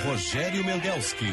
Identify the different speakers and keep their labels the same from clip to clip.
Speaker 1: Rogério Mendelski.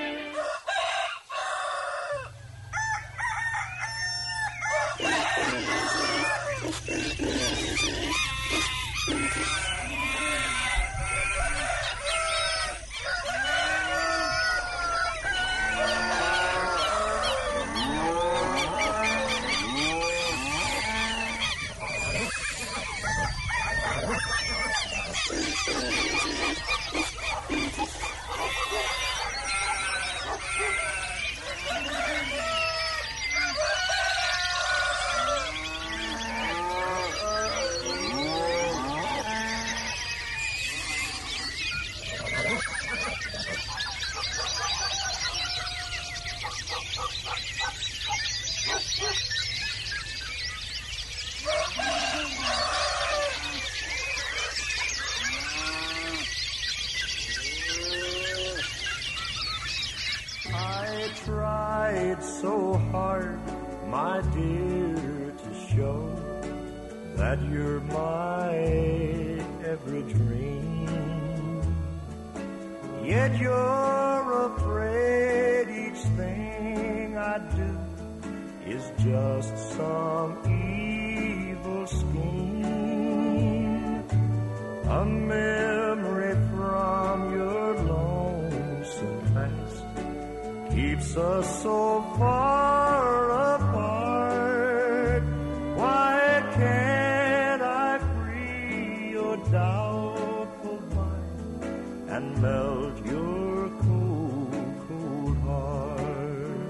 Speaker 2: Tried so hard, my dear, to show that you're my every dream. Yet you're afraid each thing I do is just some evil scheme. A memory from your lonesome past keeps us so far apart. Why can't I free your doubtful mind and melt your cold, cold heart?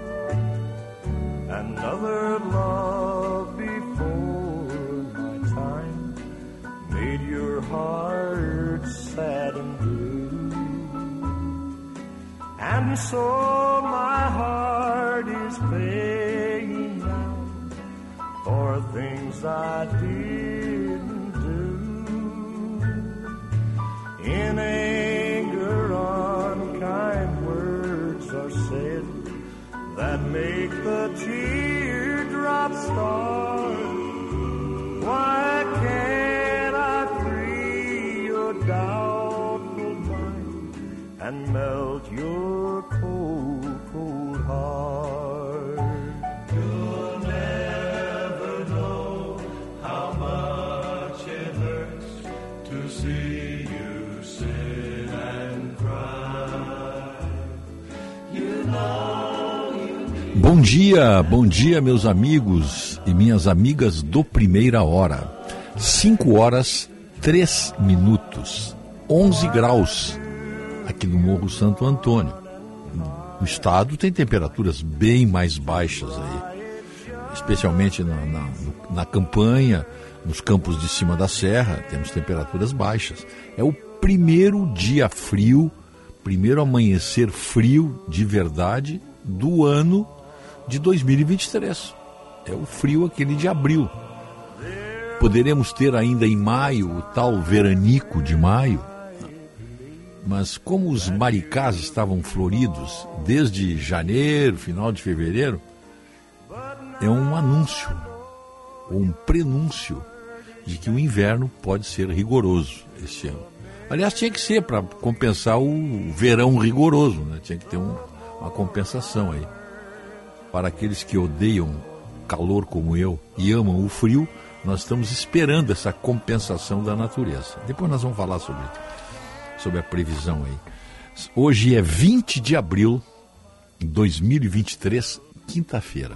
Speaker 2: Another love before my time made your heart sad and blue. And so my heart is paying now for things I didn't do. In anger, unkind words are said that make the teardrops start. Why can't I free your doubtful mind and melt your cold, cold heart? You'll never know how much it hurts to see you sit and cry. You know you need...
Speaker 3: Bom dia, meus amigos e minhas amigas do Primeira Hora. 5 horas, 3 minutos, 11 graus. Aqui no Morro Santo Antônio. O estado tem temperaturas bem mais baixas aí, especialmente na campanha, nos campos de cima da serra, temos temperaturas baixas. É o primeiro dia frio, primeiro amanhecer frio de verdade do ano de 2023. É o frio aquele de abril. Poderemos ter ainda em maio o tal veranico de maio, mas como os maricás estavam floridos desde janeiro, final de fevereiro, é um anúncio, ou um prenúncio, de que o inverno pode ser rigoroso esse ano. Aliás, tinha que ser para compensar o verão rigoroso, né? Tinha que ter uma compensação aí. Para aqueles que odeiam calor como eu e amam o frio, nós estamos esperando essa compensação da natureza. Depois nós vamos falar sobre a previsão aí. Hoje é 20 de abril de 2023, quinta-feira.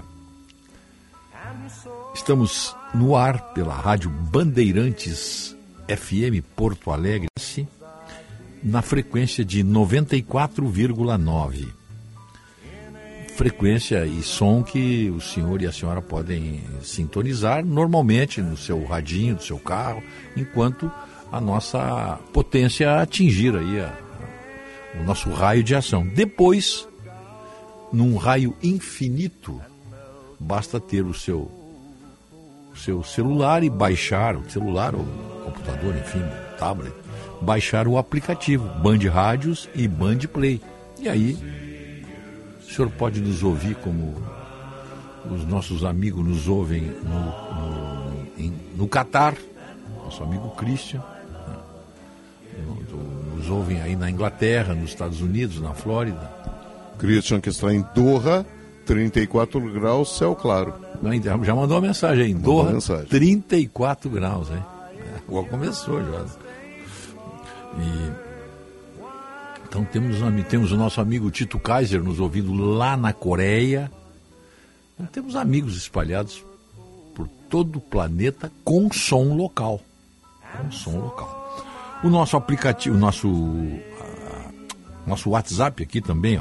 Speaker 3: Estamos no ar pela Rádio Bandeirantes FM Porto Alegre, na frequência de 94,9. Frequência e som que o senhor e a senhora podem sintonizar normalmente no seu radinho do seu carro, enquanto a nossa potência atingir aí o nosso raio de ação. Depois, num raio infinito, basta ter o seu celular e baixar, o celular ou computador, enfim, tablet, baixar o aplicativo Band Rádios e Band Play. E aí, o senhor pode nos ouvir como os nossos amigos nos ouvem no Catar, nosso amigo Christian, no nos ouvem aí na Inglaterra, nos Estados Unidos, na Flórida.
Speaker 1: Christian, que está em Doha, 34 graus, céu claro.
Speaker 3: Já mandou uma mensagem aí, em Doha,
Speaker 1: mensagem.
Speaker 3: 34 graus, hein? Agora começou já. Então temos o nosso amigo Tito Kaiser nos ouvindo lá na Coreia. Então, temos amigos espalhados por todo o planeta com som local. O nosso aplicativo, nosso WhatsApp aqui também, ó,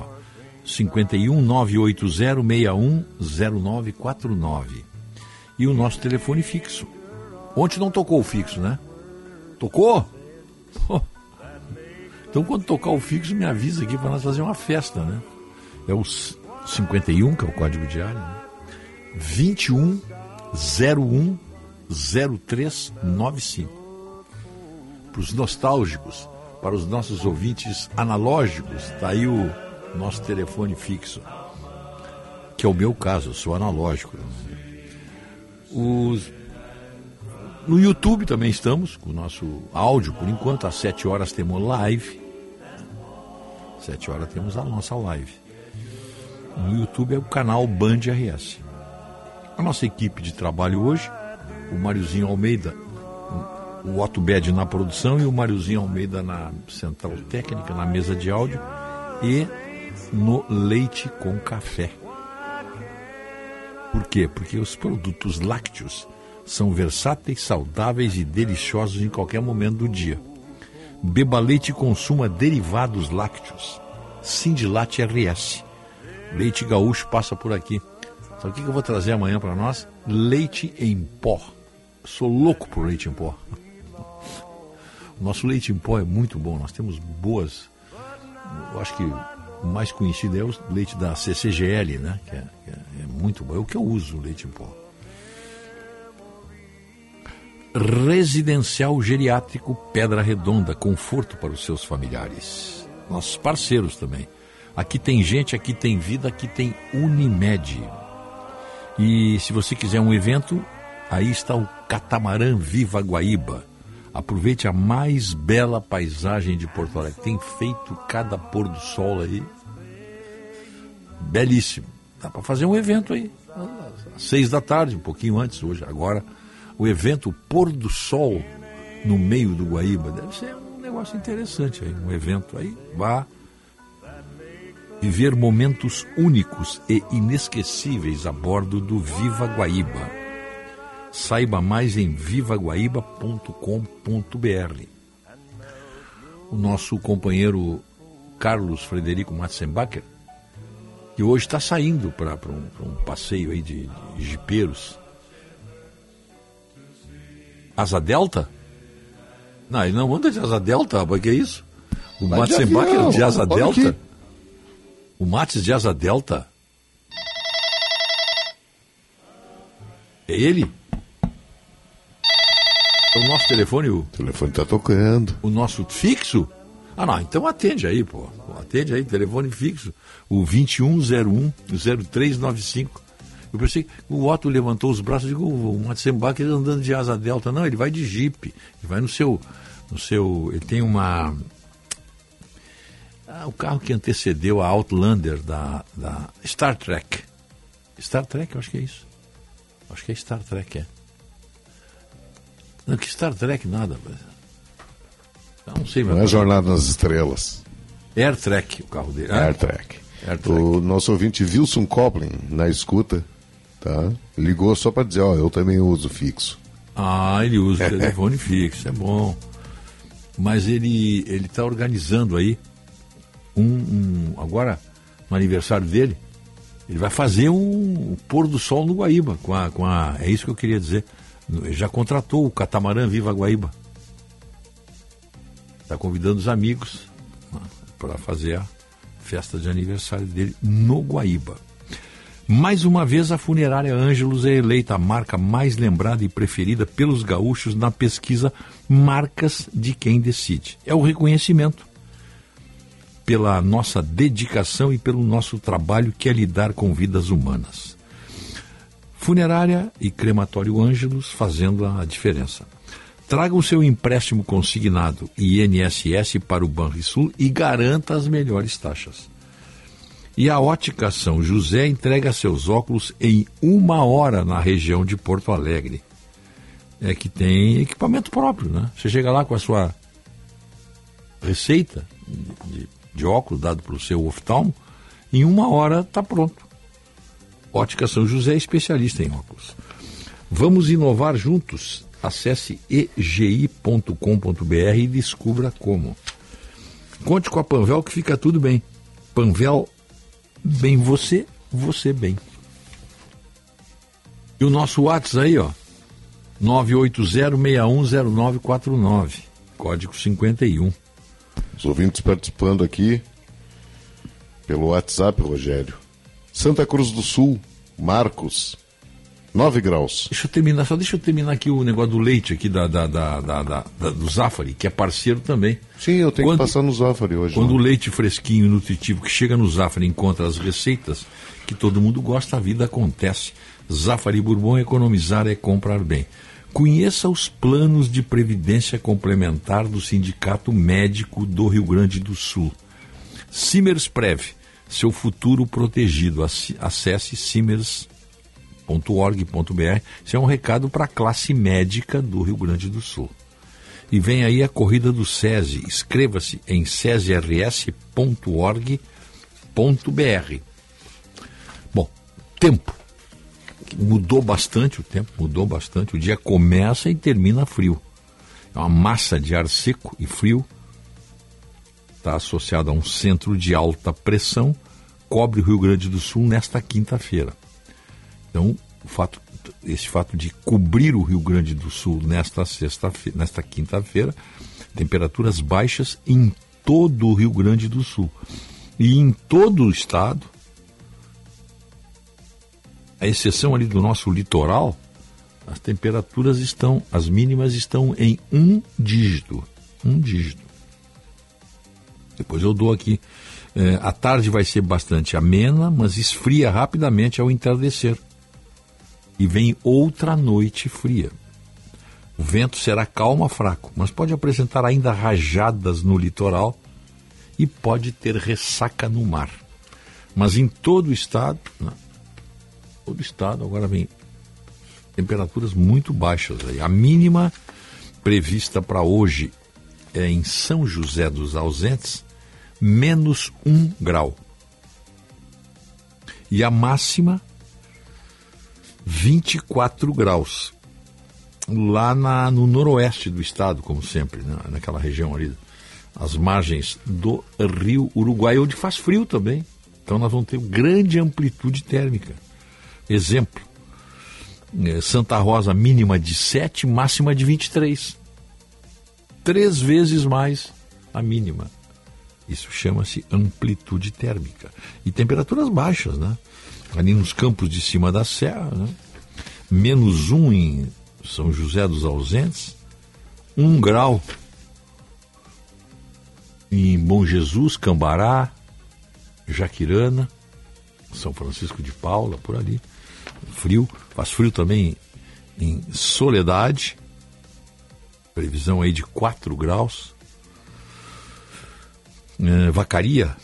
Speaker 3: 51980610949. E o nosso telefone fixo. Ontem não tocou o fixo, né? Tocou? Então quando tocar o fixo, me avisa aqui para nós fazer uma festa, né? É o 51, que é o código de área, né? 21010395. Para os nostálgicos, para os nossos ouvintes analógicos, está aí o nosso telefone fixo, que é o meu caso, eu sou analógico. No YouTube também estamos, com o nosso áudio, por enquanto, às 7 horas temos live. 7 horas temos a nossa live. No YouTube é o canal Band RS. A nossa equipe de trabalho hoje, o Mariozinho Almeida, o Otto Bed na produção e o Mariozinho Almeida na central técnica, na mesa de áudio e no leite com café. Por quê? Porque os produtos lácteos são versáteis, saudáveis e deliciosos em qualquer momento do dia. Beba leite e consuma derivados lácteos. Sindilate RS. Leite gaúcho passa por aqui. Sabe o que eu vou trazer amanhã para nós? Leite em pó. Sou louco por leite em pó. O nosso leite em pó é muito bom. Nós temos boas... Eu acho que o mais conhecido é o leite da CCGL, né? Que é muito bom. É o que eu uso, o leite em pó. Residencial Geriátrico Pedra Redonda, conforto para os seus familiares. Nossos parceiros também. Aqui tem gente, aqui tem vida, aqui tem Unimed. E se você quiser um evento, aí está o Catamarã Viva Guaíba. Aproveite a mais bela paisagem de Porto Alegre. Tem feito cada pôr do sol aí. Belíssimo. Dá para fazer um evento aí. Às 6 da tarde, um pouquinho antes hoje. Agora, o evento Pôr do Sol no meio do Guaíba. Deve ser um negócio interessante aí. Um evento aí. Vá viver momentos únicos e inesquecíveis a bordo do Viva Guaíba. Saiba mais em vivaguaíba.com.br. O nosso companheiro Carlos Frederico Matzenbacher, que hoje está saindo para um passeio aí de jipeiros. Asa Delta? Não, ele não anda de Asa Delta, rapaz, que é isso? O Matzenbacher de Asa Delta? Aqui. O Mates de Asa Delta? É ele? É o nosso telefone? O
Speaker 1: telefone está tocando.
Speaker 3: O nosso fixo? Ah, não, então atende aí, pô. Atende aí, telefone fixo. O 2101-0395. Eu pensei que o Otto levantou os braços e digo, o Matzenbacher andando de Asa Delta. Não, ele vai de Jeep. Ele vai no seu... Ele tem uma... o carro que antecedeu a Outlander da Star Trek. Star Trek, eu acho que é isso. Acho que é Star Trek, é. Não, que Star Trek nada. Eu não sei.
Speaker 1: Não é Jornada nas Estrelas.
Speaker 3: Air Trek, o carro dele.
Speaker 1: Air Trek. O nosso ouvinte Wilson Coplin, na escuta, tá? Ligou só para dizer, eu também uso fixo.
Speaker 3: Ah, ele usa o telefone fixo, é bom. Mas ele está organizando aí agora, no aniversário dele, ele vai fazer um pôr do sol no Guaíba, é isso que eu queria dizer. Ele já contratou o Catamarã Viva Guaíba. Está convidando os amigos para fazer a festa de aniversário dele no Guaíba. Mais uma vez, a Funerária Ângelos é eleita a marca mais lembrada e preferida pelos gaúchos na pesquisa Marcas de Quem Decide. É o reconhecimento pela nossa dedicação e pelo nosso trabalho, que é lidar com vidas humanas. Funerária e Crematório Ângelos fazendo a diferença. Traga o seu empréstimo consignado INSS para o Banrisul e garanta as melhores taxas. E a Ótica São José entrega seus óculos em 1 hora na região de Porto Alegre. É que tem equipamento próprio, né? Você chega lá com a sua receita de óculos dado pelo seu oftalmo, em 1 hora está pronto. Ótica São José é especialista em óculos. Vamos inovar juntos. Acesse egi.com.br e descubra como. Conte com a Panvel que fica tudo bem. Panvel, bem você, você bem. E o nosso WhatsApp aí, ó, 980610949, código 51.
Speaker 1: Os ouvintes participando aqui pelo WhatsApp, Rogério. Santa Cruz do Sul, Marcos, 9 graus.
Speaker 3: Deixa eu terminar aqui o negócio do leite aqui do Zafari, que é parceiro também.
Speaker 1: Sim, eu tenho que passar no Zafari hoje.
Speaker 3: Quando o leite fresquinho e nutritivo que chega no Zafari encontra as receitas que todo mundo gosta, a vida acontece. Zafari Bourbon, economizar é comprar bem. Conheça os planos de previdência complementar do Sindicato Médico do Rio Grande do Sul. Simers Prev, seu futuro protegido. Acesse simers.org.br. Isso é um recado para a classe médica do Rio Grande do Sul. E vem aí a corrida do SESI. Inscreva-se em sesirs.org.br. Bom, tempo. Mudou bastante o tempo, O dia começa e termina frio. É uma massa de ar seco e frio. Está associado a um centro de alta pressão, cobre o Rio Grande do Sul nesta quinta-feira. Então, esse fato de cobrir o Rio Grande do Sul nesta quinta-feira, temperaturas baixas em todo o Rio Grande do Sul. E em todo o estado, a exceção ali do nosso litoral, as temperaturas as mínimas estão em 1 dígito. 1 dígito. Depois eu dou aqui. A tarde vai ser bastante amena, mas esfria rapidamente ao entardecer. E vem outra noite fria. O vento será calmo a fraco, mas pode apresentar ainda rajadas no litoral e pode ter ressaca no mar. Mas em todo o estado, agora vem temperaturas muito baixas aí. A mínima prevista para hoje é em São José dos Ausentes, -1 grau. E a máxima, 24 graus. Lá no noroeste do estado, como sempre, né? Naquela região ali, as margens do rio Uruguai, onde faz frio também. Então nós vamos ter grande amplitude térmica. Exemplo, Santa Rosa mínima de 7, máxima de 23. 3 vezes mais a mínima. Isso chama-se amplitude térmica. E temperaturas baixas, né? Ali nos campos de cima da serra, né? -1 em São José dos Ausentes, 1 grau em Bom Jesus, Cambará, Jaquirana, São Francisco de Paula, por ali. Frio, faz frio também em Soledade, previsão aí de 4 graus. Vacaria,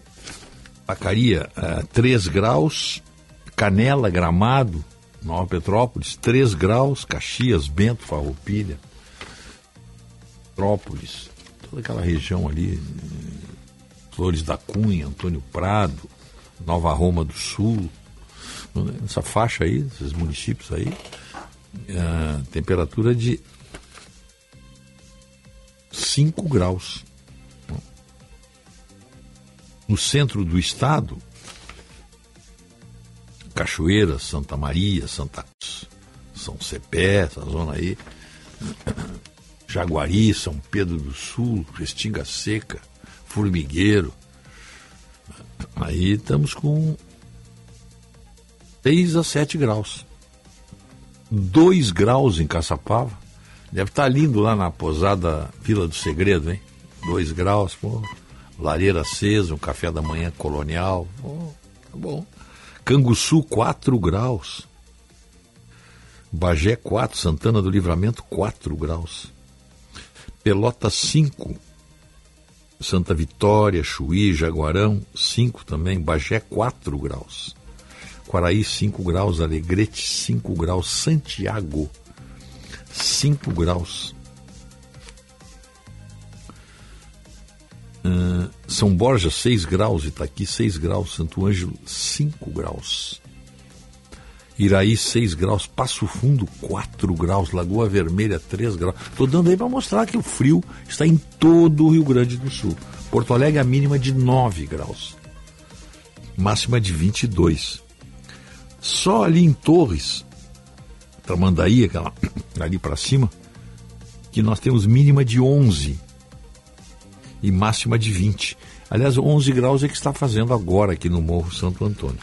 Speaker 3: 3 graus. Canela, Gramado, Nova Petrópolis, 3 graus. Caxias, Bento, Farroupilha, Petrópolis, toda aquela região ali, Flores da Cunha, Antônio Prado, Nova Roma do Sul, essa faixa aí, esses municípios aí, temperatura de 5 graus. No centro do estado, Cachoeira, Santa Maria, Santa Cruz, São Cepé, essa zona aí, Jaguari, São Pedro do Sul, Restinga Seca, Formigueiro. Aí estamos com 6 a 7 graus. 2 graus em Caçapava. Deve estar lindo lá na pousada Vila do Segredo, hein? 2 graus, pô. Lareira acesa, um café da manhã colonial. Pô, tá bom. Canguçu, 4 graus. Bagé 4, Santana do Livramento 4 graus. Pelotas 5, Santa Vitória, Chuí, Jaguarão 5 também, Bagé 4 graus. Quaraí 5 graus, Alegrete 5 graus, Santiago 5 graus. São Borja 6 graus, Itaqui 6 graus, Santo Ângelo 5 graus. Iraí 6 graus, Passo Fundo 4 graus, Lagoa Vermelha 3 graus. Estou dando aí para mostrar que o frio está em todo o Rio Grande do Sul. Porto Alegre a mínima de 9 graus, máxima de 22. Só ali em Torres, Tramandaí, aquela ali para cima, que nós temos mínima de 11 e máxima de 20. Aliás, 11 graus é que está fazendo agora aqui no Morro Santo Antônio.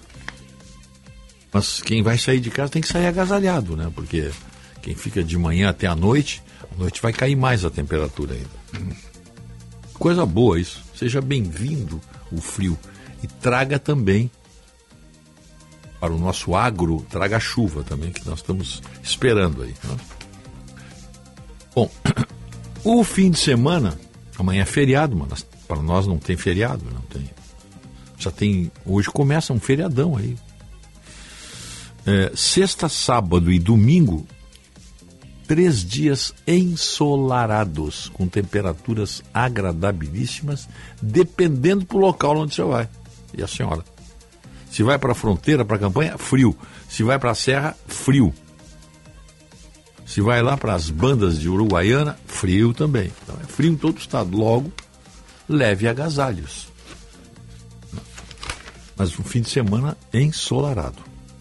Speaker 3: Mas quem vai sair de casa tem que sair agasalhado, né? Porque quem fica de manhã até à noite vai cair mais a temperatura ainda. Coisa boa isso. Seja bem-vindo o frio. E traga também, para o nosso agro, traga chuva também, que nós estamos esperando aí. Né? Bom, o fim de semana, amanhã é feriado, mas para nós não tem feriado, não tem. Já tem, hoje começa um feriadão aí. Sexta, sábado e domingo, 3 dias ensolarados, com temperaturas agradabilíssimas, dependendo do local onde você vai. E a senhora? Se vai para a fronteira, para a campanha, frio. Se vai para a serra, frio. Se vai lá para as bandas de Uruguaiana, frio também. Então é frio em todo o estado. Logo, leve agasalhos. Mas um fim de semana ensolarado.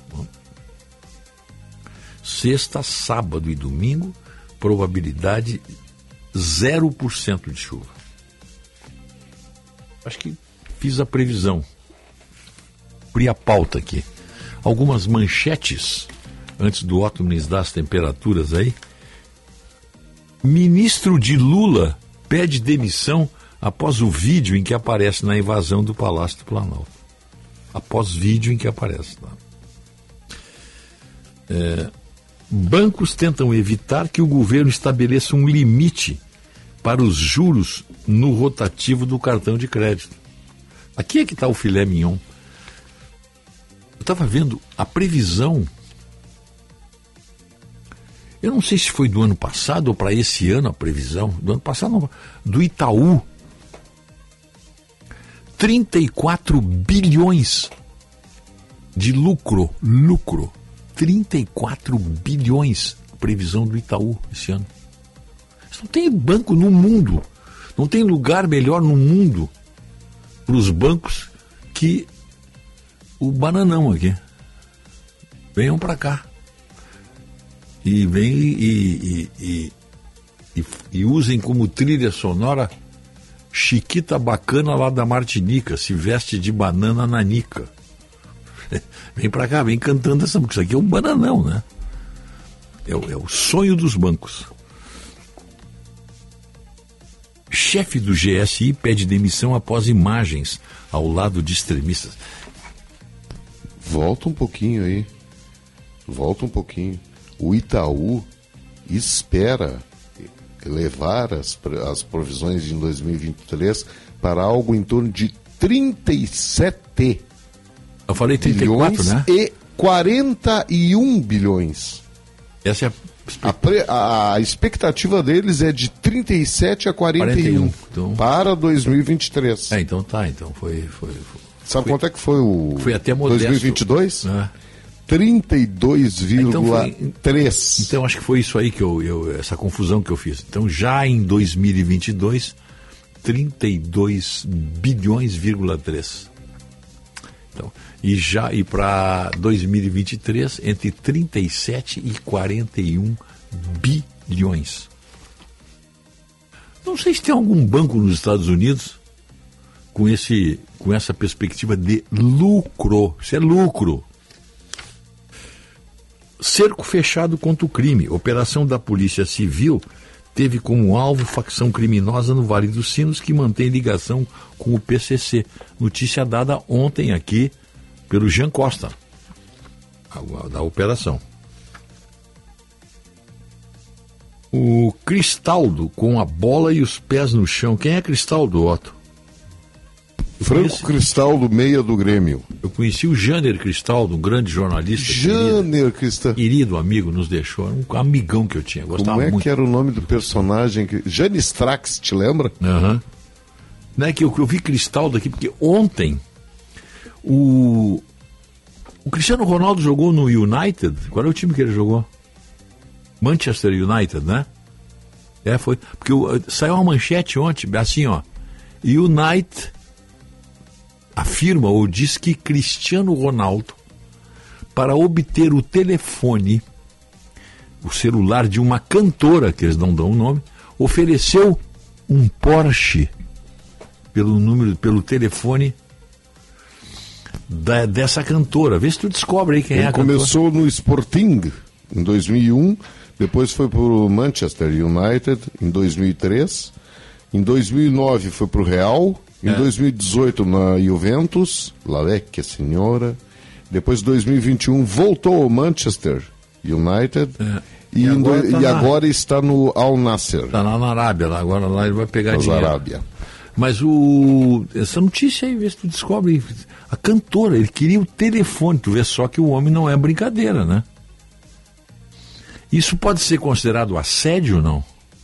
Speaker 3: Sexta, sábado e domingo, probabilidade 0% de chuva. Acho que fiz a previsão. Abri a pauta aqui. Algumas manchetes, antes do Otto nos dar as temperaturas aí. Ministro de Lula pede demissão após o vídeo em que aparece na invasão do Palácio do Planalto. Após vídeo em que aparece lá. Bancos tentam evitar que o governo estabeleça um limite para os juros no rotativo do cartão de crédito. Aqui é que está o filé mignon. Eu estava vendo a previsão, eu não sei se foi do ano passado ou para esse ano a previsão, do ano passado não, do Itaú, 34 bilhões de lucro, 34 bilhões, previsão do Itaú esse ano. Não tem banco no mundo, não tem lugar melhor no mundo para os bancos que o bananão aqui. Venham para cá e usem como trilha sonora Chiquita Bacana lá da Martinica, se veste de banana nanica. Vem pra cá, vem cantando essa música. Isso aqui é um bananão, né? É o sonho dos bancos. Chefe do GSI pede demissão após imagens ao lado de extremistas.
Speaker 1: Volta um pouquinho aí. O Itaú espera elevar as provisões em 2023 para algo em torno de 37
Speaker 3: Eu falei 34,
Speaker 1: bilhões,
Speaker 3: né?
Speaker 1: E 41 bilhões.
Speaker 3: Essa é
Speaker 1: a expectativa deles é de 37 a 41
Speaker 3: então...
Speaker 1: para 2023.
Speaker 3: Então tá, então foi.
Speaker 1: Sabe quanto é que foi o
Speaker 3: foi até modesto.
Speaker 1: 2022? 32,3.
Speaker 3: Então acho que foi isso aí que essa confusão que eu fiz. Então já em 2022, 32 bilhões,3. Então, e para 2023, entre 37 e 41 bilhões. Não sei se tem algum banco nos Estados Unidos com essa perspectiva de lucro. Isso é lucro. Cerco fechado contra o crime. Operação da Polícia Civil teve como alvo facção criminosa no Vale dos Sinos que mantém ligação com o PCC. Notícia dada ontem aqui pelo Jean Costa, da operação. O Cristaldo com a bola e os pés no chão. Quem é Cristaldo, Otto?
Speaker 1: Franco Cristaldo, meia do Grêmio.
Speaker 3: Eu conheci o Janer Cristaldo, um grande jornalista.
Speaker 1: Janer Cristaldo.
Speaker 3: Querido amigo, nos deixou. Era um amigão que eu tinha. Gostava
Speaker 1: muito. Como é
Speaker 3: muito.
Speaker 1: que era o nome do personagem? Jane Strax, te lembra?
Speaker 3: Aham. Não é que eu vi Cristaldo aqui, porque ontem o Cristiano Ronaldo jogou no United. Qual é o time que ele jogou? Manchester United, né? Foi. Porque saiu uma manchete ontem, assim, ó. United afirma ou diz que Cristiano Ronaldo, para obter o telefone, o celular de uma cantora, que eles não dão o nome, ofereceu um Porsche pelo telefone dessa cantora. Vê se tu descobre aí quem é a cantora.
Speaker 1: Começou no Sporting em 2001, depois foi para o Manchester United em 2003, em 2009 foi para o Real, em 2018 na Juventus, La Vecchia Signora, depois em 2021 voltou ao Manchester United e agora está no Al Nassr.
Speaker 3: Está lá na Arábia, agora lá ele vai pegar dinheiro.
Speaker 1: Arábia.
Speaker 3: Mas essa notícia aí, vê se tu descobre, a cantora, ele queria o telefone, tu vê só que o homem não é brincadeira, né? Isso pode ser considerado assédio ou não?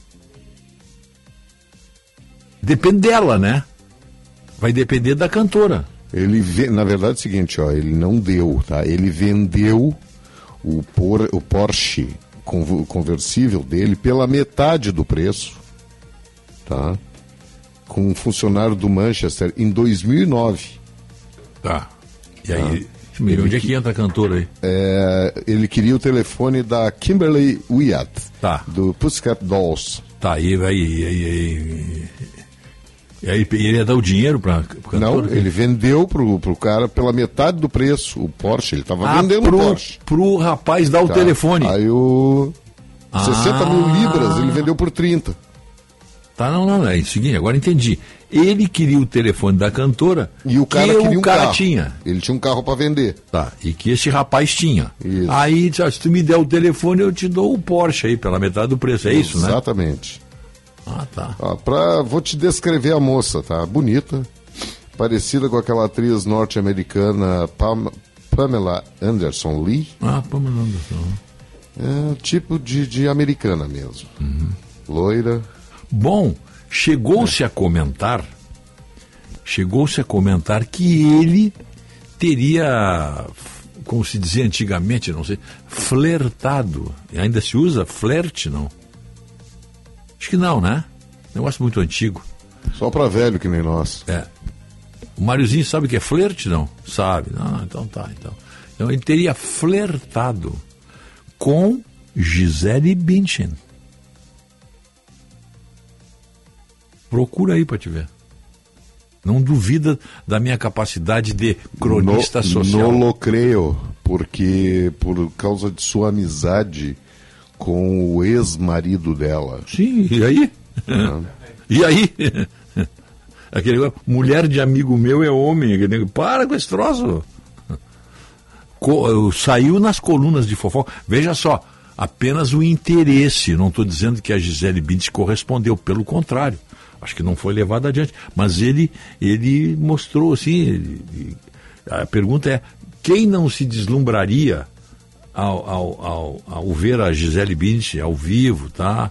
Speaker 3: Depende dela, né? Vai depender da cantora.
Speaker 1: Na verdade é o seguinte, ó, ele não deu, tá? Ele vendeu o Porsche conversível dele pela metade do preço, tá? Com um funcionário do Manchester em 2009.
Speaker 3: Tá. E aí, onde é que entra a cantora aí?
Speaker 1: Ele queria o telefone da Kimberly Wyatt, do Pussycat Dolls.
Speaker 3: Tá, e aí ele ia dar o dinheiro para cantora?
Speaker 1: Não, ele vendeu pro cara pela metade do preço, o Porsche, ele estava vendendo o Porsche.
Speaker 3: Pro rapaz dar o telefone.
Speaker 1: Aí 60 mil libras, ele vendeu por 30.
Speaker 3: Tá, não, é o seguinte, agora entendi. Ele queria o telefone da cantora
Speaker 1: e o cara queria um carro.
Speaker 3: Tinha.
Speaker 1: Ele tinha um carro para vender.
Speaker 3: Tá, e que esse rapaz tinha.
Speaker 1: Isso.
Speaker 3: Aí, se tu me der o telefone, eu te dou o Porsche aí, pela metade do preço, é isso, né?
Speaker 1: Exatamente.
Speaker 3: Ah, tá.
Speaker 1: Vou te descrever a moça, tá? Bonita, parecida com aquela atriz norte-americana Pamela Anderson Lee.
Speaker 3: Pamela Anderson.
Speaker 1: Tipo de americana mesmo. Loira.
Speaker 3: Bom, chegou-se a comentar que ele teria, como se dizia antigamente, não sei, flertado. Ainda se usa flerte, não? Acho que não, né? Negócio muito antigo.
Speaker 1: Só pra velho que nem nós.
Speaker 3: O Máriozinho sabe o que é flerte, não? Sabe. Então tá. Então ele teria flertado com Gisele Bündchen. Procura aí para te ver. Não duvida da minha capacidade de cronista social.
Speaker 1: Não lo creio, porque por causa de sua amizade com o ex-marido dela.
Speaker 3: Sim, e aí? E aí? Aquele mulher de amigo meu é homem. Para com esse troço. Saiu nas colunas de fofoca. Veja só, apenas o interesse. Não estou dizendo que a Gisele Bündchen correspondeu, pelo contrário. Acho que não foi levado adiante. Mas ele mostrou assim. A pergunta é: quem não se deslumbraria ao ver a Gisele Bündchen ao vivo, tá?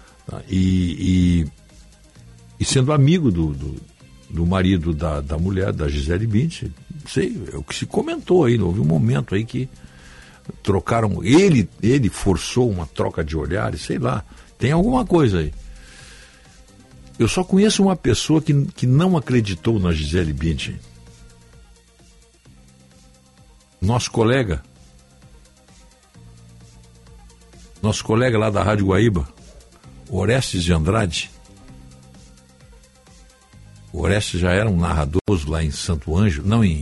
Speaker 3: E sendo amigo do marido da mulher, da Gisele Bündchen, não sei, é o que se comentou aí, houve um momento aí que trocaram, ele forçou uma troca de olhares, sei lá, tem alguma coisa aí. Eu só conheço uma pessoa que não acreditou na Gisele Bündchen. Nosso colega lá da Rádio Guaíba, Orestes de Andrade. O Orestes já era um narrador lá em Santo Ângelo,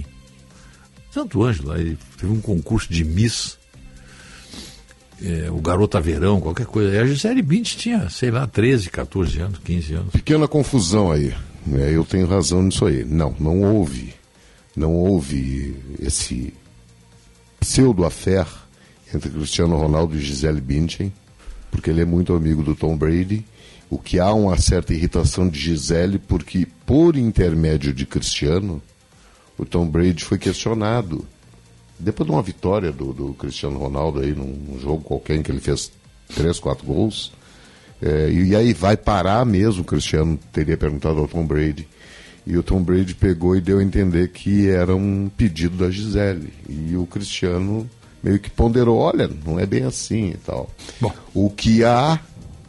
Speaker 3: lá ele teve um concurso de Miss, o Garota Verão, qualquer coisa. E a Gisele Bündchen tinha, sei lá, 13, 14 anos, 15 anos.
Speaker 1: Pequena confusão aí, eu tenho razão nisso aí. Não houve esse pseudo-affaire entre Cristiano Ronaldo e Gisele Bündchen, porque ele é muito amigo do Tom Brady, o que há uma certa irritação de Gisele, porque por intermédio de Cristiano, o Tom Brady foi questionado. Depois de uma vitória do Cristiano Ronaldo aí num jogo qualquer em que ele fez 3, 4 gols, e aí vai parar mesmo, o Cristiano teria perguntado ao Tom Brady. E o Tom Brady pegou e deu a entender que era um pedido da Gisele. E o Cristiano meio que ponderou, olha, não é bem assim e tal.
Speaker 3: Bom.
Speaker 1: O que há,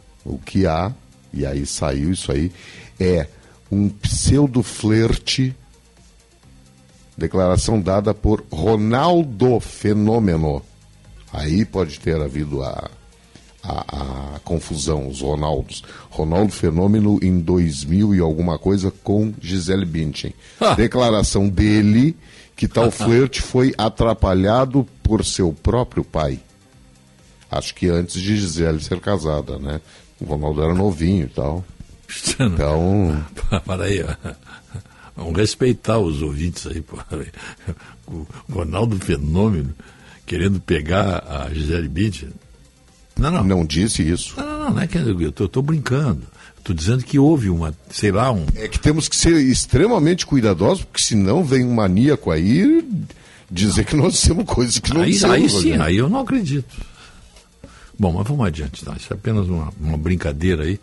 Speaker 1: e aí saiu isso aí, é um pseudo-flerte, declaração dada por Ronaldo Fenômeno. Aí pode ter havido a confusão, os Ronaldos. Ronaldo Fenômeno em 2000 e alguma coisa com Gisele Bündchen. Declaração dele que tal flerte foi atrapalhado por seu próprio pai. Acho que antes de Gisele ser casada, né? O Ronaldo era novinho e tal. Então...
Speaker 3: Para aí, vamos respeitar os ouvintes aí, pô. O Ronaldo Fenômeno querendo pegar a Gisele Bündchen.
Speaker 1: Não disse isso.
Speaker 3: Não é que eu estou brincando. Estou dizendo que houve
Speaker 1: É que temos que ser extremamente cuidadosos, porque senão vem um maníaco aí dizer que nós dissemos coisas que não dissemos.
Speaker 3: Aí sim, aí eu não acredito. Bom, mas vamos adiante, tá? Isso é apenas uma brincadeira aí.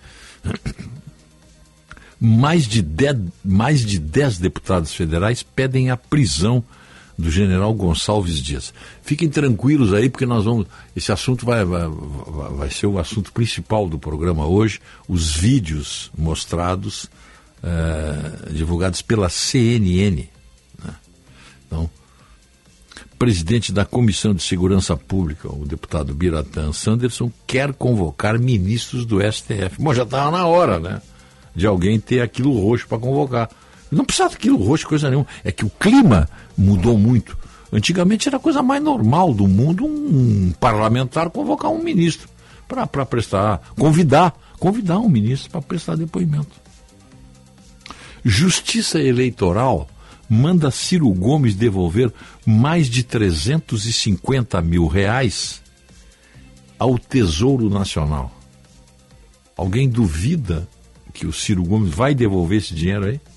Speaker 3: Mais de 10 deputados federais pedem a prisão do general Gonçalves Dias. Fiquem tranquilos aí, porque esse assunto vai ser o assunto principal do programa hoje, os vídeos mostrados, divulgados pela CNN. Né? Então, presidente da Comissão de Segurança Pública, o deputado Biratã Sanderson, quer convocar ministros do STF. Bom, já estava na hora, né, de alguém ter aquilo roxo para convocar. Não precisava daquilo roxo, coisa nenhuma. É que o clima mudou muito. Antigamente era a coisa mais normal do mundo um parlamentar convocar um ministro para prestar, convidar um ministro para prestar depoimento. Justiça Eleitoral manda Ciro Gomes devolver mais de 350 mil reais ao Tesouro Nacional. Alguém duvida que o Ciro Gomes vai devolver esse dinheiro aí?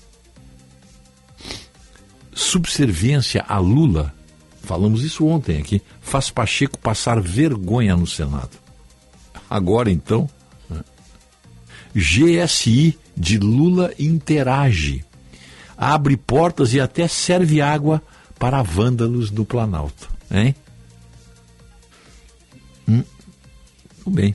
Speaker 3: Subserviência a Lula, falamos isso ontem aqui, faz Pacheco passar vergonha no Senado. Agora então, né? GSI de Lula interage, abre portas e até serve água para vândalos do Planalto. Hein? Tudo bem.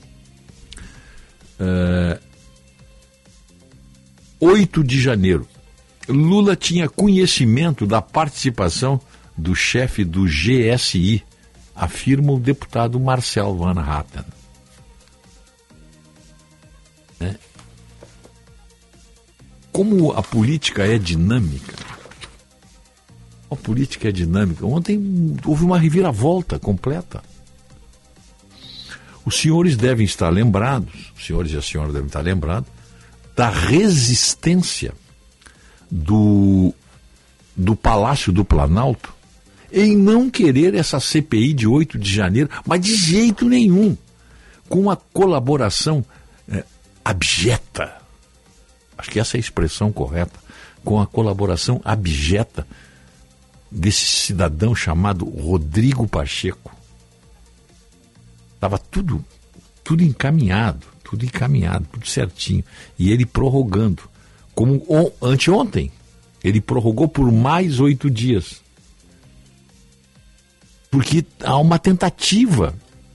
Speaker 3: 8 de janeiro. Lula tinha conhecimento da participação do chefe do GSI, afirma o deputado Marcel Van Hatten. Como a política é dinâmica, ontem houve uma reviravolta completa. Os senhores devem estar lembrados, os senhores e a senhora devem estar lembrados, da resistência do Palácio do Planalto em não querer essa CPI de 8 de janeiro, mas de jeito nenhum, com a colaboração abjeta, acho que essa é a expressão correta, com a colaboração abjeta desse cidadão chamado Rodrigo Pacheco. Estava tudo encaminhado, tudo certinho, e ele prorrogando. Como anteontem, ele prorrogou por mais 8 dias. Porque há uma tentativa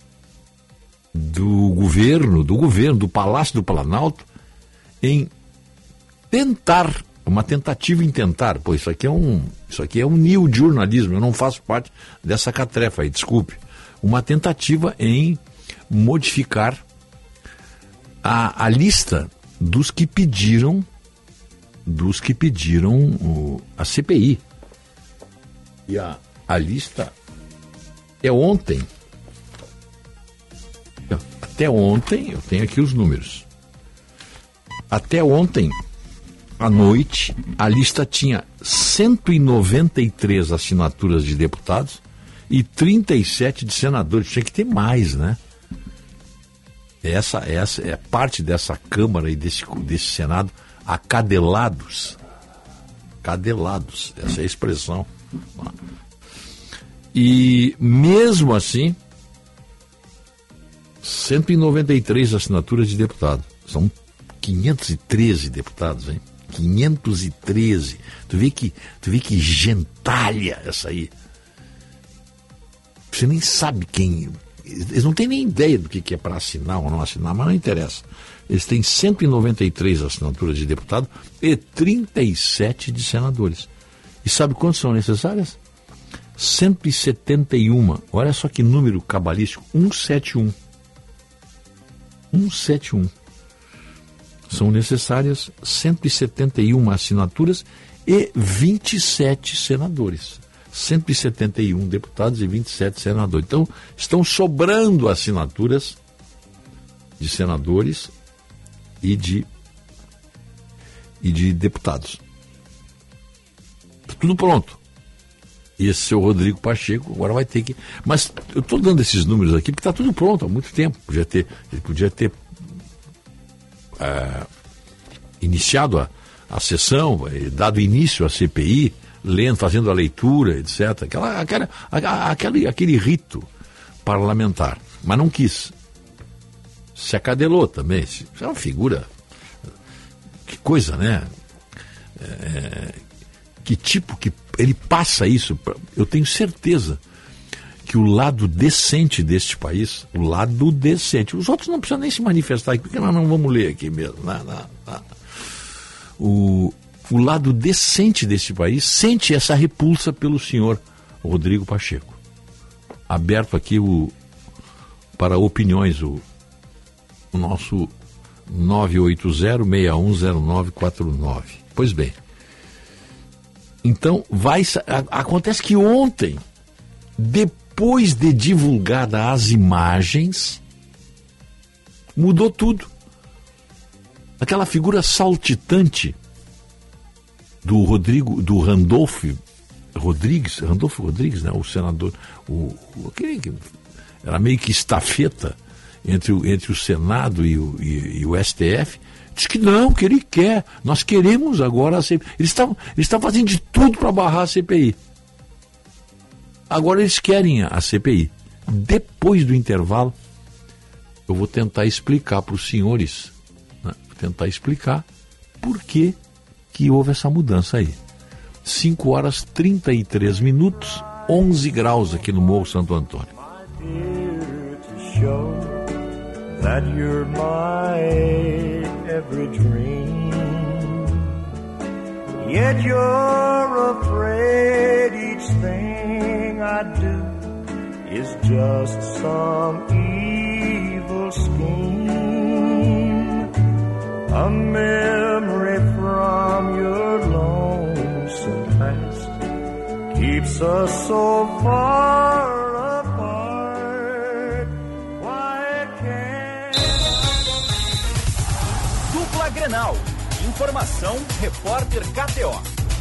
Speaker 3: do governo, do Palácio do Planalto, em tentar, pô, isso aqui é um new jornalismo, eu não faço parte dessa catrefa aí, desculpe. Uma tentativa em modificar a lista dos que pediram a CPI. E a lista é ontem. Até ontem, eu tenho aqui os números. Até ontem à noite, a lista tinha 193 assinaturas de deputados e 37 de senadores. Tinha que ter mais, né? Essa é parte dessa Câmara e desse Senado acadelados. Cadelados, essa é a expressão. E mesmo assim, 193 assinaturas de deputado. São 513 deputados, hein? 513. Tu vê que gentalha essa aí. Você nem sabe quem... Eles não têm nem ideia do que é para assinar ou não assinar, mas não interessa. Eles têm 193 assinaturas de deputado e 37 de senadores. E sabe quantas são necessárias? 171. Olha só que número cabalístico. 171. 171. São necessárias 171 assinaturas e 27 senadores. 171 deputados e 27 senadores. Então, estão sobrando assinaturas de senadores e de deputados. Tudo pronto. E esse seu Rodrigo Pacheco agora vai ter que... Mas eu estou dando esses números aqui porque está tudo pronto há muito tempo. Ele podia ter iniciado a sessão, dado início à CPI, lendo, fazendo a leitura, etc. Aquele rito parlamentar. Mas não quis. Se acadelou também. Isso é uma figura... Que coisa, né? Que tipo que ele passa isso? Eu tenho certeza que o lado decente deste país, o lado decente, os outros não precisam nem se manifestar aqui, porque nós não vamos ler aqui mesmo. O lado decente deste país sente essa repulsa pelo senhor Rodrigo Pacheco. Aberto aqui para opiniões o nosso 980-610949. Pois bem. Então, acontece que ontem, depois de divulgadas as imagens, mudou tudo. Aquela figura saltitante do Randolfo Rodrigues, né? O senador, aquele que era meio que estafeta entre o Senado e o STF, diz que não, que ele quer, nós queremos agora a CPI. Eles estão fazendo de tudo para barrar a CPI. Agora eles querem a CPI. Depois do intervalo, eu vou tentar explicar para os senhores, né? Vou tentar explicar por que houve essa mudança aí. 5h33, 11 graus aqui no Morro Santo Antônio.
Speaker 2: That you're my every dream, yet you're afraid each thing I do is just some evil scheme, a memory from your lonesome past keeps us so far apart. Why can't
Speaker 4: Dupla Grenal. Informação, repórter KTO.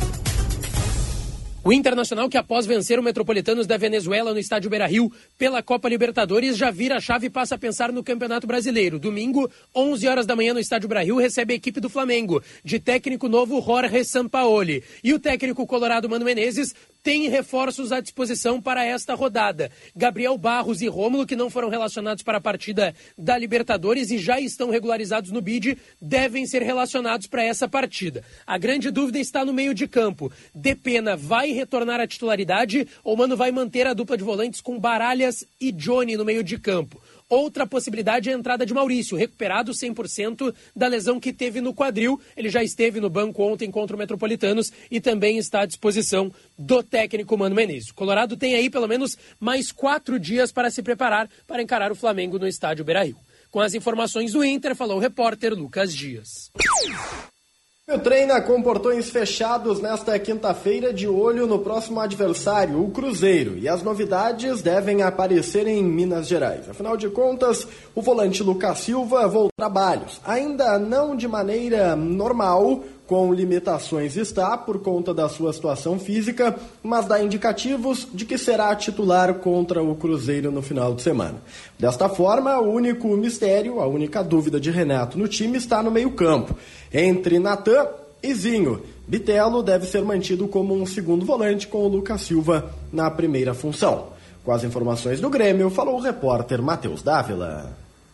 Speaker 5: O Internacional, que após vencer o Metropolitanos da Venezuela no estádio Beira-Rio pela Copa Libertadores, já vira a chave e passa a pensar no Campeonato Brasileiro. Domingo, 11 horas da manhã no estádio Beira-Rio, recebe a equipe do Flamengo, de técnico novo Jorge Sampaoli. E o técnico colorado Mano Menezes tem reforços à disposição para esta rodada. Gabriel Barros e Rômulo, que não foram relacionados para a partida da Libertadores e já estão regularizados no BID, devem ser relacionados para essa partida. A grande dúvida está no meio de campo. Depena vai retornar à titularidade ou Mano vai manter a dupla de volantes com Baralhas e Johnny no meio de campo? Outra possibilidade é a entrada de Maurício, recuperado 100% da lesão que teve no quadril. Ele já esteve no banco ontem contra o Metropolitanos e também está à disposição do técnico Mano Menezes. O Colorado tem aí pelo menos mais 4 dias para se preparar para encarar o Flamengo no estádio Beira-Rio. Com as informações do Inter, falou o repórter Lucas Dias.
Speaker 6: O treina com portões fechados nesta quinta-feira, de olho no próximo adversário, o Cruzeiro. E as novidades devem aparecer em Minas Gerais. Afinal de contas, o volante Lucas Silva voltou a trabalhos. Ainda não de maneira normal, com limitações está por conta da sua situação física, mas dá indicativos de que será titular contra o Cruzeiro no final de semana. Desta forma, o único mistério, a única dúvida de Renato no time está no meio-campo. Entre Natan e Zinho, Bitelo deve ser mantido como um segundo volante com o Lucas Silva na primeira função. Com as informações do Grêmio, falou o repórter Matheus Dávila.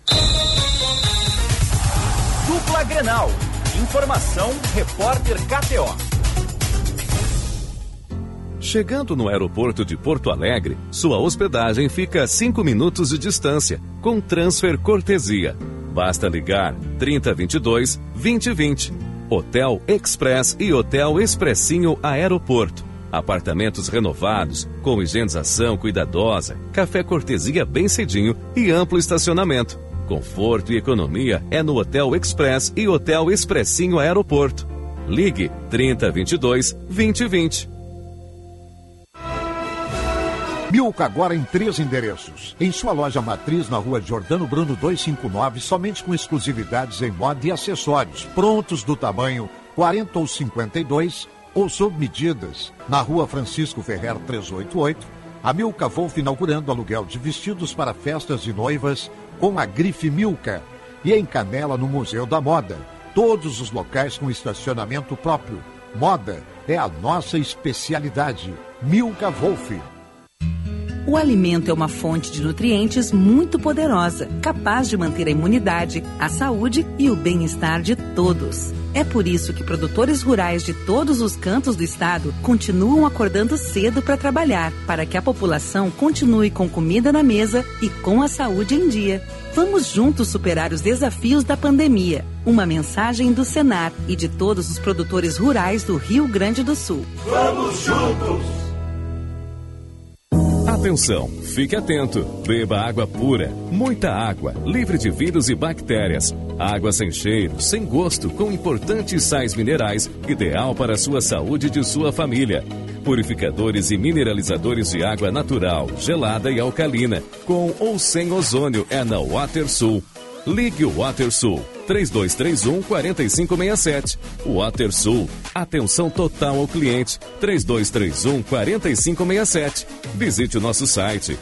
Speaker 4: Dupla Grenal. Informação, repórter KTO.
Speaker 7: Chegando no aeroporto de Porto Alegre, sua hospedagem fica a 5 minutos de distância, com transfer cortesia. Basta ligar 3022-2020. Hotel Express e Hotel Expressinho Aeroporto. Apartamentos renovados, com higienização cuidadosa, café cortesia bem cedinho e amplo estacionamento. Conforto e economia é no Hotel Express e Hotel Expressinho Aeroporto. Ligue 3022-2020.
Speaker 8: Milka agora em 3 endereços. Em sua loja matriz na rua Jordano Bruno 259, somente com exclusividades em moda e acessórios, prontos do tamanho 40 ou 52 ou sob medidas. Na rua Francisco Ferrer 388, a Milka Wolf inaugurando aluguel de vestidos para festas de noivas com a grife Milka. E em Canela, no Museu da Moda. Todos os locais com estacionamento próprio. Moda é a nossa especialidade. Milka Wolf.
Speaker 9: O alimento é uma fonte de nutrientes muito poderosa, capaz de manter a imunidade, a saúde e o bem-estar de todos. É por isso que produtores rurais de todos os cantos do estado continuam acordando cedo para trabalhar, para que a população continue com comida na mesa e com a saúde em dia. Vamos juntos superar os desafios da pandemia. Uma mensagem do Senar e de todos os produtores rurais do Rio Grande do Sul.
Speaker 2: Vamos juntos!
Speaker 7: Atenção, fique atento. Beba água pura, muita água, livre de vírus e bactérias. Água sem cheiro, sem gosto, com importantes sais minerais, ideal para a sua saúde e de sua família. Purificadores e mineralizadores de água natural, gelada e alcalina, com ou sem ozônio, é na WaterSul. Ligue o WaterSul 3231-4567. WaterSul, atenção total ao cliente 3231-4567. Visite o nosso site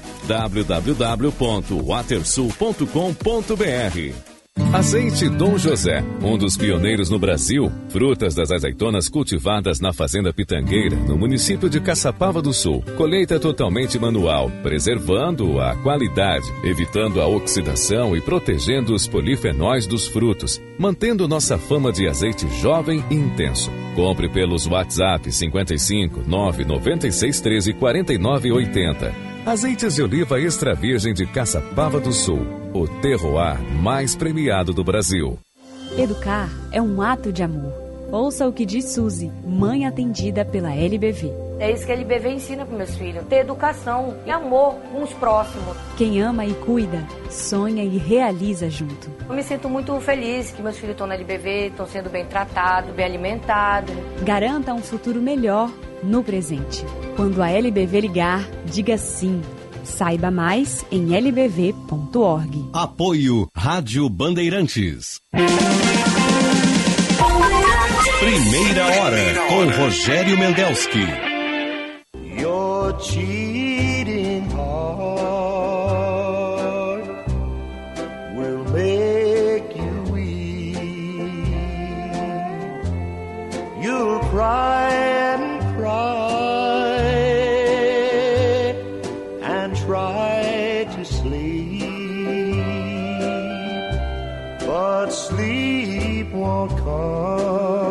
Speaker 7: www.watersul.com.br. Azeite Dom José, um dos pioneiros no Brasil. Frutas das azeitonas cultivadas na Fazenda Pitangueira, no município de Caçapava do Sul. Colheita totalmente manual, preservando a qualidade, evitando a oxidação e protegendo os polifenóis dos frutos, mantendo nossa fama de azeite jovem e intenso. Compre pelos WhatsApp 55 996 13 49 80. Azeites de oliva extra virgem de Caçapava do Sul, o terroir mais premiado do Brasil.
Speaker 10: Educar é um ato de amor. Ouça o que diz Suzy, mãe atendida pela LBV.
Speaker 11: É isso que a LBV ensina para meus filhos, ter educação e amor com os próximos.
Speaker 10: Quem ama e cuida, sonha e realiza junto.
Speaker 11: Eu me sinto muito feliz que meus filhos estão na LBV, estão sendo bem tratados, bem alimentados.
Speaker 10: Garanta um futuro melhor no presente. Quando a LBV ligar, diga sim. Saiba mais em lbv.org.
Speaker 12: Apoio Rádio Bandeirantes. Primeira hora com Rogério Mendelski.
Speaker 2: You're cheating heart will make you weak. You'll cry and cry and try to sleep, but sleep won't come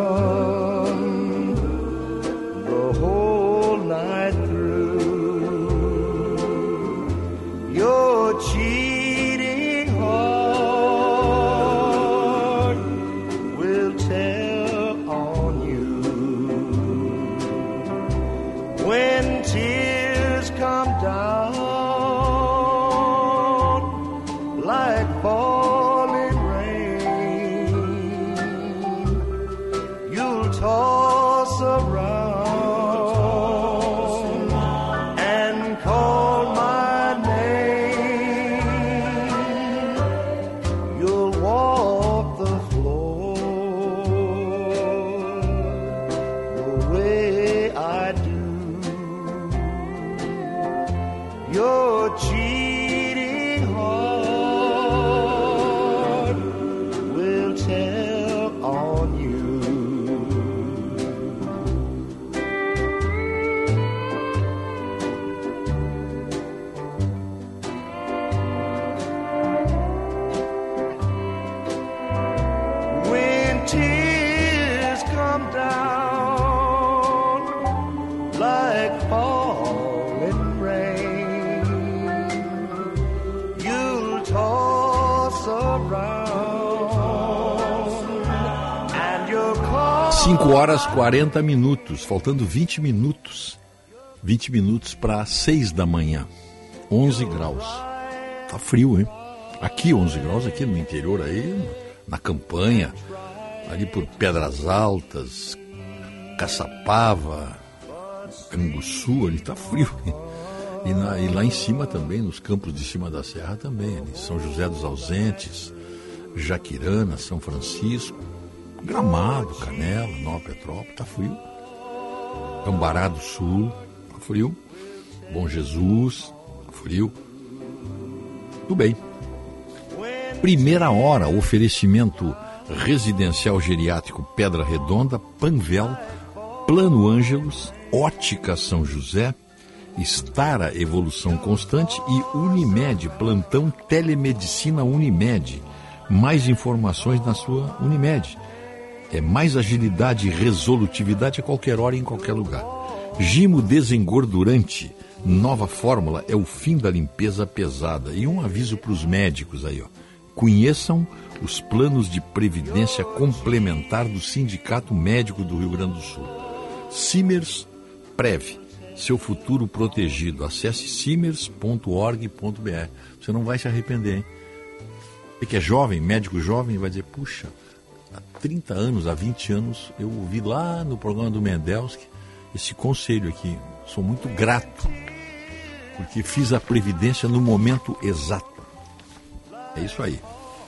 Speaker 2: the whole night through. Your cheating heart will tell on you when tears come down like falling rain. You'll toss around and call my name. You'll walk the floor
Speaker 3: 5 horas 40 minutos, faltando 20 minutos. 20 minutos para 6 da manhã. 11 graus. Tá frio, hein? Aqui 11 graus, aqui no interior aí, na campanha, ali por Pedras Altas, Caçapava, Canguçu, ali tá frio. E lá em cima também, nos campos de cima da serra também, ali, São José dos Ausentes, Jaquirana, São Francisco, Gramado, Canela, Nova Petrópolis, tá frio. Cambará do Sul, tá frio. Bom Jesus, tá frio. Tudo bem. Primeira hora, oferecimento residencial geriátrico Pedra Redonda, Panvel, Plano Ângelos, Ótica São José, Stara Evolução Constante e Unimed, plantão Telemedicina Unimed. Mais informações na sua Unimed. É mais agilidade e resolutividade a qualquer hora e em qualquer lugar. Gimo Desengordurante, nova fórmula, é o fim da limpeza pesada. E um aviso para os médicos aí, ó. Conheçam os planos de previdência complementar do Sindicato Médico do Rio Grande do Sul. Simers Prev, seu futuro protegido. Acesse simers.org.br. Você não vai se arrepender, hein? Você que é jovem, médico jovem, vai dizer, puxa, há 30 anos, há 20 anos, eu ouvi lá no programa do Mendelski esse conselho aqui. Sou muito grato, porque fiz a previdência no momento exato. É isso aí.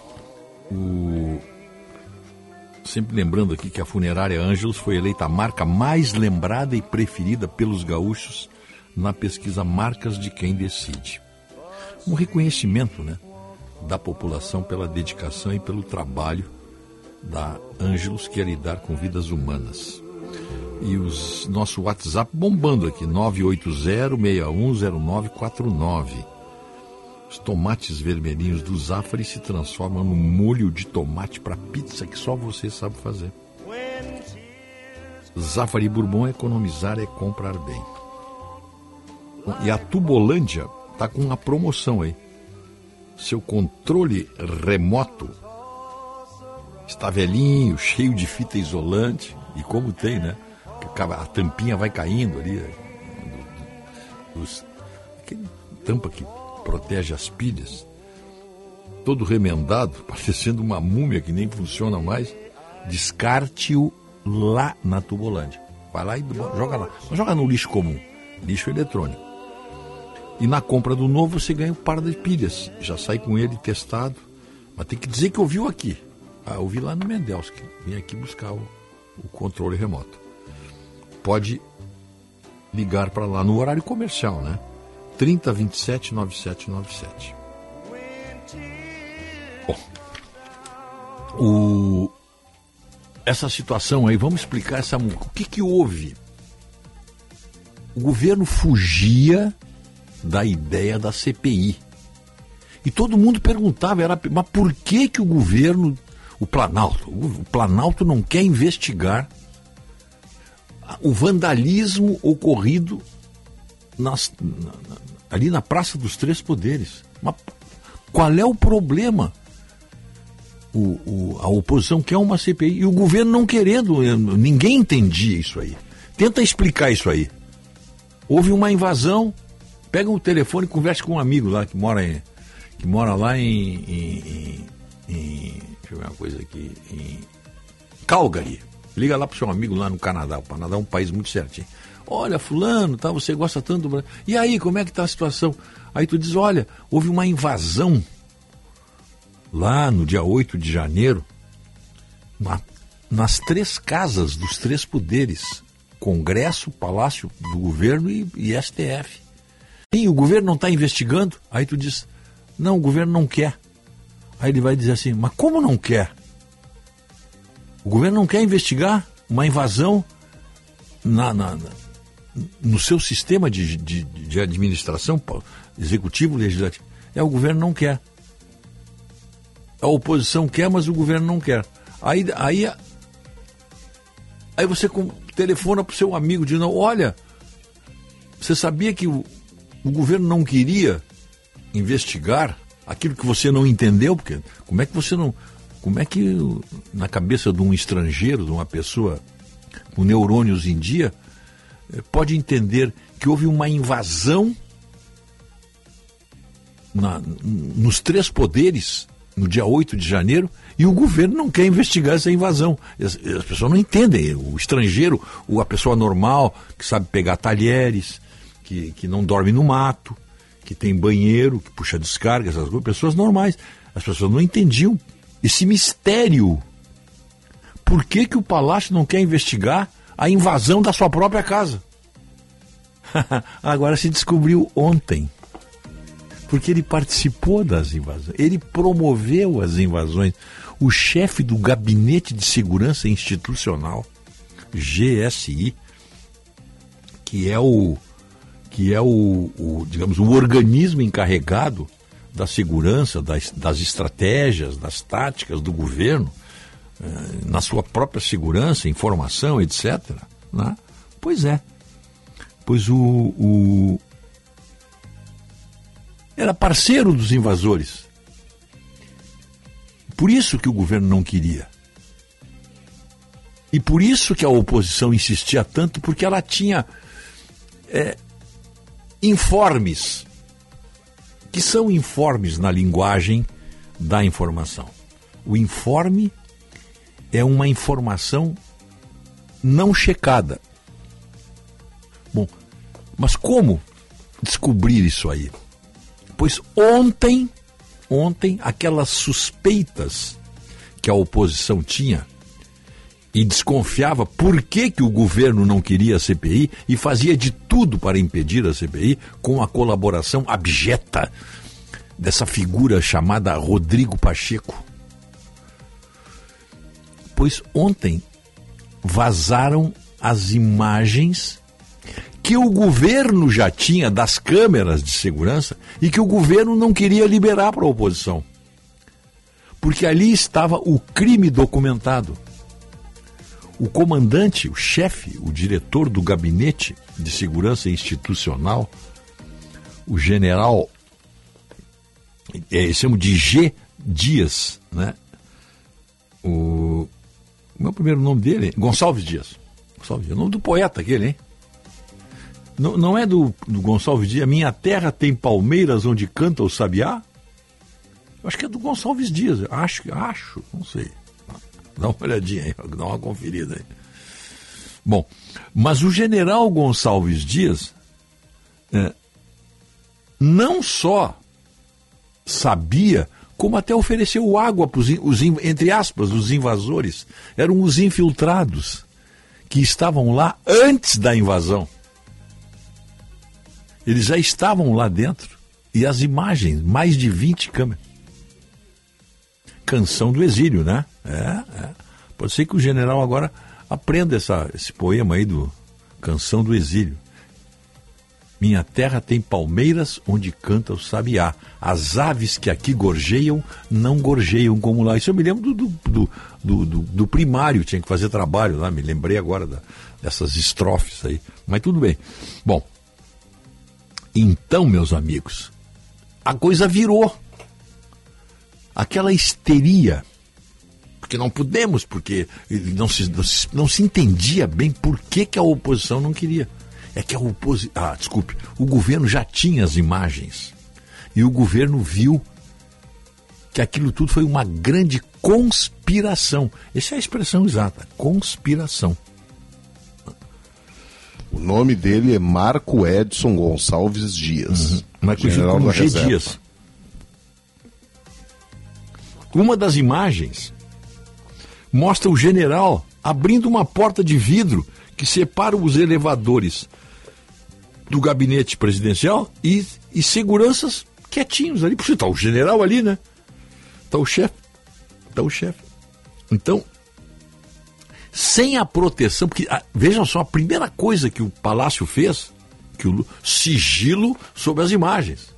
Speaker 3: Sempre lembrando aqui que a Funerária Ângelos foi eleita a marca mais lembrada e preferida pelos gaúchos na pesquisa Marcas de Quem Decide. Um reconhecimento, né, da população pela dedicação e pelo trabalho da Ângelos, que é lidar com vidas humanas. E nosso WhatsApp bombando aqui, 980-610949. Os tomates vermelhinhos do Zafari se transformam num molho de tomate para pizza que só você sabe fazer. Zafari Bourbon, economizar é comprar bem. E a Tubolândia está com uma promoção aí. Seu controle remoto está velhinho, cheio de fita isolante. E como tem, né? A tampinha vai caindo ali. Aquele tampa que protege as pilhas, todo remendado, parecendo uma múmia que nem funciona mais. Descarte-o lá na Tubolândia. Vai lá e joga lá. Não joga no lixo comum, lixo eletrônico. E na compra do novo você ganha um par de pilhas. Já sai com ele testado. Mas tem que dizer que ouviu aqui. Ouvi lá no Mendelski. Vim aqui buscar o controle remoto. Pode ligar para lá no horário comercial, né? 3027-9797. Bom, essa situação aí, vamos explicar o que houve. O governo fugia da ideia da CPI. E todo mundo perguntava, mas por que o governo, o Planalto não quer investigar o vandalismo ocorrido ali na Praça dos Três Poderes? Mas qual é o problema? A oposição quer uma CPI e o governo não querendo. Ninguém entendia isso aí. Tenta explicar isso aí. Houve uma invasão, pega o telefone e conversa com um amigo lá que mora lá deixa eu ver uma coisa aqui, em Calgary. Liga lá pro seu amigo lá no Canadá. O Canadá é um país muito certinho. Olha, fulano, tá, você gosta tanto do Brasil. E aí, como é que tá a situação? Aí tu diz, olha, houve uma invasão lá no dia 8 de janeiro, nas três casas dos três poderes, Congresso, Palácio do Governo e STF. E o governo não está investigando? Aí tu diz, não, o governo não quer. Aí ele vai dizer assim, mas como não quer? O governo não quer investigar uma invasão no seu sistema de administração, executivo, legislativo? O governo não quer. A oposição quer, mas o governo não quer. Aí você telefona para o seu amigo dizendo, olha, você sabia que o governo não queria investigar aquilo que você não entendeu? Porque como é que na cabeça de um estrangeiro, de uma pessoa com neurônios em dia, pode entender que houve uma invasão nos 3 poderes no dia 8 de janeiro e o governo não quer investigar essa invasão. As pessoas não entendem. O estrangeiro, a pessoa normal, que sabe pegar talheres, que não dorme no mato, que tem banheiro, que puxa descarga, essas coisas, pessoas normais. As pessoas não entendiam esse mistério. Por que o Palácio não quer investigar a invasão da sua própria casa? Agora se descobriu ontem. Porque ele participou das invasões, ele promoveu as invasões. O chefe do Gabinete de Segurança Institucional, GSI, que é o digamos, o organismo encarregado da segurança, das estratégias, das táticas do governo, na sua própria segurança, informação, etc. Né? Pois é. Pois era parceiro dos invasores. Por isso que o governo não queria. E por isso que a oposição insistia tanto, porque ela tinha informes, que são informes na linguagem da informação. O informe é uma informação não checada. Bom, mas como descobrir isso aí? Pois ontem, aquelas suspeitas que a oposição tinha e desconfiava por que o governo não queria a CPI e fazia de tudo para impedir a CPI, com a colaboração abjeta dessa figura chamada Rodrigo Pacheco. Pois ontem vazaram as imagens que o governo já tinha das câmeras de segurança e que o governo não queria liberar para a oposição. Porque ali estava o crime documentado. O comandante, o chefe, o diretor do Gabinete de Segurança Institucional, o general, chamo de G. Dias, né? O meu primeiro nome dele é Gonçalves Dias. O nome do poeta aquele, hein? Não é do Gonçalves Dias. Minha terra tem palmeiras onde canta o sabiá? Eu acho que é do Gonçalves Dias. Acho, não sei. Dá uma olhadinha aí, dá uma conferida aí. Bom, mas o general Gonçalves Dias não só sabia, como até ofereceu água para entre aspas, os invasores. Eram os infiltrados que estavam lá antes da invasão. Eles já estavam lá dentro. E as imagens, mais de 20 câmeras. Canção do Exílio, né? Pode ser que o general agora aprenda esse poema aí do Canção do Exílio. Minha terra tem palmeiras onde canta o sabiá. As aves que aqui gorjeiam, não gorjeiam como lá. Isso eu me lembro do primário, tinha que fazer trabalho lá, me lembrei agora dessas estrofes aí. Mas tudo bem. Bom, então, meus amigos, a coisa virou. Aquela histeria, porque não pudemos, porque não se entendia bem por que a oposição não queria. É que o governo já tinha as imagens e o governo viu que aquilo tudo foi uma grande conspiração. Essa é a expressão exata, conspiração.
Speaker 1: O nome dele é Marco Edson Gonçalves Dias.
Speaker 3: Mas conhecido como G. Dias. Uma das imagens mostra o general abrindo uma porta de vidro que separa os elevadores do gabinete presidencial e seguranças quietinhos ali. Porque está o general ali, né? Está o chefe. Então, sem a proteção, porque vejam só, a primeira coisa que o Palácio fez, sigilo sobre as imagens.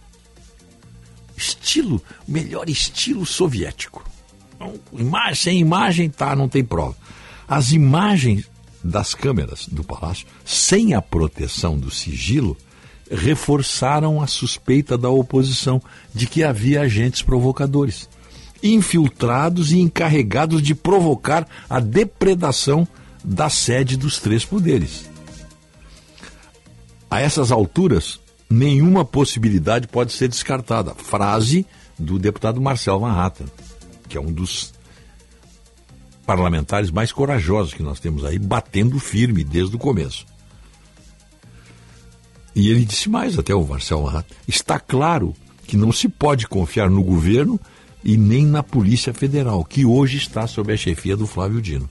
Speaker 3: Melhor estilo soviético. Sem imagem, não tem prova. As imagens das câmeras do Palácio, sem a proteção do sigilo, reforçaram a suspeita da oposição de que havia agentes provocadores, infiltrados e encarregados de provocar a depredação da sede dos três poderes. A essas alturas, nenhuma possibilidade pode ser descartada. Frase do deputado Marcel Van Hatten, que é um dos parlamentares mais corajosos que nós temos aí, batendo firme desde o começo. E ele disse mais, até o Marcel Van Hatten: está claro que não se pode confiar no governo e nem na Polícia Federal, que hoje está sob a chefia do Flávio Dino.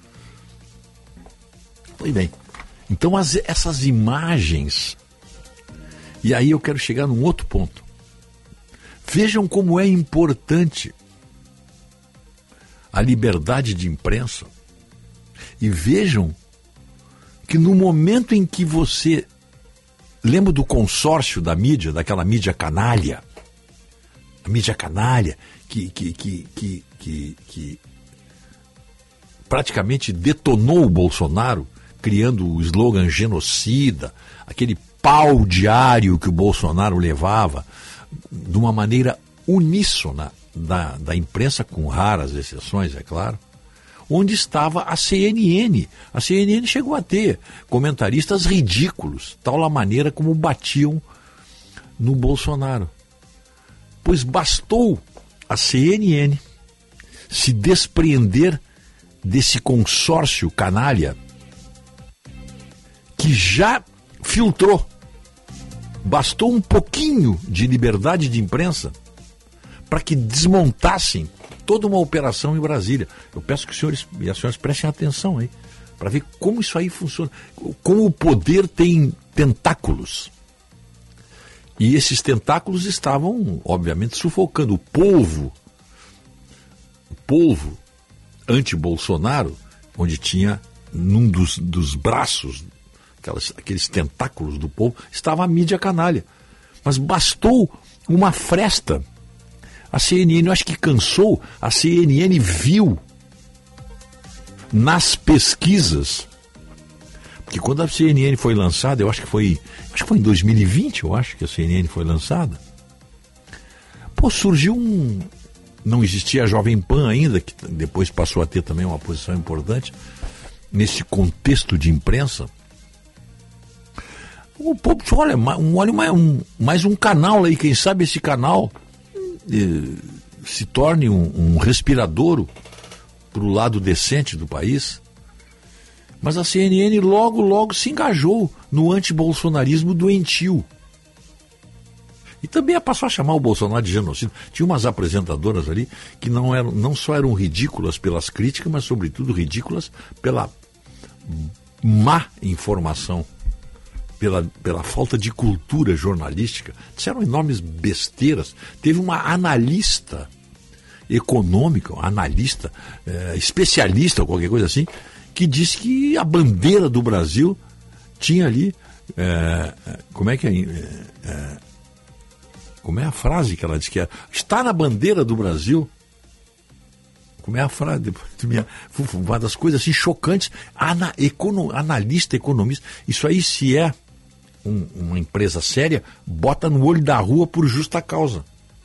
Speaker 3: Pois bem, então essas imagens, e aí eu quero chegar num outro ponto. Vejam como é importante a liberdade de imprensa, e vejam que no momento em que você lembra do consórcio da mídia, daquela mídia canalha, a mídia canalha que praticamente detonou o Bolsonaro, criando o slogan genocida, aquele pau diário que o Bolsonaro levava, de uma maneira uníssona da imprensa, com raras exceções, é claro, onde estava a CNN. A CNN chegou a ter comentaristas ridículos, tal a maneira como batiam no Bolsonaro. Pois bastou a CNN se despreender desse consórcio canalha que já filtrou. Bastou um pouquinho de liberdade de imprensa para que desmontassem toda uma operação em Brasília. Eu peço que os senhores e as senhoras prestem atenção aí, para ver como isso aí funciona, como o poder tem tentáculos. E esses tentáculos estavam, obviamente, sufocando o polvo anti-Bolsonaro, onde tinha, num dos braços, aqueles tentáculos do povo, estava a mídia canalha. Mas bastou uma fresta. A CNN, eu acho que cansou, a CNN viu nas pesquisas, porque quando a CNN foi lançada, acho que foi em 2020, eu acho que a CNN foi lançada, surgiu não existia a Jovem Pan ainda, que depois passou a ter também uma posição importante nesse contexto de imprensa. O povo disse: olha, mais um canal aí, quem sabe esse canal se torne um respiradouro para o lado decente do país. Mas a CNN logo se engajou no antibolsonarismo doentio. E também passou a chamar o Bolsonaro de genocida. Tinha umas apresentadoras ali que não só eram ridículas pelas críticas, mas sobretudo ridículas pela má informação, pela falta de cultura jornalística. Disseram enormes besteiras. Teve uma analista econômica, especialista ou qualquer coisa assim, que disse que a bandeira do Brasil tinha ali, como é a frase que ela disse que era? Está na bandeira do Brasil. Como é a frase? Uma das coisas assim chocantes. Analista, economista. Isso aí, se é uma empresa séria, bota no olho da rua por justa causa.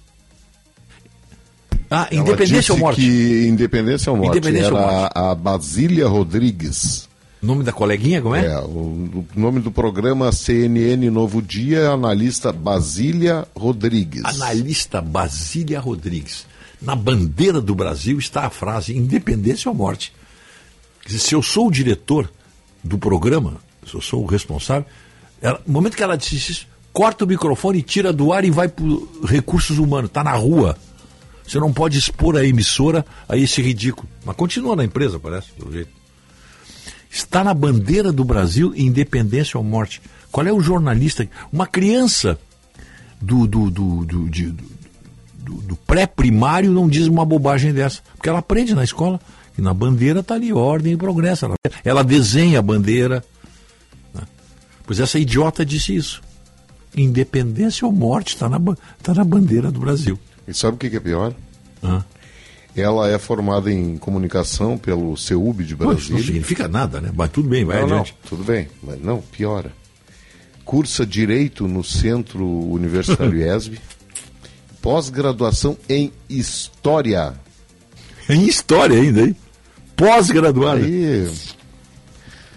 Speaker 3: Independência ou morte?
Speaker 1: Independência ou morte. Era a Basília Rodrigues.
Speaker 3: O nome da coleguinha, como é?
Speaker 1: O nome do programa CNN Novo Dia é analista Basília Rodrigues.
Speaker 3: Analista Basília Rodrigues. Na bandeira do Brasil está a frase independência ou morte. Quer dizer, se eu sou o diretor do programa, se eu sou o responsável, no momento que ela disse isso, corta o microfone, tira do ar e vai para recursos humanos, está na rua. Você não pode expor a emissora a esse ridículo. Mas continua na empresa, parece, pelo jeito. Está na bandeira do Brasil, independência ou morte. Qual é o jornalista? Uma criança do pré-primário não diz uma bobagem dessa. Porque ela aprende na escola que na bandeira está ali ordem e progresso. Ela desenha a bandeira. Pois essa idiota disse isso. Independência ou morte está na bandeira do Brasil.
Speaker 1: E sabe o que é pior? Ela é formada em comunicação pelo CEUB de Brasília.
Speaker 3: Não significa nada, né? Mas tudo bem, vai adiante.
Speaker 1: Não, tudo bem, mas não, piora. Cursa Direito no Centro Universitário ESB. Pós-graduação em História.
Speaker 3: Em História ainda, hein? Pós-graduada.
Speaker 1: Aí,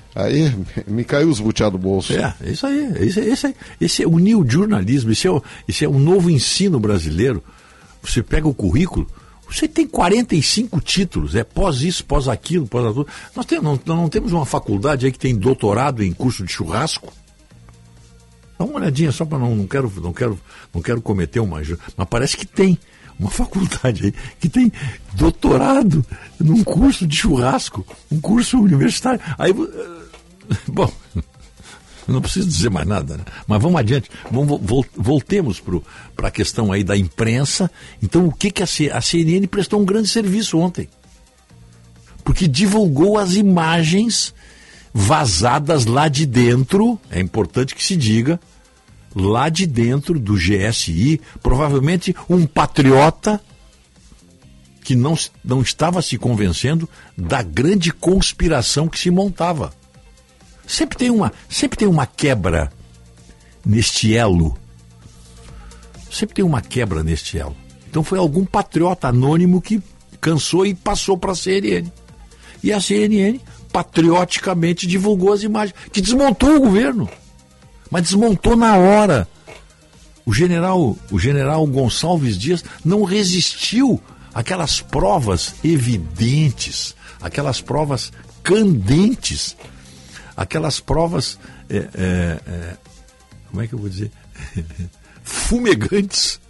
Speaker 1: Aí me caiu os butiá do bolso.
Speaker 3: É isso aí. Esse é o new jornalismo, esse é um novo ensino brasileiro. Você pega o currículo, você tem 45 títulos, pós isso, pós aquilo, pós aquilo. Nós não temos uma faculdade aí que tem doutorado em curso de churrasco? Dá uma olhadinha só para não quero cometer uma... Mas parece que tem uma faculdade aí que tem doutorado num curso de churrasco, um curso universitário. Aí, bom, não preciso dizer mais nada, né? Mas vamos adiante, voltemos para a questão aí da imprensa. Então, o que a CNN prestou um grande serviço ontem? Porque divulgou as imagens vazadas lá de dentro, é importante que se diga, lá de dentro do GSI, provavelmente um patriota que não estava se convencendo da grande conspiração que se montava. Sempre tem uma quebra neste elo. Sempre tem uma quebra neste elo. Então foi algum patriota anônimo que cansou e passou para a CNN. E a CNN patrioticamente divulgou as imagens, que desmontou o governo, mas desmontou na hora. O general Gonçalves Dias não resistiu àquelas provas evidentes, aquelas provas candentes, aquelas provas como é que eu vou dizer? Fumegantes,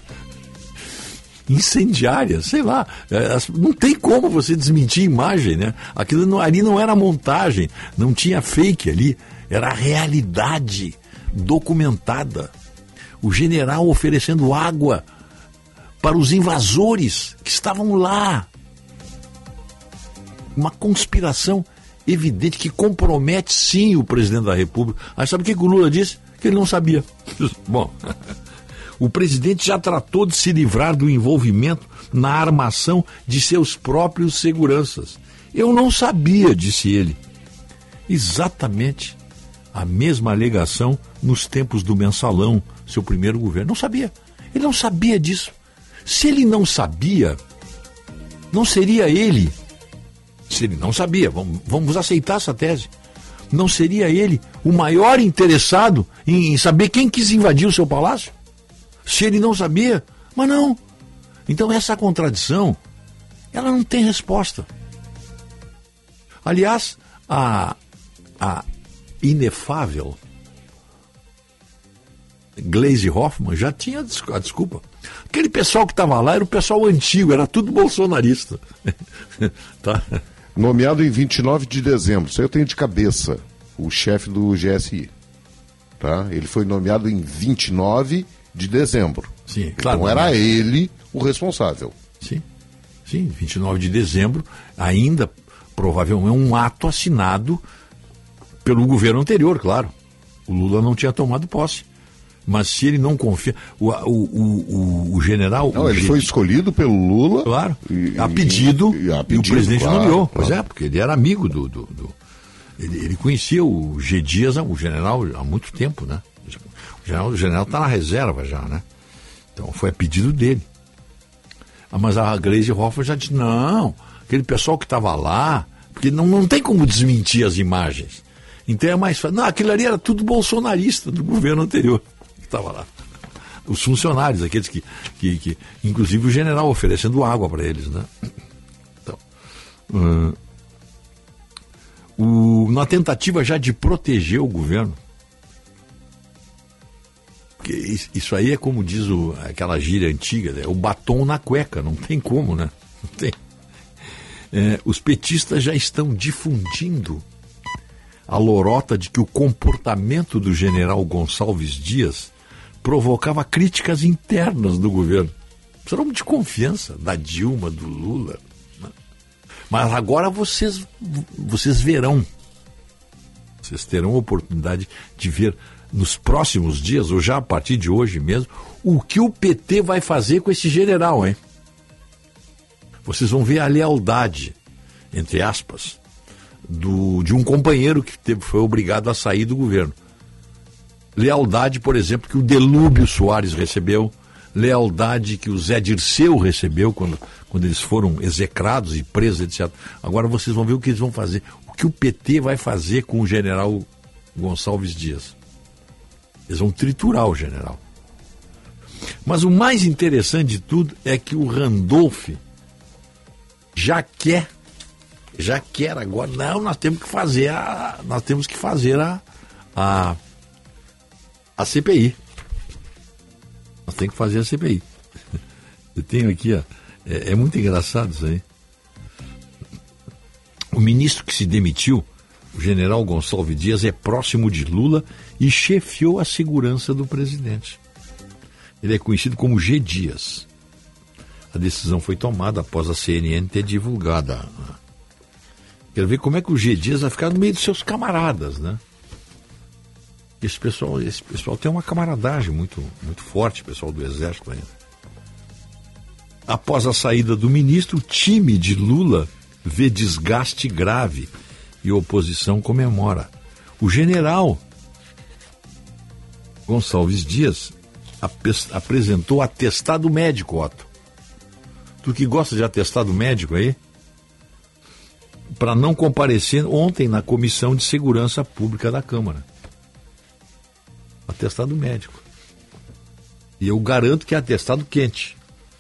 Speaker 3: incendiárias, sei lá, não tem como você desmentir imagem, né? Aquilo ali não era montagem, não tinha fake ali, era a realidade documentada. O general oferecendo água para os invasores que estavam lá. Uma conspiração evidente que compromete sim o presidente da República. Aí sabe o que o Lula disse? Que ele não sabia. Bom, o presidente já tratou de se livrar do envolvimento na armação de seus próprios seguranças. Eu não sabia, disse ele. Exatamente a mesma alegação nos tempos do Mensalão, seu primeiro governo. Não sabia. Ele não sabia disso. Se ele não sabia, não seria ele. Se ele não sabia, vamos aceitar essa tese. Não seria ele o maior interessado em saber quem quis invadir o seu palácio? Se ele não sabia, mas não. Então essa contradição, ela não tem resposta. Aliás, a inefável Gleisi Hoffmann já tinha a desculpa. Aquele pessoal que estava lá era o pessoal antigo, era tudo bolsonarista. Tá?
Speaker 1: Nomeado em 29 de dezembro, isso aí eu tenho de cabeça, o chefe do GSI. Tá? Ele foi nomeado em 29 de dezembro.
Speaker 3: Sim, claro.
Speaker 1: Então era ele o responsável.
Speaker 3: Sim, 29 de dezembro, ainda provavelmente um ato assinado pelo governo anterior, claro. O Lula não tinha tomado posse. Mas se ele não confia... O general...
Speaker 1: Não, ele foi escolhido pelo Lula...
Speaker 3: Claro, a pedido, e o presidente
Speaker 1: claro,
Speaker 3: nomeou.
Speaker 1: Claro.
Speaker 3: Pois é, porque ele era amigo ele conhecia o G. Dias, o general, há muito tempo, né? O general está na reserva já, né? Então foi a pedido dele. Mas a Gleisi Hoffmann já disse, não, aquele pessoal que estava lá... Porque não tem como desmentir as imagens. Então é mais fácil. Não, aquilo ali era tudo bolsonarista do governo anterior. Estava lá. Os funcionários, aqueles que inclusive o general oferecendo água para eles, né? Então, na tentativa já de proteger o governo, porque isso aí é como diz aquela gíria antiga, né? O batom na cueca, não tem como, né? Não tem. Os petistas já estão difundindo a lorota de que o comportamento do general Gonçalves Dias provocava críticas internas do governo. Serão de confiança da Dilma, do Lula. Né? Mas agora vocês verão. Vocês terão a oportunidade de ver nos próximos dias, ou já a partir de hoje mesmo, o que o PT vai fazer com esse general, hein? Vocês vão ver a lealdade, entre aspas, de um companheiro que foi obrigado a sair do governo. Lealdade, por exemplo, que o Delúbio Soares recebeu, lealdade que o Zé Dirceu recebeu quando eles foram execrados e presos, etc. Agora vocês vão ver o que eles vão fazer, o que o PT vai fazer com o general Gonçalves Dias? Eles vão triturar o general. Mas o mais interessante de tudo é que o Randolph já quer agora. Não, nós temos que fazer a CPI. Nós temos que fazer a CPI. Eu tenho aqui, ó, é muito engraçado isso aí. O ministro que se demitiu, o general Gonçalves Dias, é próximo de Lula e chefiou a segurança do presidente. Ele é conhecido como G. Dias. A decisão foi tomada após a CNN ter divulgado. Quero ver como é que o G. Dias vai ficar no meio dos seus camaradas, né? Esse pessoal tem uma camaradagem muito, muito forte, pessoal do Exército ainda. Após a saída do ministro, o time de Lula vê desgaste grave e a oposição comemora. O general Gonçalves Dias apresentou atestado médico, Otto. Tu que gosta de atestado médico aí? Para não comparecer ontem na Comissão de Segurança Pública da Câmara. Atestado médico. E eu garanto que é atestado quente.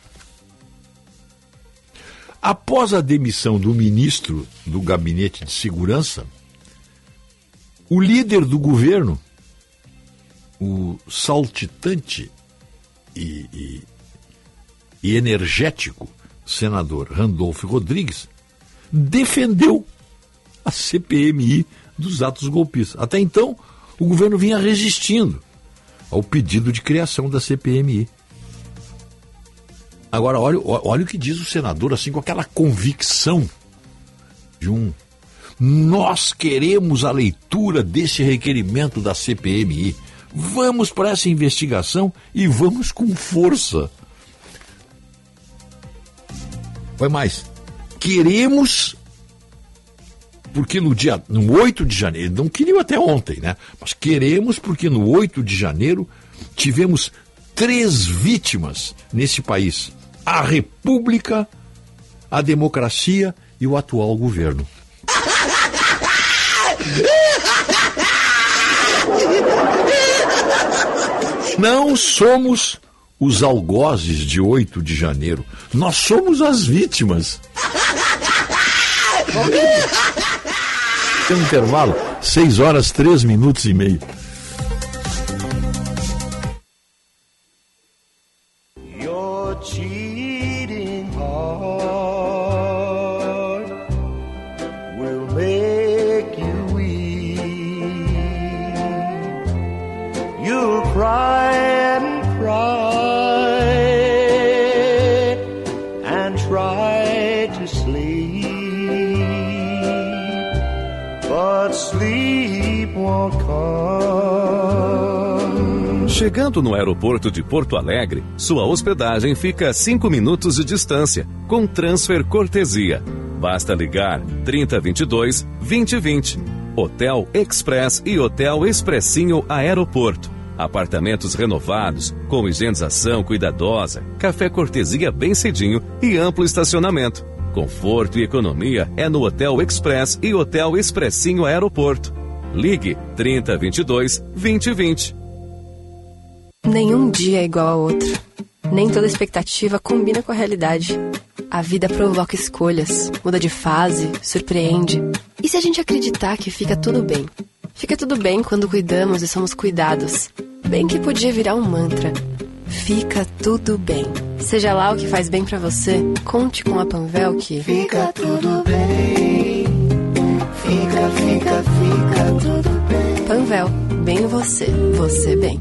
Speaker 3: Após a demissão do ministro do Gabinete de Segurança, o líder do governo, o saltitante e energético senador Randolph Rodrigues, defendeu a CPMI dos atos golpistas. Até então, o governo vinha resistindo ao pedido de criação da CPMI. Agora, olha o que diz o senador, assim, com aquela convicção de nós queremos a leitura desse requerimento da CPMI. Vamos para essa investigação e vamos com força. Vai mais. Queremos, porque no 8 de janeiro, não queriam até ontem, né? Mas queremos porque no 8 de janeiro tivemos 3 vítimas nesse país. A República, a democracia e o atual governo. Não somos os algozes de 8 de janeiro. Nós somos as vítimas. Tem um intervalo, 6h03
Speaker 2: Your cheating heart will make you weak. You'll cry and cry and try to sleep, but sleep won't come.
Speaker 7: Chegando no aeroporto de Porto Alegre, sua hospedagem fica a 5 minutos de distância, com transfer cortesia. Basta ligar 3022-2020. Hotel Express e Hotel Expressinho Aeroporto. Apartamentos renovados, com higienização cuidadosa, café cortesia bem cedinho e amplo estacionamento. Conforto e economia é no Hotel Express e Hotel Expressinho Aeroporto. Ligue 3022-2020.
Speaker 13: Nenhum dia é igual ao outro. Nem toda expectativa combina com a realidade. A vida provoca escolhas, muda de fase, surpreende. E se a gente acreditar que fica tudo bem? Fica tudo bem quando cuidamos e somos cuidados. Bem que podia virar um mantra. Fica tudo bem. Seja lá o que faz bem pra você, conte com a Panvel que...
Speaker 2: Fica tudo bem. Fica tudo bem.
Speaker 13: Panvel, bem você, você bem.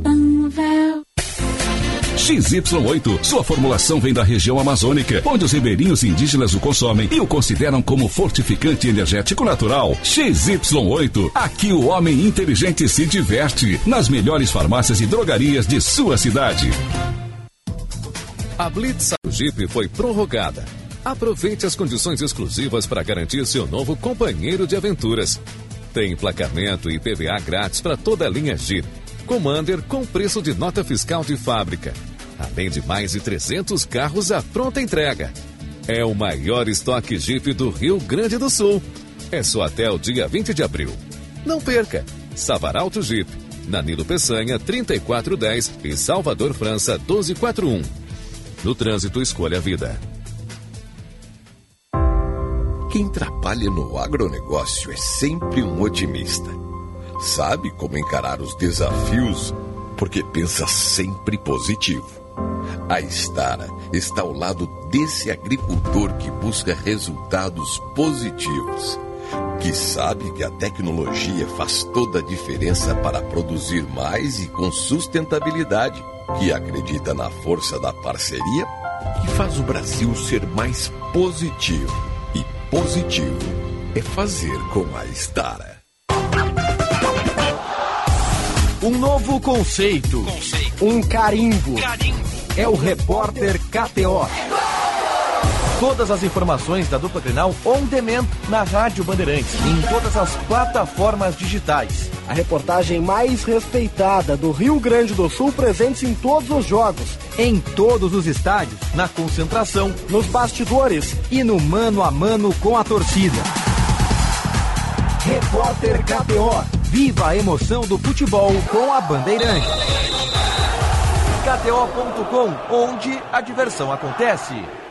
Speaker 14: XY8, sua formulação vem da região amazônica, onde os ribeirinhos indígenas o consomem e o consideram como fortificante energético natural. XY8, aqui o homem inteligente se diverte, nas melhores farmácias e drogarias de sua cidade.
Speaker 7: A Blitz do Jeep foi prorrogada. Aproveite as condições exclusivas para garantir seu novo companheiro de aventuras. Tem emplacamento e IPVA grátis para toda a linha Jeep. Commander com preço de nota fiscal de fábrica. Além de mais de 300 carros à pronta entrega. É o maior estoque Jeep do Rio Grande do Sul. É só até o dia 20 de abril. Não perca! Savaralto Jeep, na Nilo Peçanha 3410 e Salvador França 1241. No trânsito, escolha a vida.
Speaker 15: Quem trabalha no agronegócio é sempre um otimista. Sabe como encarar os desafios, porque pensa sempre positivo. A Stara está ao lado desse agricultor que busca resultados positivos, que sabe que a tecnologia faz toda a diferença para produzir mais e com sustentabilidade, que acredita na força da parceria, que faz o Brasil ser mais positivo. E positivo é fazer com a Stara.
Speaker 4: Um novo conceito. Um carimbo. É o Repórter KTO. Todas as informações da dupla Grenal on demand na Rádio Bandeirantes e em todas as plataformas digitais.
Speaker 6: A reportagem mais respeitada do Rio Grande do Sul, presente em todos os jogos.
Speaker 4: Em todos os estádios, na concentração,
Speaker 6: nos bastidores
Speaker 4: e no mano a mano com a torcida. Repórter KTO. Viva a emoção do futebol com a Bandeirantes. KTO.com, onde a diversão acontece.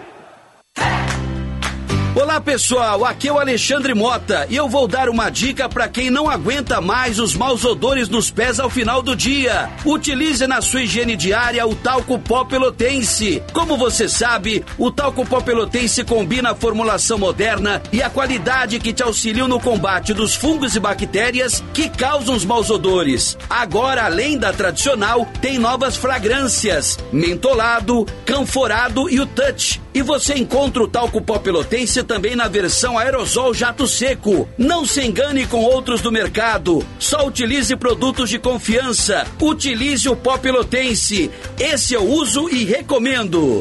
Speaker 16: Olá pessoal, aqui é o Alexandre Mota e eu vou dar uma dica para quem não aguenta mais os maus odores nos pés ao final do dia. Utilize na sua higiene diária o talco pó pelotense. Como você sabe, o talco pó pelotense combina a formulação moderna e a qualidade que te auxiliam no combate dos fungos e bactérias que causam os maus odores. Agora, além da tradicional, tem novas fragrâncias: mentolado, canforado e o touch. E você encontra o talco pó pelotense também na versão aerosol jato seco. Não se engane com outros do mercado. Só utilize produtos de confiança. Utilize o pó pelotense. Esse eu uso e recomendo.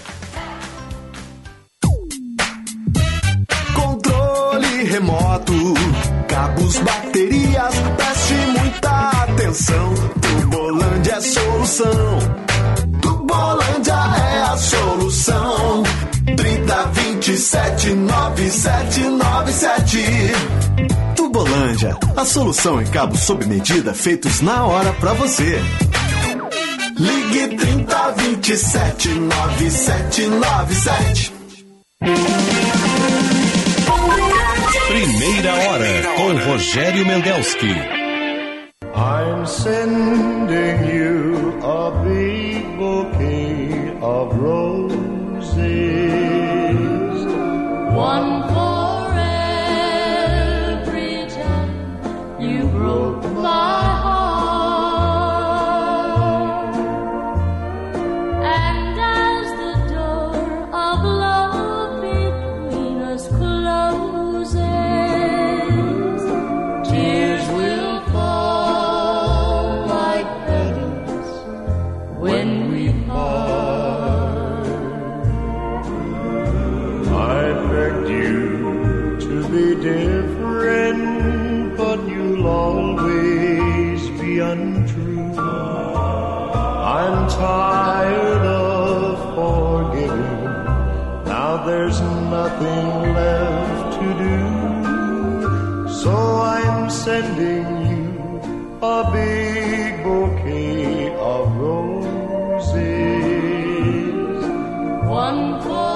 Speaker 2: Controle remoto, cabos, baterias, preste muita atenção. Tubolândia é solução. Tubolândia é a solução. 3027-9797. Tubolândia, a solução em cabos sob medida feitos na hora pra você. Ligue 3027-9797.
Speaker 12: Primeira hora com Rogério Mendelski.
Speaker 2: I'm sending you a big bouquet of roses.
Speaker 17: One for every time you broke my heart. And as the door of love between us closes, tears will fall like petals when we part.
Speaker 2: Be different, but you'll always be untrue. I'm tired of forgiving. Now there's nothing left to do. So I'm sending you a big bouquet of roses.
Speaker 17: One for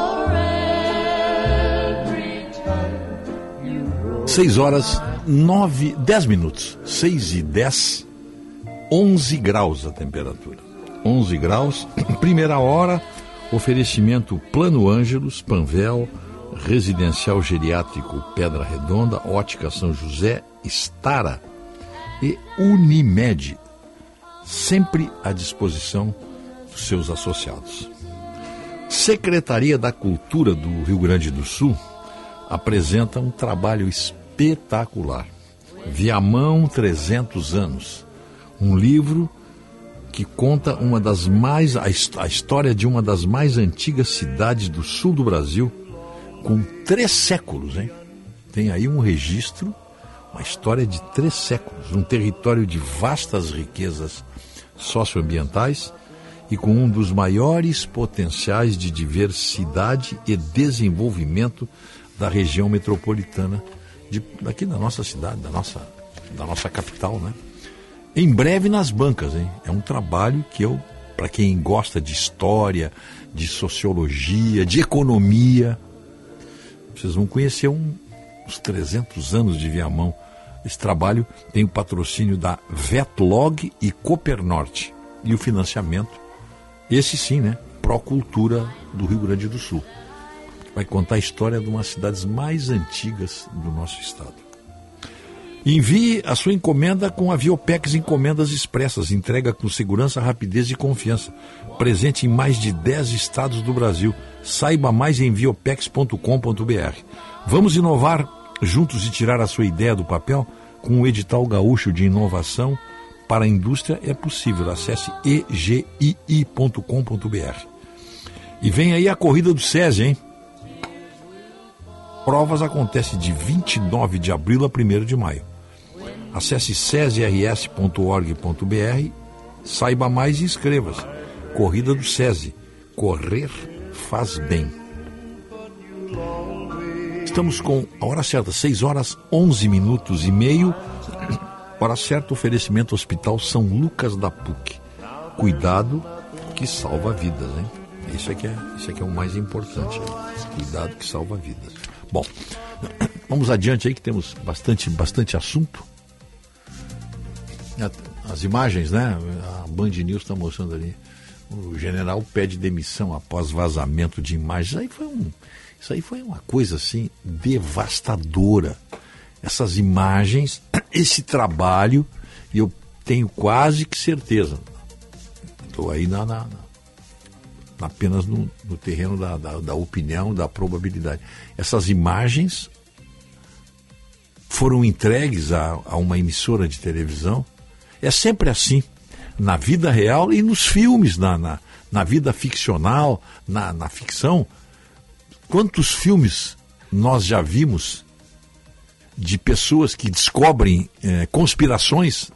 Speaker 3: 6 horas 10 minutos, 6:10, 11 graus a temperatura. 11 graus, primeira hora, oferecimento Plano Ângelos, Panvel, Residencial Geriátrico Pedra Redonda, Ótica São José, Stara e Unimed, sempre à disposição dos seus associados. Secretaria da Cultura do Rio Grande do Sul apresenta um trabalho espetacular. Viamão 300 anos, um livro que conta a história de uma das mais antigas cidades do sul do Brasil, com 3 séculos, hein? Tem aí um registro, uma história de 3 séculos, um território de vastas riquezas socioambientais e com um dos maiores potenciais de diversidade e desenvolvimento da região metropolitana daqui da nossa cidade, da nossa capital, né? Em breve nas bancas, hein? É um trabalho que para quem gosta de história, de sociologia, de economia, vocês vão conhecer uns 300 anos de Viamão. Esse trabalho tem o patrocínio da Vetlog e Coopernorte. E o financiamento, esse sim, né? Procultura do Rio Grande do Sul. Vai contar a história de uma das cidades mais antigas do nosso estado. Envie a sua encomenda com a Viopex Encomendas Expressas. Entrega com segurança, rapidez e confiança. Presente em mais de 10 estados do Brasil. Saiba mais em viopex.com.br. Vamos inovar juntos e tirar a sua ideia do papel? Com o edital gaúcho de inovação para a indústria é possível. Acesse egii.com.br. E vem aí a corrida do SESI, hein? Provas acontecem de 29 de abril a 1º de maio. Acesse sesirs.org.br, saiba mais e inscreva-se. Corrida do SESI. Correr faz bem. Estamos com a hora certa, 6h11:30. Hora certa, oferecimento Hospital São Lucas da PUC. Cuidado que salva vidas, hein? Isso aqui é o mais importante. Hein? Cuidado que salva vidas. Bom, vamos adiante aí que temos bastante assunto. As imagens, né? A Band News está mostrando ali. O general pede demissão após vazamento de imagens. Isso aí foi uma coisa assim devastadora. Essas imagens, esse trabalho, e eu tenho quase que certeza. Estou aí apenas no terreno da opinião, da probabilidade. Essas imagens foram entregues a uma emissora de televisão. É sempre assim, na vida real e nos filmes, na vida ficcional, na ficção. Quantos filmes nós já vimos de pessoas que descobrem conspirações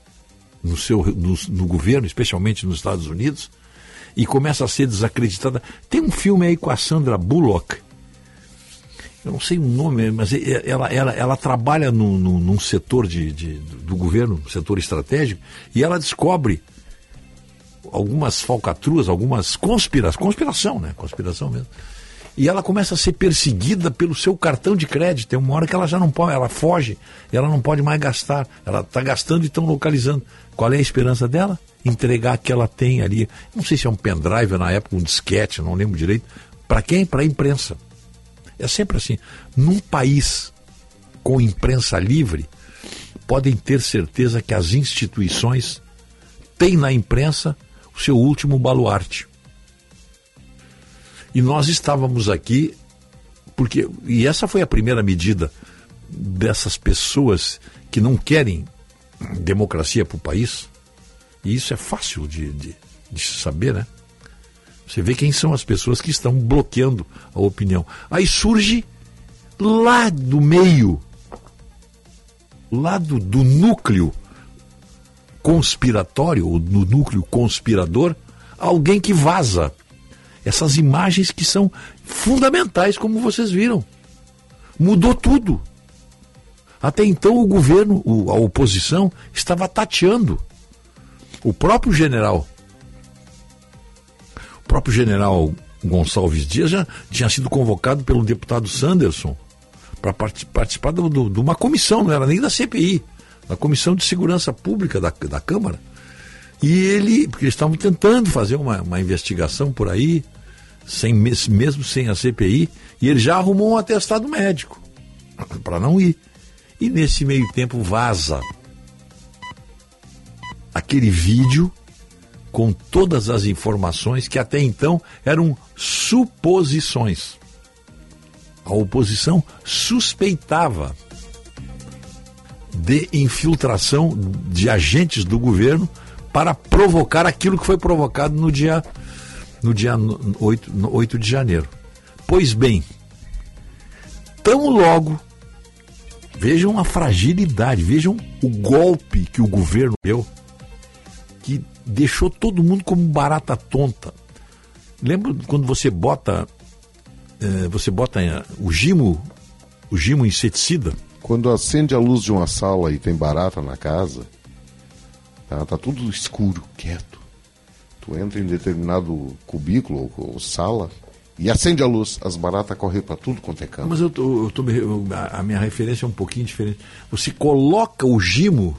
Speaker 3: no governo, especialmente nos Estados Unidos, e começa a ser desacreditada. Tem um filme aí com a Sandra Bullock, eu não sei o nome, mas ela trabalha num setor do governo, setor estratégico, e ela descobre algumas falcatruas, algumas conspiração, né? Conspiração mesmo. E ela começa a ser perseguida pelo seu cartão de crédito. Tem uma hora que ela já não pode, ela foge, ela não pode mais gastar. Ela está gastando e estão localizando. Qual é a esperança dela? Entregar que ela tem ali, não sei se é um pendrive na época, um disquete, não lembro direito. Para quem? Para a imprensa. É sempre assim. Num país com imprensa livre, podem ter certeza que as instituições têm na imprensa o seu último baluarte. E nós estávamos aqui, e essa foi a primeira medida dessas pessoas que não querem democracia para o país, e isso é fácil de se saber, né? Você vê quem são as pessoas que estão bloqueando a opinião. Aí surge lá do meio, lá do núcleo conspiratório, ou do núcleo conspirador, alguém que vaza essas imagens que são fundamentais, como vocês viram. Mudou tudo. Até então o governo, a oposição, estava tateando. O próprio general Gonçalves Dias já tinha sido convocado pelo deputado Sanderson para participar de uma comissão, não era nem da CPI, da Comissão de Segurança Pública da Câmara. E porque eles estavam tentando fazer uma investigação por aí, mesmo sem a CPI, e ele já arrumou um atestado médico para não ir. E nesse meio tempo vaza aquele vídeo com todas as informações que até então eram suposições. A oposição suspeitava de infiltração de agentes do governo para provocar aquilo que foi provocado no dia 8 de janeiro. Pois bem, tão logo, vejam a fragilidade, vejam o golpe que o governo deu, que deixou todo mundo como barata tonta. Lembra quando você bota o gimo inseticida
Speaker 1: Quando acende a luz de uma sala e tem barata na casa, tá tudo escuro, quieto. Tu entra em determinado cubículo ou sala e acende a luz, as baratas correm para tudo quanto é canto.
Speaker 3: Mas a minha referência é um pouquinho diferente. Você coloca o gimo,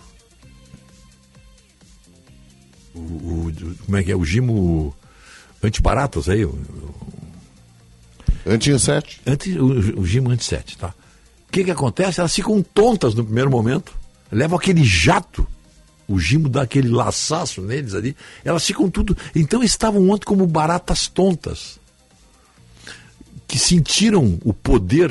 Speaker 3: como é que é? O gimo anti-baratas aí?
Speaker 1: Anti-inseto.
Speaker 3: O gimo anti-inseto, tá? O que acontece? Elas ficam tontas no primeiro momento, levam aquele jato, o gimo dá aquele laçaço neles ali, elas ficam tudo... Então estavam ontem como baratas tontas, que sentiram o poder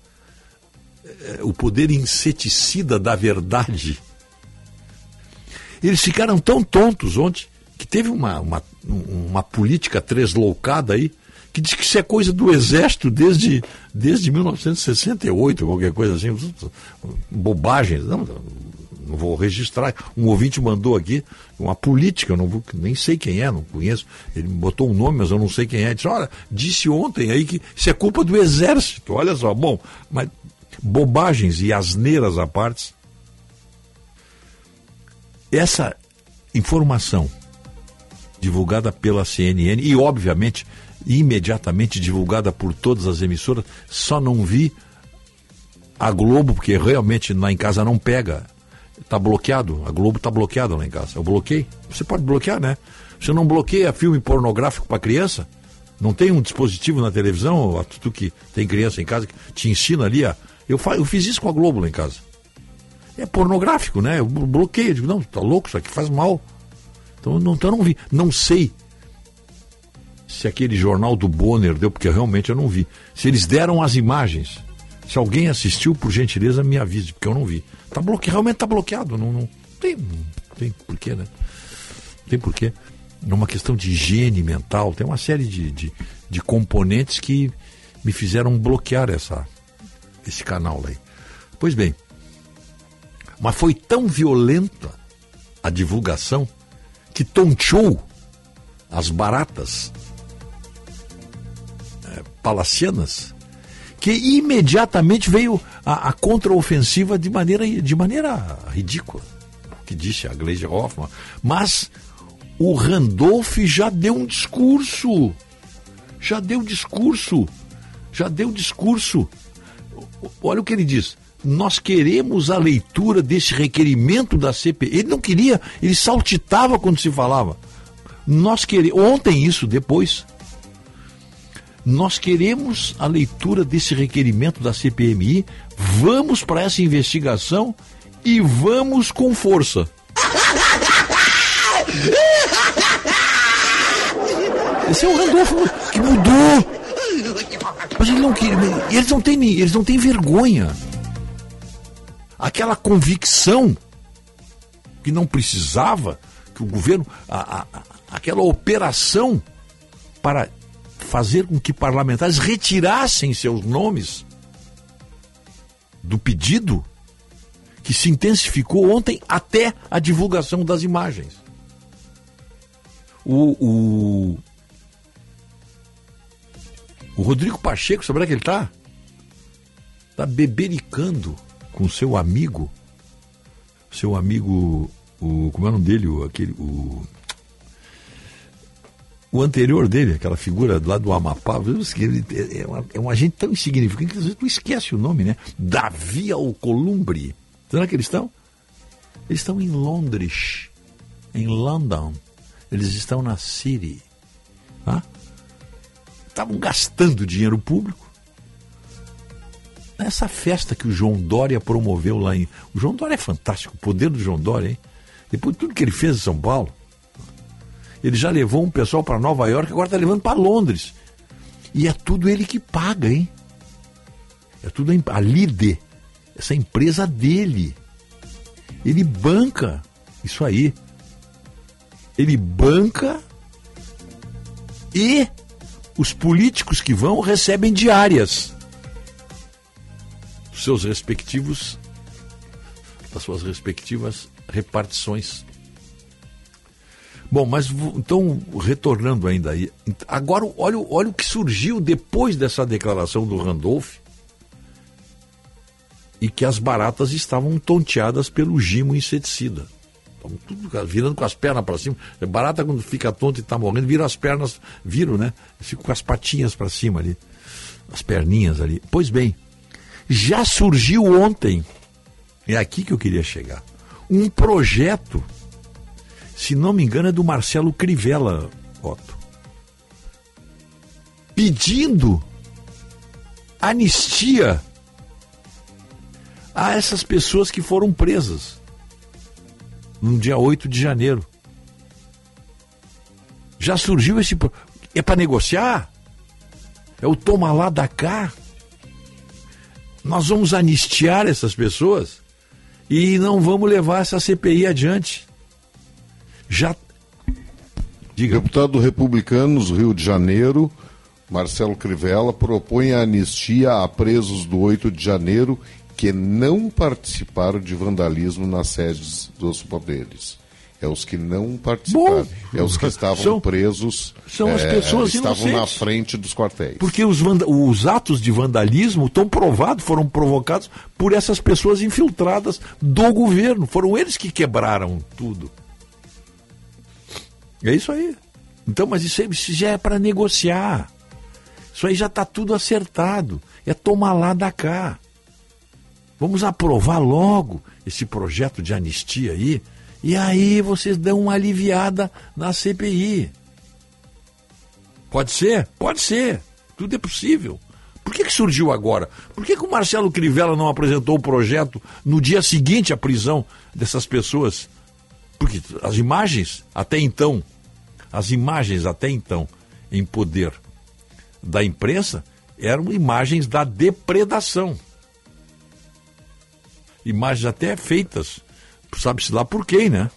Speaker 3: inseticida da verdade. Eles ficaram tão tontos ontem que teve uma política tresloucada aí, que diz que isso é coisa do Exército desde 1968, qualquer coisa assim, bobagens. Não vou registrar. Um ouvinte mandou aqui uma política, eu nem sei quem é, não conheço. Ele botou um nome, mas eu não sei quem é. Disse ontem aí que isso é culpa do Exército. Olha só, bom, mas bobagens e asneiras à parte. Essa informação divulgada pela CNN e, obviamente, imediatamente divulgada por todas as emissoras, só não vi a Globo, porque realmente lá em casa não pega, está bloqueado, a Globo está bloqueada lá em casa. Eu bloqueei, você pode bloquear, né? Você não bloqueia filme pornográfico para criança? Não tem um dispositivo na televisão, tu que tem criança em casa, que te ensina ali, eu fiz isso com a Globo lá em casa. É pornográfico, né? Eu bloqueio, digo, não, tá louco, isso aqui faz mal. Então eu não vi, não sei se aquele jornal do Bonner deu, porque realmente eu não vi. Se eles deram as imagens, se alguém assistiu, por gentileza, me avise, porque eu não vi. Tá bloqueado, realmente está bloqueado. Não tem porquê, né? Não tem porquê. É uma questão de higiene mental, tem uma série de componentes que me fizeram bloquear esse canal aí. Pois bem, mas foi tão violenta a divulgação que tonteou as baratas palacianas, que imediatamente veio a contraofensiva de maneira ridícula, que disse a Gleisi Hoffmann. Mas o Randolph já deu um discurso. Olha o que ele diz. Nós queremos a leitura desse requerimento da CPI. Ele não queria, ele saltitava quando se falava. Ontem isso, depois. Nós queremos a leitura desse requerimento da CPMI, vamos para essa investigação e vamos com força. Esse é o Randolph que mudou. Mas ele não queria, eles não têm vergonha. Aquela convicção que não precisava, que o governo, aquela operação para fazer com que parlamentares retirassem seus nomes do pedido, que se intensificou ontem até a divulgação das imagens. O Rodrigo Pacheco, sabe onde é que ele está? Está bebericando com seu amigo, como é o nome dele, o anterior dele, aquela figura lá do Amapá, ele é um agente tão insignificante que às vezes tu esquece o nome, né? Davi Alcolumbre. Sabe onde é que eles estão? Eles estão em Londres, em London. Eles estão na City. Estavam gastando dinheiro público. Essa festa que o João Dória promoveu lá em... O João Dória é fantástico, o poder do João Dória, hein? Depois de tudo que ele fez em São Paulo, ele já levou um pessoal para Nova York, agora está levando para Londres. E é tudo ele que paga, hein? É tudo a Lide, essa empresa dele. Ele banca isso aí. Ele banca e os políticos que vão recebem diárias das suas respectivas repartições. Bom, mas então, retornando ainda aí, agora olha o que surgiu depois dessa declaração do Randolph e que as baratas estavam tonteadas pelo gimo inseticida. Estavam tudo virando com as pernas para cima. Barata, quando fica tonta e está morrendo, vira as pernas, né? Fica com as patinhas para cima ali, as perninhas ali. Pois bem, já surgiu ontem, é aqui que eu queria chegar, um projeto, se não me engano é do Marcelo Crivella, Otto, pedindo anistia a essas pessoas que foram presas no dia 8 de janeiro. Já surgiu esse... É para negociar? É o toma lá da cá? Nós vamos anistiar essas pessoas e não vamos levar essa CPI adiante. Já... Diga.
Speaker 1: Deputado Republicanos, Rio de Janeiro, Marcelo Crivella, propõe a anistia a presos do 8 de janeiro que não participaram de vandalismo nas sedes dos poderes. É os que não participaram. É os que estavam presos.
Speaker 3: São as pessoas
Speaker 1: estavam
Speaker 3: inocentes.
Speaker 1: na frente dos quartéis.
Speaker 3: Porque os atos de vandalismo estão provados, foram provocados por essas pessoas infiltradas do governo. Foram eles que quebraram tudo. É isso aí. Então, mas isso já é para negociar. Isso aí já está tudo acertado. É tomar lá da cá. Vamos aprovar logo esse projeto de anistia aí. E aí vocês dão uma aliviada na CPI. Pode ser? Pode ser. Tudo é possível. Por que surgiu agora? Por que o Marcelo Crivella não apresentou o projeto no dia seguinte à prisão dessas pessoas? Porque as imagens até então em poder da imprensa eram imagens da depredação. Imagens até feitas, sabe-se lá por quem, né?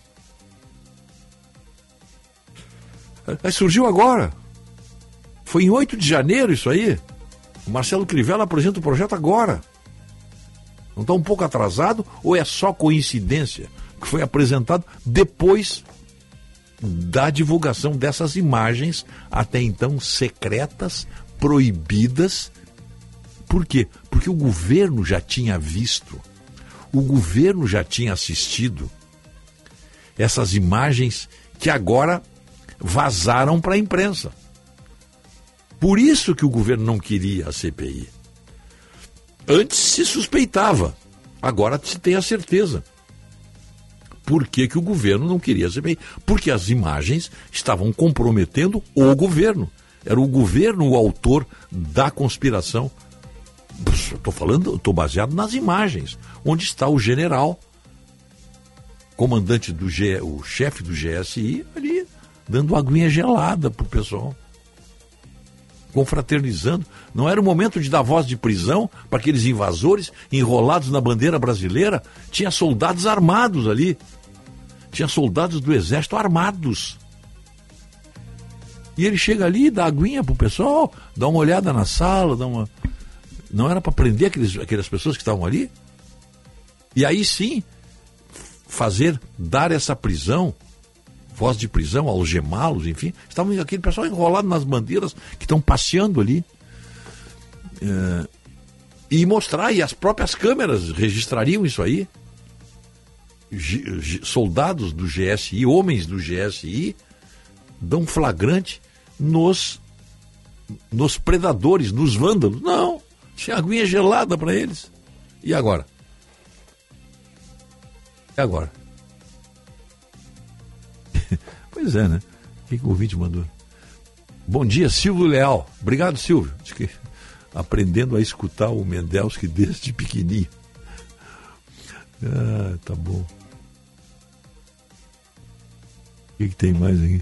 Speaker 3: Aí surgiu agora. Foi em 8 de janeiro isso aí. O Marcelo Crivella apresenta o projeto agora. Não está um pouco atrasado ou é só coincidência que foi apresentado depois da divulgação dessas imagens até então secretas, proibidas? Por quê? Porque o governo já tinha visto, o governo já tinha assistido essas imagens que agora vazaram para a imprensa. Por isso que o governo não queria a CPI. Antes se suspeitava, agora se tem a certeza. Por que o governo não queria a CPI? Porque as imagens estavam comprometendo o governo. Era o governo o autor da conspiração. Estou baseado nas imagens, onde está o general, comandante o chefe do GSI, ali, dando aguinha gelada pro pessoal. Confraternizando. Não era o momento de dar voz de prisão para aqueles invasores enrolados na bandeira brasileira. Tinha soldados armados ali. Tinha soldados do exército armados. E ele chega ali e dá aguinha pro pessoal, dá uma olhada na sala, Não era para prender aquelas pessoas que estavam ali? E aí sim, dar essa prisão, voz de prisão, algemá-los, enfim. Estavam aquele pessoal enrolado nas bandeiras que estão passeando ali. E mostrar, e as próprias câmeras registrariam isso aí. Soldados do GSI, homens do GSI, dão flagrante nos predadores, nos vândalos. Não, tinha aguinha gelada para eles. E agora? Pois é, né? O que o ouvinte mandou? Bom dia, Silvio Leal. Obrigado, Silvio. Acho que aprendendo a escutar o Mendelski desde pequenininho. Ah, tá bom. O que tem mais aqui?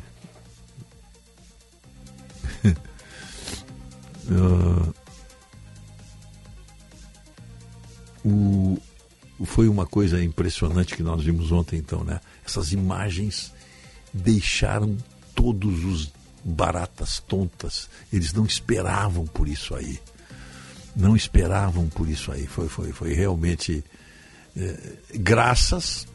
Speaker 3: Foi uma coisa impressionante que nós vimos ontem, então, né? Essas imagens deixaram todos os baratas tontas. Eles não esperavam por isso aí. Foi realmente graças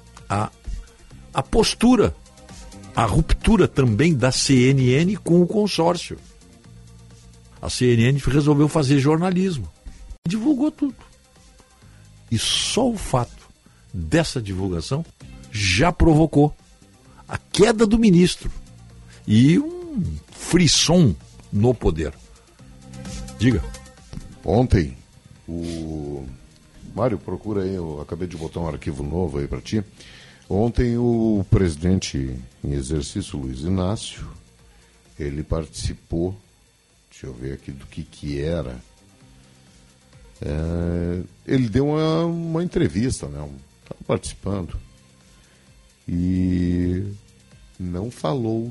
Speaker 3: à postura, à ruptura também da CNN com o consórcio. A CNN resolveu fazer jornalismo. Divulgou tudo. E só o fato dessa divulgação já provocou a queda do ministro e um frisson no poder. Diga.
Speaker 1: Ontem, o Mário, procura aí, eu acabei de botar um arquivo novo aí para ti. Ontem o presidente em exercício, Luiz Inácio, ele participou, deixa eu ver aqui do que era. Ele deu uma entrevista, né? Estava participando. E não falou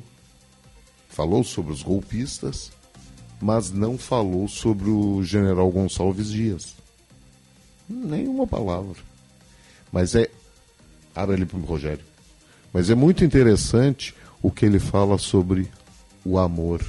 Speaker 1: sobre os golpistas, mas não falou sobre o general Gonçalves Dias. Nenhuma palavra. Mas abre ali para o Rogério. Mas é muito interessante o que ele fala sobre o amor.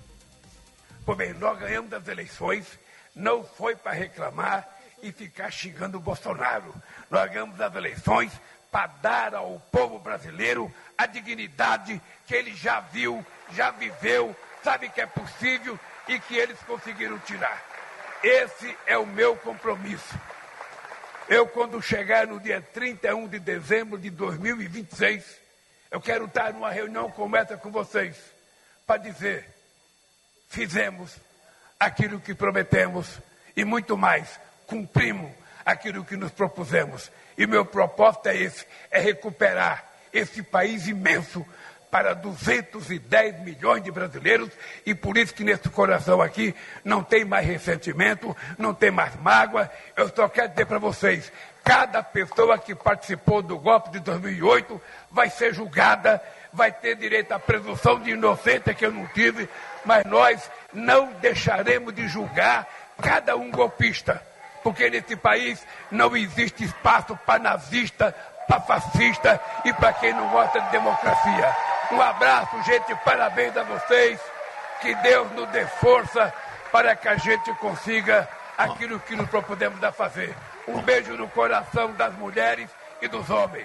Speaker 18: Pô, bem, nós ganhamos as eleições, não foi para reclamar e ficar xingando o Bolsonaro. Nós ganhamos as eleições para dar ao povo brasileiro a dignidade que ele já viu, já viveu, sabe que é possível e que eles conseguiram tirar. Esse é o meu compromisso. Eu, quando chegar no dia 31 de dezembro de 2026, eu quero estar numa reunião como essa com vocês, para dizer, fizemos aquilo que prometemos e muito mais, cumprimos aquilo que nos propusemos. E meu propósito é esse, é recuperar esse país imenso para 210 milhões de brasileiros, e por isso que nesse coração aqui não tem mais ressentimento, não tem mais mágoa. Eu só quero dizer para vocês, cada pessoa que participou do golpe de 2008 vai ser julgada, vai ter direito à presunção de inocência que eu não tive, mas nós não deixaremos de julgar cada um golpista, porque nesse país não existe espaço para nazista, para fascista e para quem não gosta de democracia. Um abraço, gente, parabéns a vocês, que Deus nos dê força para que a gente consiga aquilo que nos propusemos a fazer. Um beijo no coração das mulheres e dos homens.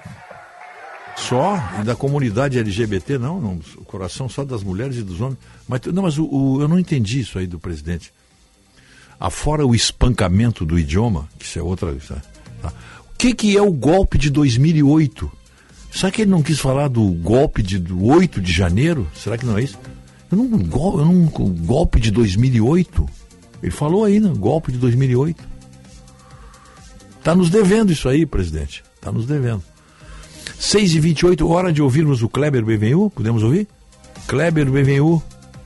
Speaker 3: Só? E da comunidade LGBT, não, o coração só das mulheres e dos homens. Mas eu não entendi isso aí do presidente. Afora o espancamento do idioma, que isso é outra... Tá? O que é o golpe de 2008? Será que ele não quis falar do golpe do 8 de janeiro? Será que não é isso? Golpe de 2008? Ele falou aí, né? Golpe de 2008. Está nos devendo isso aí, presidente. Está nos devendo. 6h28, hora de ouvirmos o Kleber Bevenhu. Podemos ouvir? Kleber Bevenhu.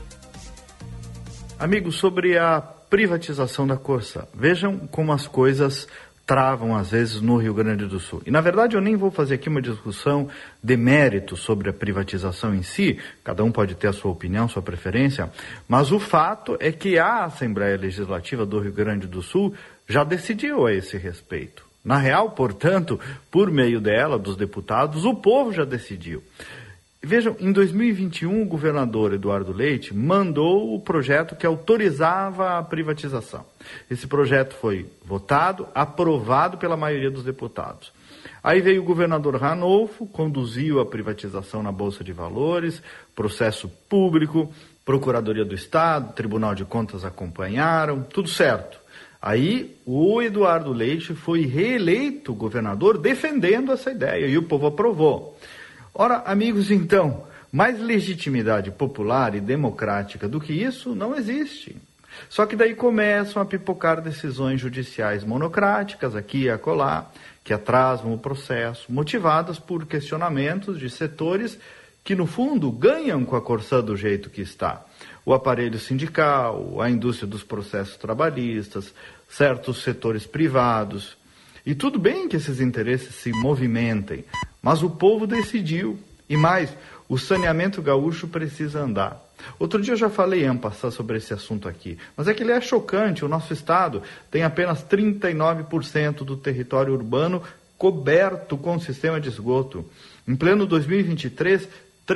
Speaker 19: Amigos, sobre a privatização da Corsa. Vejam como as coisas travam às vezes no Rio Grande do Sul. E na verdade eu nem vou fazer aqui uma discussão de mérito sobre a privatização em si, cada um pode ter a sua opinião, sua preferência, mas o fato é que a Assembleia Legislativa do Rio Grande do Sul já decidiu a esse respeito. Na real, portanto, por meio dela, dos deputados, o povo já decidiu. Vejam, em 2021 o governador Eduardo Leite mandou o projeto que autorizava a privatização. Esse projeto foi votado, aprovado pela maioria dos deputados. Aí veio o governador Ranolfo, conduziu a privatização na Bolsa de Valores, processo público, Procuradoria do Estado, Tribunal de Contas acompanharam, tudo certo. Aí o Eduardo Leite foi reeleito governador defendendo essa ideia e o povo aprovou. Ora, amigos, então, mais legitimidade popular e democrática do que isso não existe. Só que daí começam a pipocar decisões judiciais monocráticas aqui e acolá, que atrasam o processo, motivadas por questionamentos de setores que, no fundo, ganham com a Corsã do jeito que está. O aparelho sindical, a indústria dos processos trabalhistas, certos setores privados. E tudo bem que esses interesses se movimentem, mas o povo decidiu. E mais, o saneamento gaúcho precisa andar. Outro dia eu já falei em passar sobre esse assunto aqui, mas é que ele é chocante. O nosso estado tem apenas 39% do território urbano coberto com sistema de esgoto. Em pleno 2023,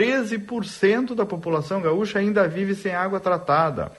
Speaker 19: 13% da população gaúcha ainda vive sem água tratada.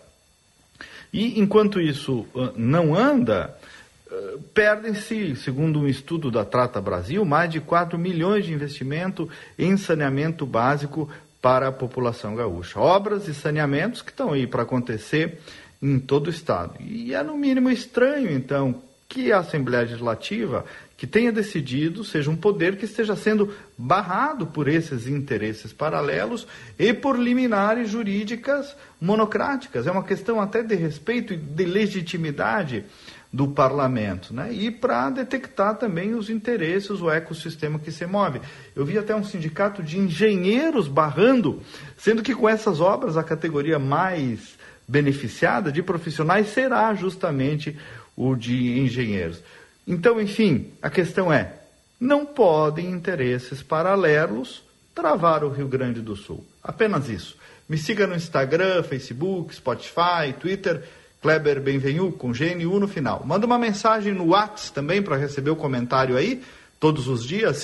Speaker 19: E enquanto isso não anda, perdem-se, segundo um estudo da Trata Brasil, mais de 4 milhões de investimento em saneamento básico para a população gaúcha. Obras e saneamentos que estão aí para acontecer em todo o estado. E é no mínimo estranho, então, que a Assembleia Legislativa, que tenha decidido, seja um poder que esteja sendo barrado por esses interesses paralelos e por liminares jurídicas monocráticas. É uma questão até de respeito e de legitimidade do parlamento, né? E para detectar também os interesses, o ecossistema que se move. Eu vi até um sindicato de engenheiros barrando, sendo que com essas obras a categoria mais beneficiada de profissionais será justamente o de engenheiros. Então, enfim, a questão é, não podem interesses paralelos travar o Rio Grande do Sul. Apenas isso. Me siga no Instagram, Facebook, Spotify, Twitter, Kleber Benvenu, com GNU no final. Manda uma mensagem no WhatsApp também para receber o comentário aí, todos os dias,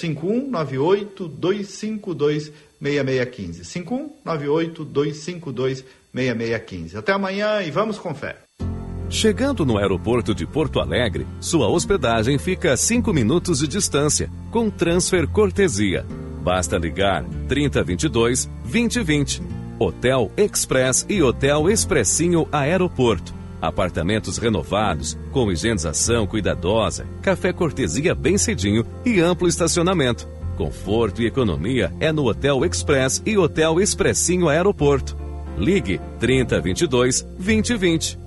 Speaker 19: 5198-252-6615. 5198-252-6615. Até amanhã e vamos com fé.
Speaker 7: Chegando no aeroporto de Porto Alegre, sua hospedagem fica a 5 minutos de distância, com transfer cortesia. Basta ligar 3022-2020. Hotel Express e Hotel Expressinho Aeroporto. Apartamentos renovados, com higienização cuidadosa, café cortesia bem cedinho e amplo estacionamento. Conforto e economia é no Hotel Express e Hotel Expressinho Aeroporto. Ligue 3022-2020.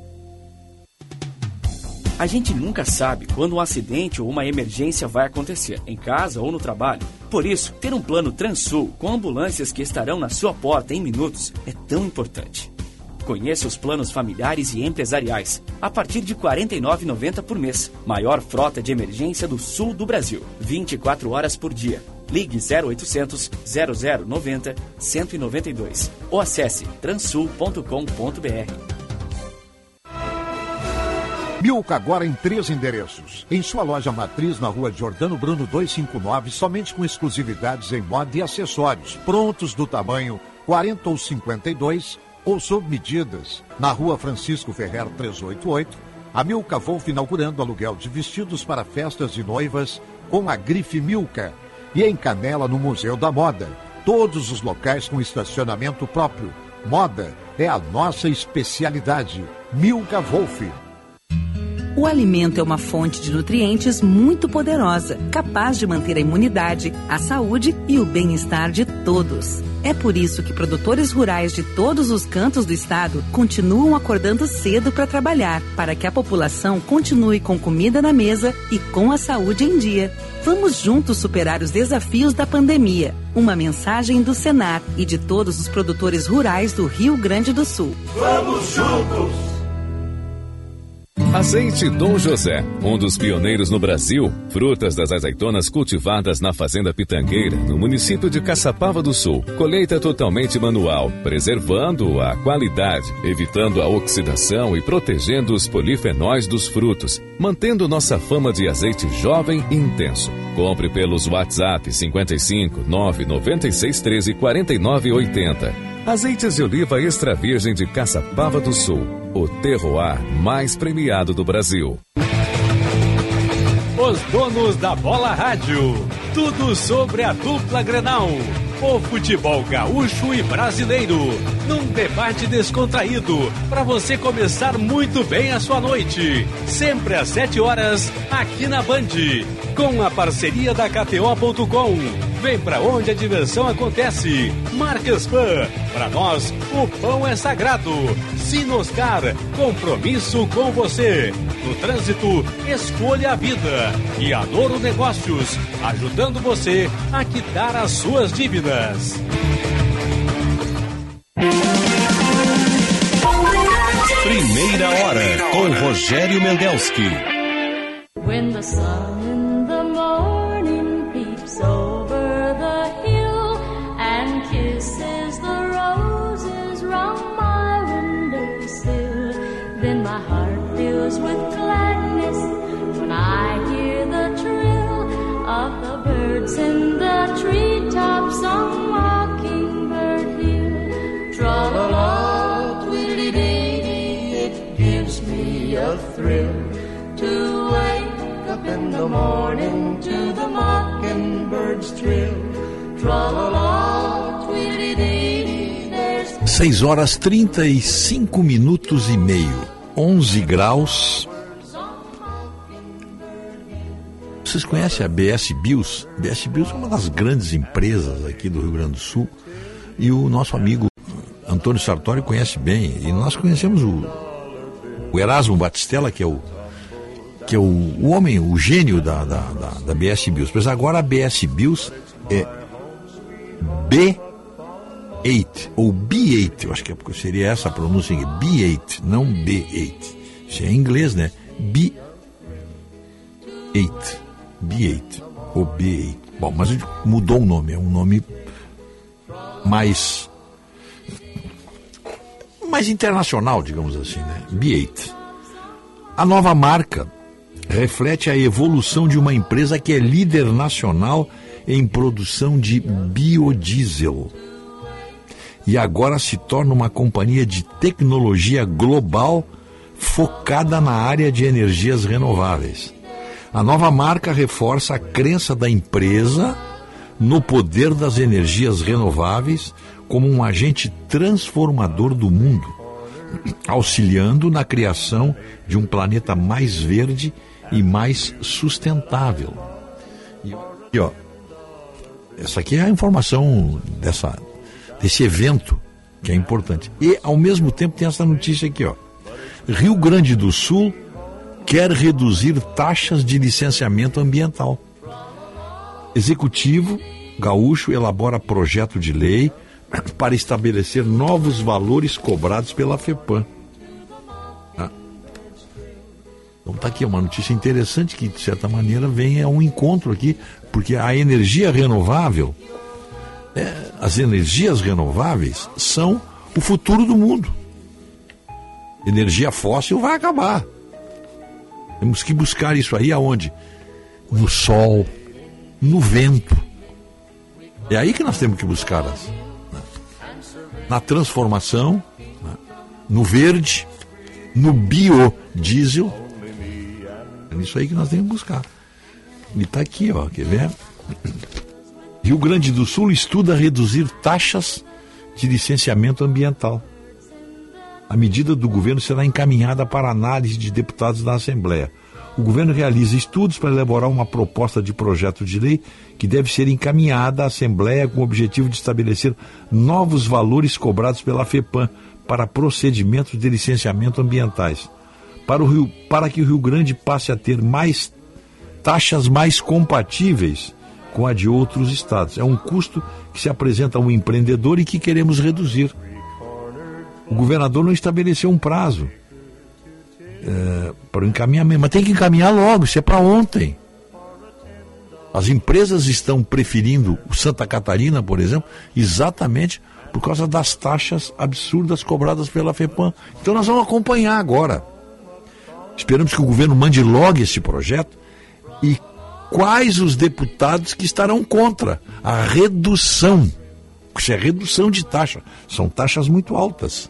Speaker 20: A gente nunca sabe quando um acidente ou uma emergência vai acontecer, em casa ou no trabalho. Por isso, ter um plano Transul com ambulâncias que estarão na sua porta em minutos é tão importante. Conheça os planos familiares e empresariais, a partir de R$ 49,90 por mês. Maior frota de emergência do sul do Brasil, 24 horas por dia. Ligue 0800 0090 192 ou acesse transul.com.br.
Speaker 8: Milka agora em 3 endereços. Em sua loja matriz na rua Jordano Bruno 259, somente com exclusividades em moda e acessórios, prontos do tamanho 40 ou 52 ou sob medidas. Na rua Francisco Ferrer 388, a Milka Wolf inaugurando aluguel de vestidos para festas de noivas com a grife Milka. E em Canela, no Museu da Moda. Todos os locais com estacionamento próprio. Moda é a nossa especialidade. Milka Wolf.
Speaker 9: O alimento é uma fonte de nutrientes muito poderosa, capaz de manter a imunidade, a saúde e o bem-estar de todos. É por isso que produtores rurais de todos os cantos do estado continuam acordando cedo para trabalhar, para que a população continue com comida na mesa e com a saúde em dia. Vamos juntos superar os desafios da pandemia. Uma mensagem do Senar e de todos os produtores rurais do Rio Grande do Sul.
Speaker 2: Vamos juntos!
Speaker 7: Azeite Dom José, um dos pioneiros no Brasil, frutas das azeitonas cultivadas na Fazenda Pitangueira, no município de Caçapava do Sul. Colheita totalmente manual, preservando a qualidade, evitando a oxidação e protegendo os polifenóis dos frutos, mantendo nossa fama de azeite jovem e intenso. Compre pelos WhatsApp 55 996 13 49 80. Azeites de oliva extra virgem de Caçapava do Sul, o terroir mais premiado do Brasil.
Speaker 21: Os donos da Bola Rádio. Tudo sobre a dupla Grenal. O futebol gaúcho e brasileiro. Num debate descontraído, para você começar muito bem a sua noite. Sempre às 7 horas, aqui na Band. Com a parceria da KTO.com. Vem pra onde a diversão acontece. Marcas Pan. Pra nós, o pão é sagrado. Sinoscar. Compromisso com você. No trânsito, escolha a vida. E a Noro Negócios. Ajudando você a quitar as suas dívidas.
Speaker 12: Primeira hora com Rogério Mendelski.
Speaker 17: When the sun in the morning peeps over the hill and kisses the roses round my windowsill, then my heart fills with gladness when I hear the trill of the birds in the treetops on Mockingbird Hill. Tra-la-la, tweedledee, it gives me a thrill to wake up in the morning to the mockingbird's trill. Tra-la-la, tweedledee, there's...
Speaker 3: 6 horas 35 minutos e meio, 11 graus. Vocês conhecem a BS Bios? BS Bios é uma das grandes empresas aqui do Rio Grande do Sul. E o nosso amigo Antônio Sartori conhece bem. E nós conhecemos o Erasmo Batistella, que é o homem, o gênio da BS Bios. Mas agora a BS Bios é B8 ou B8, eu acho que seria essa a pronúncia, B8, não B8. Isso é em inglês, né? B8 ou B8. Bom, mas mudou o nome, é um nome mais internacional, digamos assim, né? B8. A nova marca reflete a evolução de uma empresa que é líder nacional em produção de biodiesel. E agora se torna uma companhia de tecnologia global focada na área de energias renováveis. A nova marca reforça a crença da empresa no poder das energias renováveis como um agente transformador do mundo, auxiliando na criação de um planeta mais verde e mais sustentável. E ó, essa aqui é a informação desse evento, que é importante. E, ao mesmo tempo, tem essa notícia aqui, ó. Rio Grande do Sul quer reduzir taxas de licenciamento ambiental. Executivo gaúcho elabora projeto de lei para estabelecer novos valores cobrados pela FEPAM. Então está aqui uma notícia interessante que, de certa maneira, vem a um encontro aqui, porque a energia renovável, as energias renováveis são o futuro do mundo. Energia fóssil vai acabar. Temos que buscar isso aí aonde? No sol, no vento. É aí que nós temos que buscar na transformação, no verde, no biodiesel. É nisso aí que nós temos que buscar. E está aqui, ó, quer ver? Rio Grande do Sul estuda reduzir taxas de licenciamento ambiental. A medida do governo será encaminhada para análise de deputados da Assembleia. O governo realiza estudos para elaborar uma proposta de projeto de lei que deve ser encaminhada à Assembleia com o objetivo de estabelecer novos valores cobrados pela FEPAM para procedimentos de licenciamento ambientais, para que o Rio Grande passe a ter mais taxas mais compatíveis com a de outros estados. É um custo que se apresenta a um empreendedor e que queremos reduzir. O governador não estabeleceu um prazo para o encaminhamento, mas tem que encaminhar logo, isso é para ontem. As empresas estão preferindo o Santa Catarina, por exemplo, exatamente por causa das taxas absurdas cobradas pela FEPAM. Então nós vamos acompanhar agora. Esperamos que o governo mande logo esse projeto e quais os deputados que estarão contra a redução. Isso é redução de taxa. São taxas muito altas,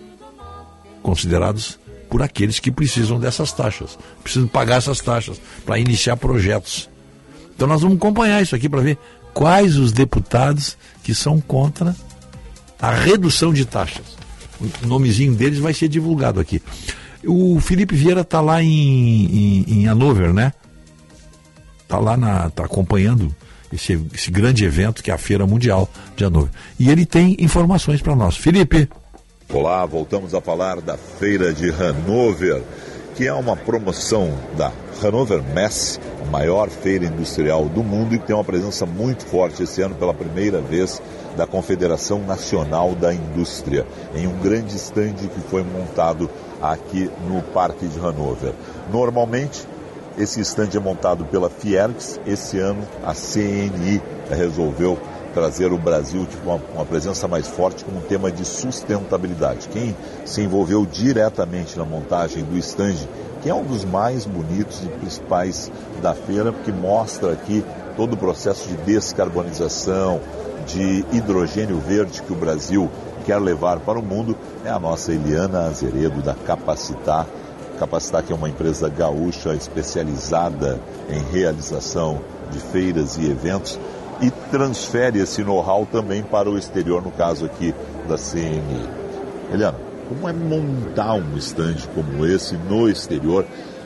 Speaker 3: consideradas por aqueles que precisam dessas taxas. Precisam pagar essas taxas para iniciar projetos. Então nós vamos acompanhar isso aqui para ver quais os deputados que são contra a redução de taxas. O nomezinho deles vai ser divulgado aqui. O Felipe Vieira está lá em Hannover, né? Está lá, tá acompanhando esse grande evento que é a Feira Mundial de Hannover. E ele tem informações para nós. Felipe.
Speaker 5: Olá, voltamos a falar da Feira de Hannover, que é uma promoção da Hannover Messe, a maior feira industrial do mundo e que tem uma presença muito forte esse ano pela primeira vez da Confederação Nacional da Indústria, em um grande estande que foi montado aqui no Parque de Hannover. Normalmente, esse estande é montado pela Fiergs. Esse ano, a CNI resolveu trazer o Brasil com uma presença mais forte com um tema de sustentabilidade. Quem se envolveu diretamente na montagem do estande, que é um dos mais bonitos e principais da feira, porque mostra aqui todo o processo de descarbonização, de hidrogênio verde que o Brasil quer levar para o mundo, é a nossa Eliana Azeredo, da Capacitar. Capacitar, que é uma empresa gaúcha especializada em realização de feiras e eventos, e transfere esse know-how também para o exterior, no caso aqui da CNI. Eliana, como é montar um estande como esse no exterior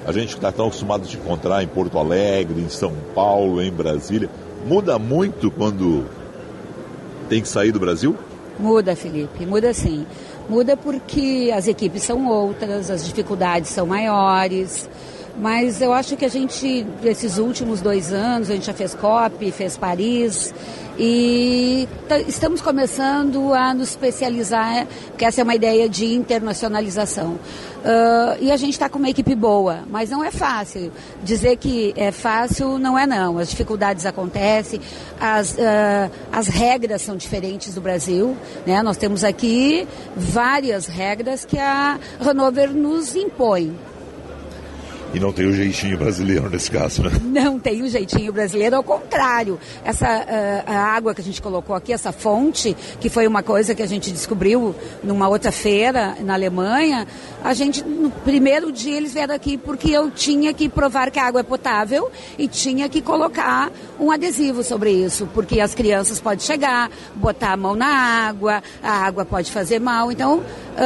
Speaker 5: A gente está tão acostumado a te encontrar em Porto Alegre, em São Paulo, em Brasília. Muda muito quando tem que sair do Brasil?
Speaker 11: Muda, Felipe, muda sim. Muda porque as equipes são outras, as dificuldades são maiores. Mas eu acho que a gente, nesses últimos 2 anos, a gente já fez COP, fez Paris e estamos começando a nos especializar, porque essa é uma ideia de internacionalização. E a gente está com uma equipe boa, mas não é fácil. Dizer que é fácil não é não. As dificuldades acontecem, as regras são diferentes do Brasil, né? Nós temos aqui várias regras que a Hannover nos impõe.
Speaker 5: E não tem o jeitinho brasileiro nesse caso, né?
Speaker 11: Não tem o jeitinho brasileiro, ao contrário. A água que a gente colocou aqui, essa fonte, que foi uma coisa que a gente descobriu numa outra feira na Alemanha, no primeiro dia eles vieram aqui porque eu tinha que provar que a água é potável e tinha que colocar um adesivo sobre isso, porque as crianças podem chegar, botar a mão na água, a água pode fazer mal. Então,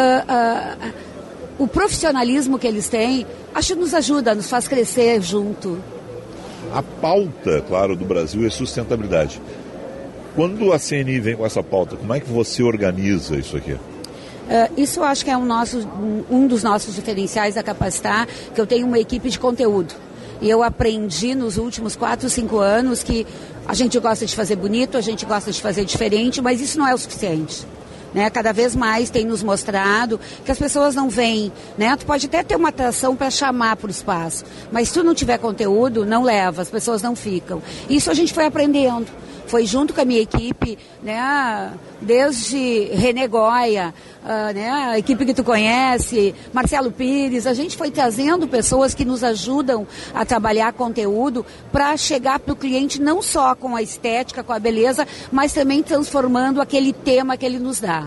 Speaker 11: o profissionalismo que eles têm, acho que nos ajuda, nos faz crescer junto.
Speaker 5: A pauta, claro, do Brasil é sustentabilidade. Quando a CNI vem com essa pauta, como é que você organiza isso aqui?
Speaker 11: Isso eu acho que é um dos nossos diferenciais da Capacitar, que eu tenho uma equipe de conteúdo. E eu aprendi nos últimos 4, 5 anos que a gente gosta de fazer bonito, a gente gosta de fazer diferente, mas isso não é o suficiente. Né? Cada vez mais tem nos mostrado que as pessoas não vêm, né? Tu pode até ter uma atração para chamar para o espaço, mas se tu não tiver conteúdo, não leva, as pessoas não ficam. Isso a gente foi aprendendo. Foi junto com a minha equipe, né, desde René Goya, né, a equipe que tu conhece, Marcelo Pires, a gente foi trazendo pessoas que nos ajudam a trabalhar conteúdo para chegar para o cliente não só com a estética, com a beleza, mas também transformando aquele tema que ele nos dá.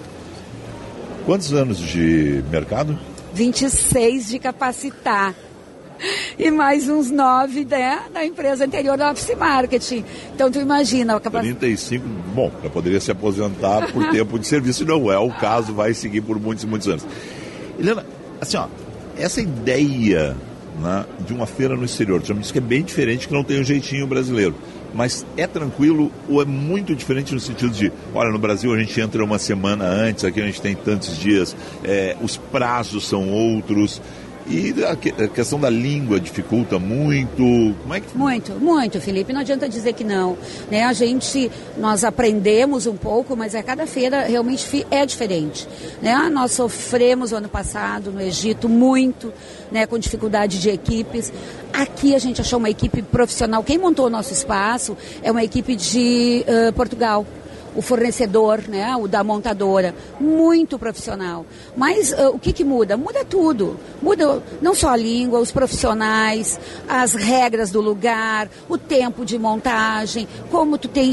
Speaker 5: Quantos anos de mercado? 26
Speaker 11: de Capacitar. E mais uns 9, né, na empresa anterior da Office Marketing. Então, tu imagina...
Speaker 5: 35, bom, já poderia se aposentar por tempo de serviço, não é o caso, vai seguir por muitos e muitos anos. Helena, assim, ó, essa ideia, né, de uma feira no exterior, já me disse que é bem diferente, que não tem um jeitinho brasileiro. Mas é tranquilo ou é muito diferente no sentido de, olha, no Brasil a gente entra uma semana antes, aqui a gente tem tantos dias, os prazos são outros... E a questão da língua dificulta muito? Como é que...
Speaker 11: Muito, Felipe. Não adianta dizer que não. Né? Nós aprendemos um pouco, mas a cada feira realmente é diferente. Né? Nós sofremos o ano passado no Egito muito, né, com dificuldade de equipes. Aqui a gente achou uma equipe profissional. Quem montou o nosso espaço é uma equipe de Portugal. O fornecedor, né, o da montadora, muito profissional. Mas o que muda? Muda tudo. Muda não só a língua, os profissionais, as regras do lugar, o tempo de montagem, como tu tem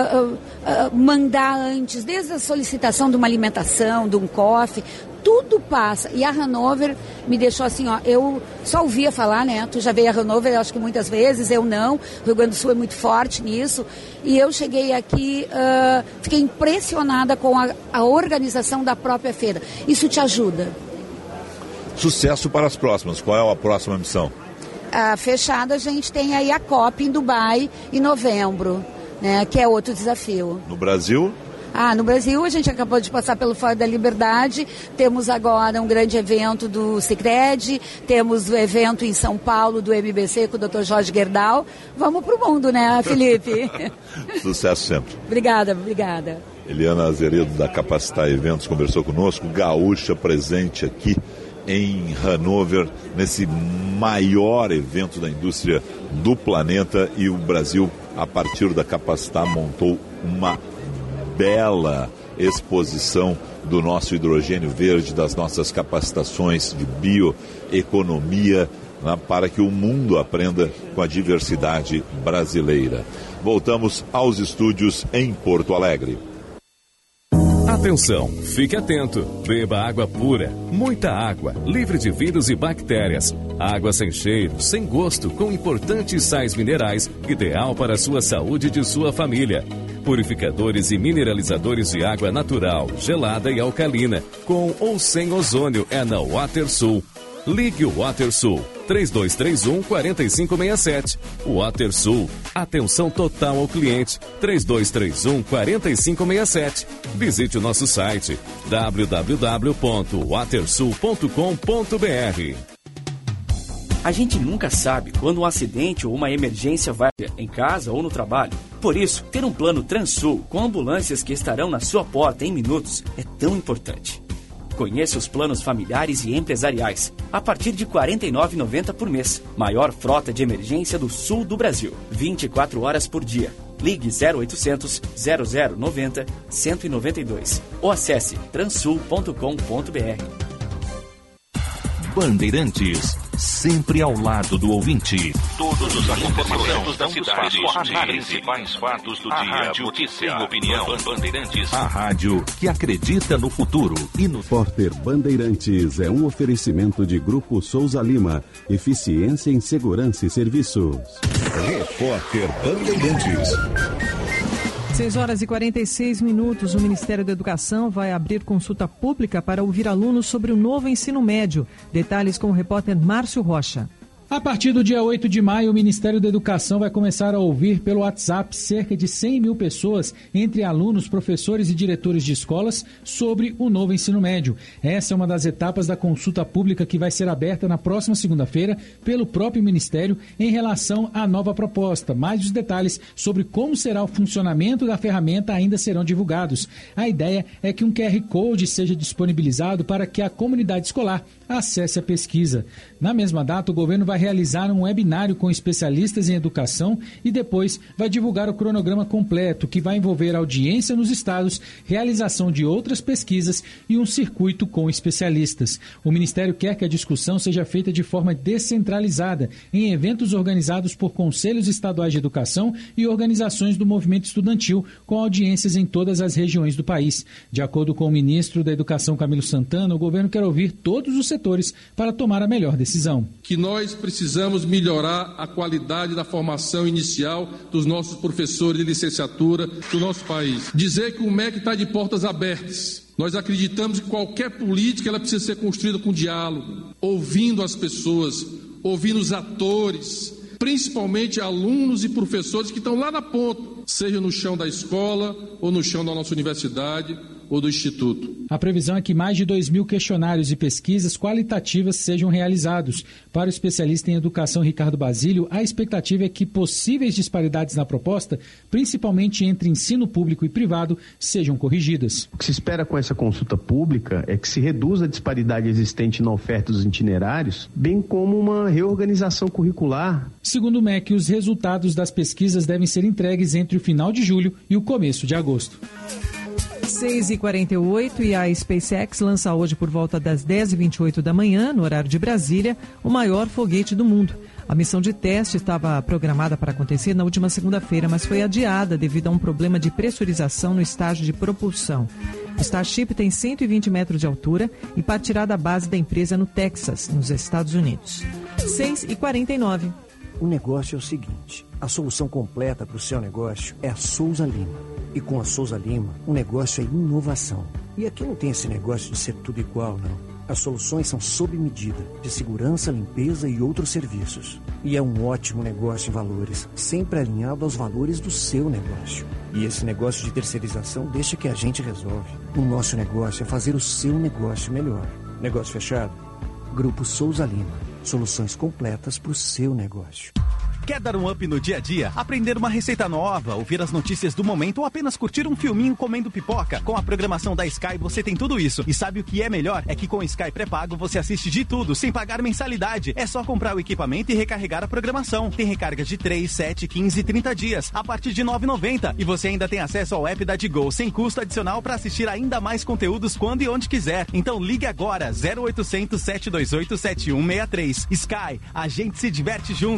Speaker 11: mandar antes, desde a solicitação de uma alimentação, de um coffee, tudo passa. E a Hannover me deixou assim, ó, eu só ouvia falar, né? Tu já veio a Hannover, acho que muitas vezes, eu não. O Rio Grande do Sul é muito forte nisso. E eu cheguei aqui, fiquei impressionada com a organização da própria feira. Isso te ajuda.
Speaker 5: Sucesso para as próximas. Qual é a próxima missão?
Speaker 11: Fechada, a gente tem aí a COP em Dubai em novembro, né? Que é outro desafio.
Speaker 5: No Brasil?
Speaker 11: No Brasil, a gente acabou de passar pelo Fórum da Liberdade, temos agora um grande evento do Sicredi, temos o evento em São Paulo do MBC com o Dr. Jorge Gerdau. Vamos pro mundo, né, Felipe?
Speaker 5: Sucesso sempre.
Speaker 11: Obrigada.
Speaker 5: Eliana Azeredo, da Capacitar Eventos, conversou conosco, gaúcha presente aqui em Hannover, nesse maior evento da indústria do planeta, e o Brasil, a partir da Capacitar, montou uma bela exposição do nosso hidrogênio verde, das nossas capacitações de bioeconomia, né, para que o mundo aprenda com a diversidade brasileira. Voltamos aos estúdios em Porto Alegre.
Speaker 7: Atenção, fique atento, beba água pura, muita água, livre de vírus e bactérias, água sem cheiro, sem gosto, com importantes sais minerais, ideal para a sua saúde e de sua família. Purificadores e mineralizadores de água natural, gelada e alcalina, com ou sem ozônio, é na WaterSul. Ligue o WaterSul 3231-4567. WaterSul, atenção total ao cliente, 3231-4567. Visite o nosso site www.watersul.com.br.
Speaker 20: A gente nunca sabe quando um acidente ou uma emergência vai em casa ou no trabalho. Por isso, ter um plano Transul com ambulâncias que estarão na sua porta em minutos é tão importante. Conheça os planos familiares e empresariais, a partir de R$ 49,90 por mês. Maior frota de emergência do sul do Brasil, 24 horas por dia. Ligue 0800 0090 192 ou acesse transul.com.br.
Speaker 12: Bandeirantes, sempre ao lado do ouvinte. Todos os acontecimentos da cidade, os principais fatos do dia, rádio que tem opinião. Bandeirantes, a rádio que acredita no futuro e no...
Speaker 10: Repórter Bandeirantes é um oferecimento de Grupo Souza Lima, eficiência em segurança e serviços.
Speaker 12: Repórter Bandeirantes.
Speaker 22: 6 horas e 46 minutos, o Ministério da Educação vai abrir consulta pública para ouvir alunos sobre o novo ensino médio. Detalhes com o repórter Márcio Rocha.
Speaker 23: A partir do dia 8 de maio, o Ministério da Educação vai começar a ouvir pelo WhatsApp cerca de 100 mil pessoas, entre alunos, professores e diretores de escolas, sobre o novo ensino médio. Essa é uma das etapas da consulta pública que vai ser aberta na próxima segunda-feira pelo próprio Ministério em relação à nova proposta. Mais os detalhes sobre como será o funcionamento da ferramenta ainda serão divulgados. A ideia é que um QR Code seja disponibilizado para que a comunidade escolar acesse a pesquisa. Na mesma data, o governo vai realizar um webinário com especialistas em educação e depois vai divulgar o cronograma completo, que vai envolver audiência nos estados, realização de outras pesquisas e um circuito com especialistas. O Ministério quer que a discussão seja feita de forma descentralizada, em eventos organizados por conselhos estaduais de educação e organizações do movimento estudantil, com audiências em todas as regiões do país. De acordo com o ministro da Educação, Camilo Santana, o governo quer ouvir todos os setores para tomar a melhor decisão.
Speaker 24: Que nós precisamos melhorar a qualidade da formação inicial dos nossos professores de licenciatura do nosso país. Dizer que o MEC está de portas abertas. Nós acreditamos que qualquer política ela precisa ser construída com diálogo, ouvindo as pessoas, ouvindo os atores, principalmente alunos e professores que estão lá na ponta, seja no chão da escola ou no chão da nossa universidade ou do Instituto.
Speaker 23: A previsão é que mais de 2.000 questionários e pesquisas qualitativas sejam realizados. Para o especialista em educação Ricardo Basílio, a expectativa é que possíveis disparidades na proposta, principalmente entre ensino público e privado, sejam corrigidas.
Speaker 25: O que se espera com essa consulta pública é que se reduza a disparidade existente na oferta dos itinerários, bem como uma reorganização curricular.
Speaker 23: Segundo o MEC, os resultados das pesquisas devem ser entregues entre o final de julho e o começo de agosto.
Speaker 22: 6h48 e a SpaceX lança hoje por volta das 10h28 da manhã, no horário de Brasília, o maior foguete do mundo. A missão de teste estava programada para acontecer na última segunda-feira, mas foi adiada devido a um problema de pressurização no estágio de propulsão. O Starship tem 120 metros de altura e partirá da base da empresa no Texas, nos Estados Unidos. 6h49.
Speaker 26: O negócio é o seguinte, a solução completa para o seu negócio é a Souza Lima. E com a Souza Lima, o negócio é inovação. E aqui não tem esse negócio de ser tudo igual, não. As soluções são sob medida, de segurança, limpeza e outros serviços. E é um ótimo negócio em valores, sempre alinhado aos valores do seu negócio. E esse negócio de terceirização deixa que a gente resolve. O nosso negócio é fazer o seu negócio melhor. Negócio fechado? Grupo Souza Lima. Soluções completas para o seu negócio.
Speaker 27: Quer dar um up no dia a dia? Aprender uma receita nova, ouvir as notícias do momento ou apenas curtir um filminho comendo pipoca? Com a programação da Sky você tem tudo isso. E sabe o que é melhor? É que com o Sky pré-pago você assiste de tudo, sem pagar mensalidade. É só comprar o equipamento e recarregar a programação. Tem recargas de 3, 7, 15 e 30 dias, a partir de R$ 9,90. E você ainda tem acesso ao app da Digo, sem custo adicional para assistir ainda mais conteúdos quando e onde quiser. Então ligue agora, 0800 728 7163. Sky, a gente se diverte junto.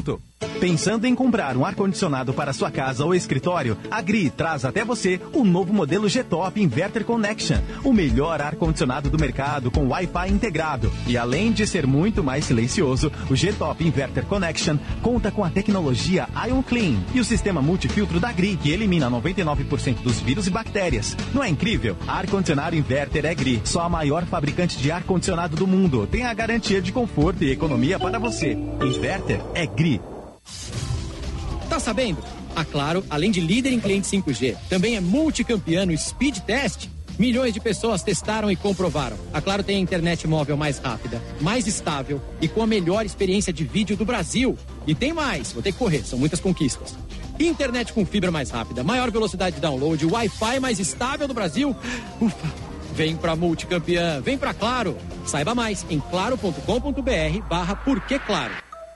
Speaker 27: Pensando em comprar um ar-condicionado para sua casa ou escritório? A GRI traz até você o novo modelo G-Top Inverter Connection, o melhor ar-condicionado do mercado com Wi-Fi integrado. E além de ser muito mais silencioso, o G-Top Inverter Connection conta com a tecnologia Ion Clean e o sistema multifiltro da GRI, que elimina 99% dos vírus e bactérias. Não é incrível? Ar-condicionado Inverter é GRI, só a maior fabricante de ar-condicionado do mundo. Tem a garantia de conforto e economia para você. Inverter é GRI.
Speaker 1: Tá sabendo? A Claro, além de líder em cliente 5G, também é multicampeã no Speed Test. Milhões de pessoas testaram e comprovaram. A Claro tem a internet móvel mais rápida, mais estável e com a melhor experiência de vídeo do Brasil. E tem mais, vou ter que correr, são muitas conquistas. Internet com fibra mais rápida, maior velocidade de download, Wi-Fi mais estável do Brasil. Ufa! Vem pra multicampeã, vem pra Claro. Saiba mais em claro.com.br/porqueclaro.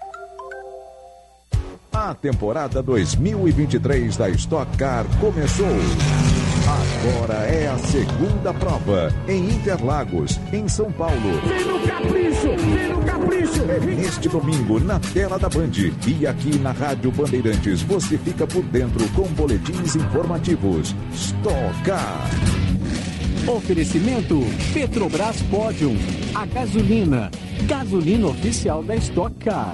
Speaker 4: A temporada 2023 da Stock Car começou. Agora é a segunda prova em Interlagos, em São Paulo.
Speaker 6: Vem no capricho, vem no capricho.
Speaker 4: Neste domingo, na tela da Band e aqui na Rádio Bandeirantes, você fica por dentro com boletins informativos. Stock Car.
Speaker 13: Oferecimento Petrobras Podium, a gasolina oficial da Stock Car.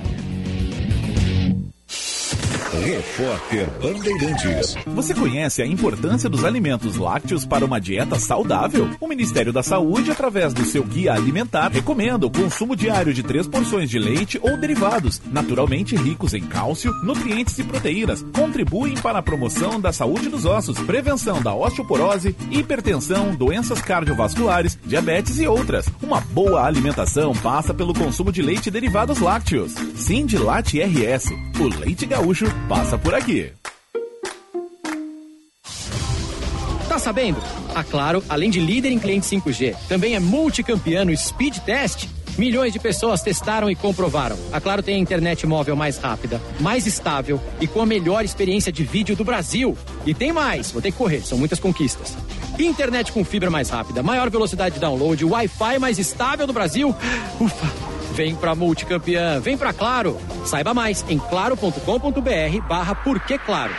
Speaker 14: Repórter Bandeirantes.
Speaker 15: Você conhece a importância dos alimentos lácteos para uma dieta saudável? O Ministério da Saúde, através do seu guia alimentar, recomenda o consumo diário de 3 porções de leite ou derivados, naturalmente ricos em cálcio, nutrientes e proteínas. Contribuem para a promoção da saúde dos ossos, prevenção da osteoporose, hipertensão, doenças cardiovasculares, diabetes e outras. Uma boa alimentação passa pelo consumo de leite e derivados lácteos. Sindilate RS, o leite gaúcho passa por aqui.
Speaker 1: Tá sabendo? A Claro, além de líder em cliente 5G, também é multicampeã no Speed Test. Milhões de pessoas testaram e comprovaram. A Claro tem a internet móvel mais rápida, mais estável e com a melhor experiência de vídeo do Brasil. E tem mais, vou ter que correr, são muitas conquistas. Internet com fibra mais rápida, maior velocidade de download, Wi-Fi mais estável do Brasil. Ufa! Vem pra multicampeã, vem pra Claro. Saiba mais em claro.com.br/porqueclaro.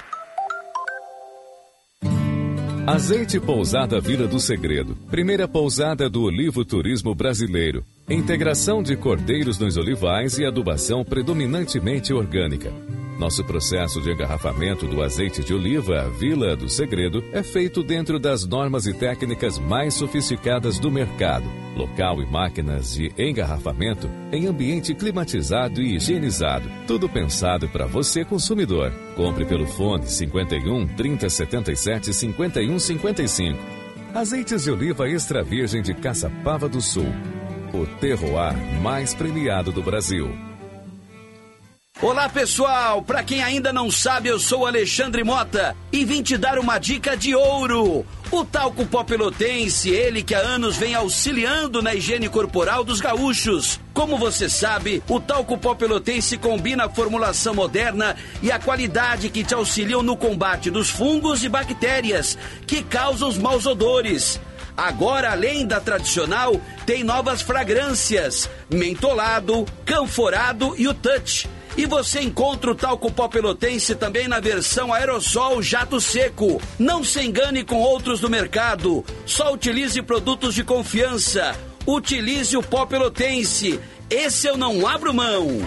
Speaker 7: Azeite Pousada Vila do Segredo. Primeira pousada do olivo turismo brasileiro. Integração de cordeiros nos olivais e adubação predominantemente orgânica. Nosso processo de engarrafamento do azeite de oliva Vila do Segredo é feito dentro das normas e técnicas mais sofisticadas do mercado. Local e máquinas de engarrafamento em ambiente climatizado e higienizado. Tudo pensado para você, consumidor. Compre pelo fone 51 30 77 51 55. Azeites de oliva extra virgem de Caçapava do Sul. O terroir mais premiado do Brasil.
Speaker 16: Olá pessoal, pra quem ainda não sabe, eu sou Alexandre Mota e vim te dar uma dica de ouro. O talco pó pelotense, ele que há anos vem auxiliando na higiene corporal dos gaúchos. Como você sabe, o talco pó pelotense combina a formulação moderna e a qualidade que te auxiliam no combate dos fungos e bactérias que causam os maus odores. Agora, além da tradicional, tem novas fragrâncias, mentolado, canforado e o touch. E você encontra o talco pó pelotense também na versão aerossol jato seco. Não se engane com outros do mercado. Só utilize produtos de confiança. Utilize o pó pelotense. Esse eu não abro mão.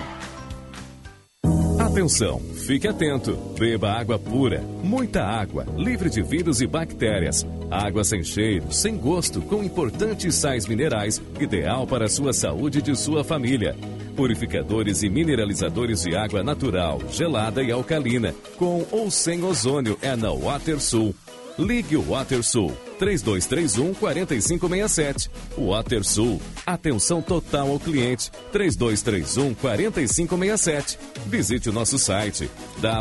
Speaker 7: Atenção, fique atento. Beba água pura, muita água, livre de vírus e bactérias. Água sem cheiro, sem gosto, com importantes sais minerais, ideal para a sua saúde e de sua família. Purificadores e mineralizadores de água natural, gelada e alcalina, com ou sem ozônio, é na WaterSul. Ligue o WaterSul, 3231-4567. WaterSul, atenção total ao cliente, 3231-4567. Visite o nosso site,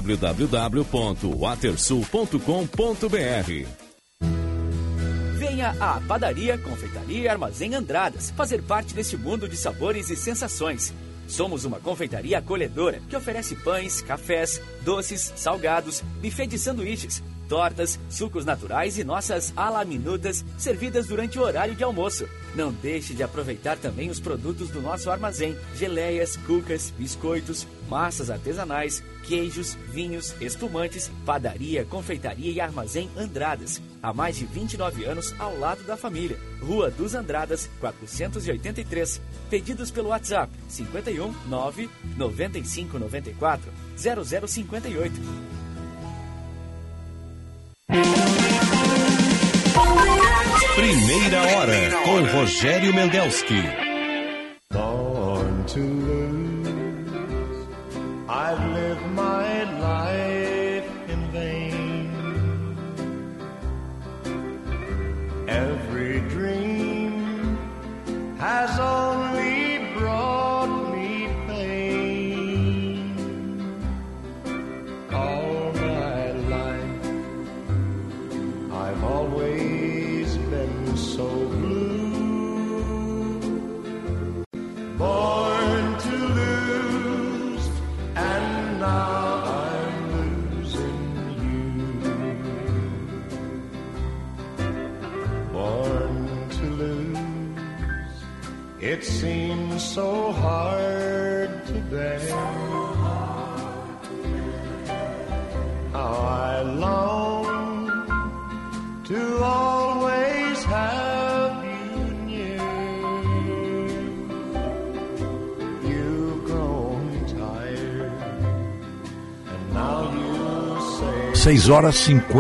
Speaker 7: www.watersul.com.br.
Speaker 20: Venha à Padaria, Confeitaria e Armazém Andradas fazer parte deste mundo de sabores e sensações. Somos uma confeitaria acolhedora que oferece pães, cafés, doces, salgados, buffet de sanduíches, tortas, sucos naturais e nossas alaminutas servidas durante o horário de almoço. Não deixe de aproveitar também os produtos do nosso armazém: geleias, cucas, biscoitos, massas artesanais, queijos, vinhos, espumantes, padaria, confeitaria e armazém Andradas. Há mais de 29 anos ao lado da família. Rua dos Andradas, 483. Pedidos pelo WhatsApp 51 9 95 94 0058.
Speaker 12: Primeira hora com Rogério Mendelski.
Speaker 2: Born to lose, I've lived my life in vain. Every dream has only brought me pain. All my life I've always been so blue, born to lose, and now I'm losing you. Born to lose, it seems so hard to bear. How I long to always have you near. You've grown tired, and now you say
Speaker 3: 6 horas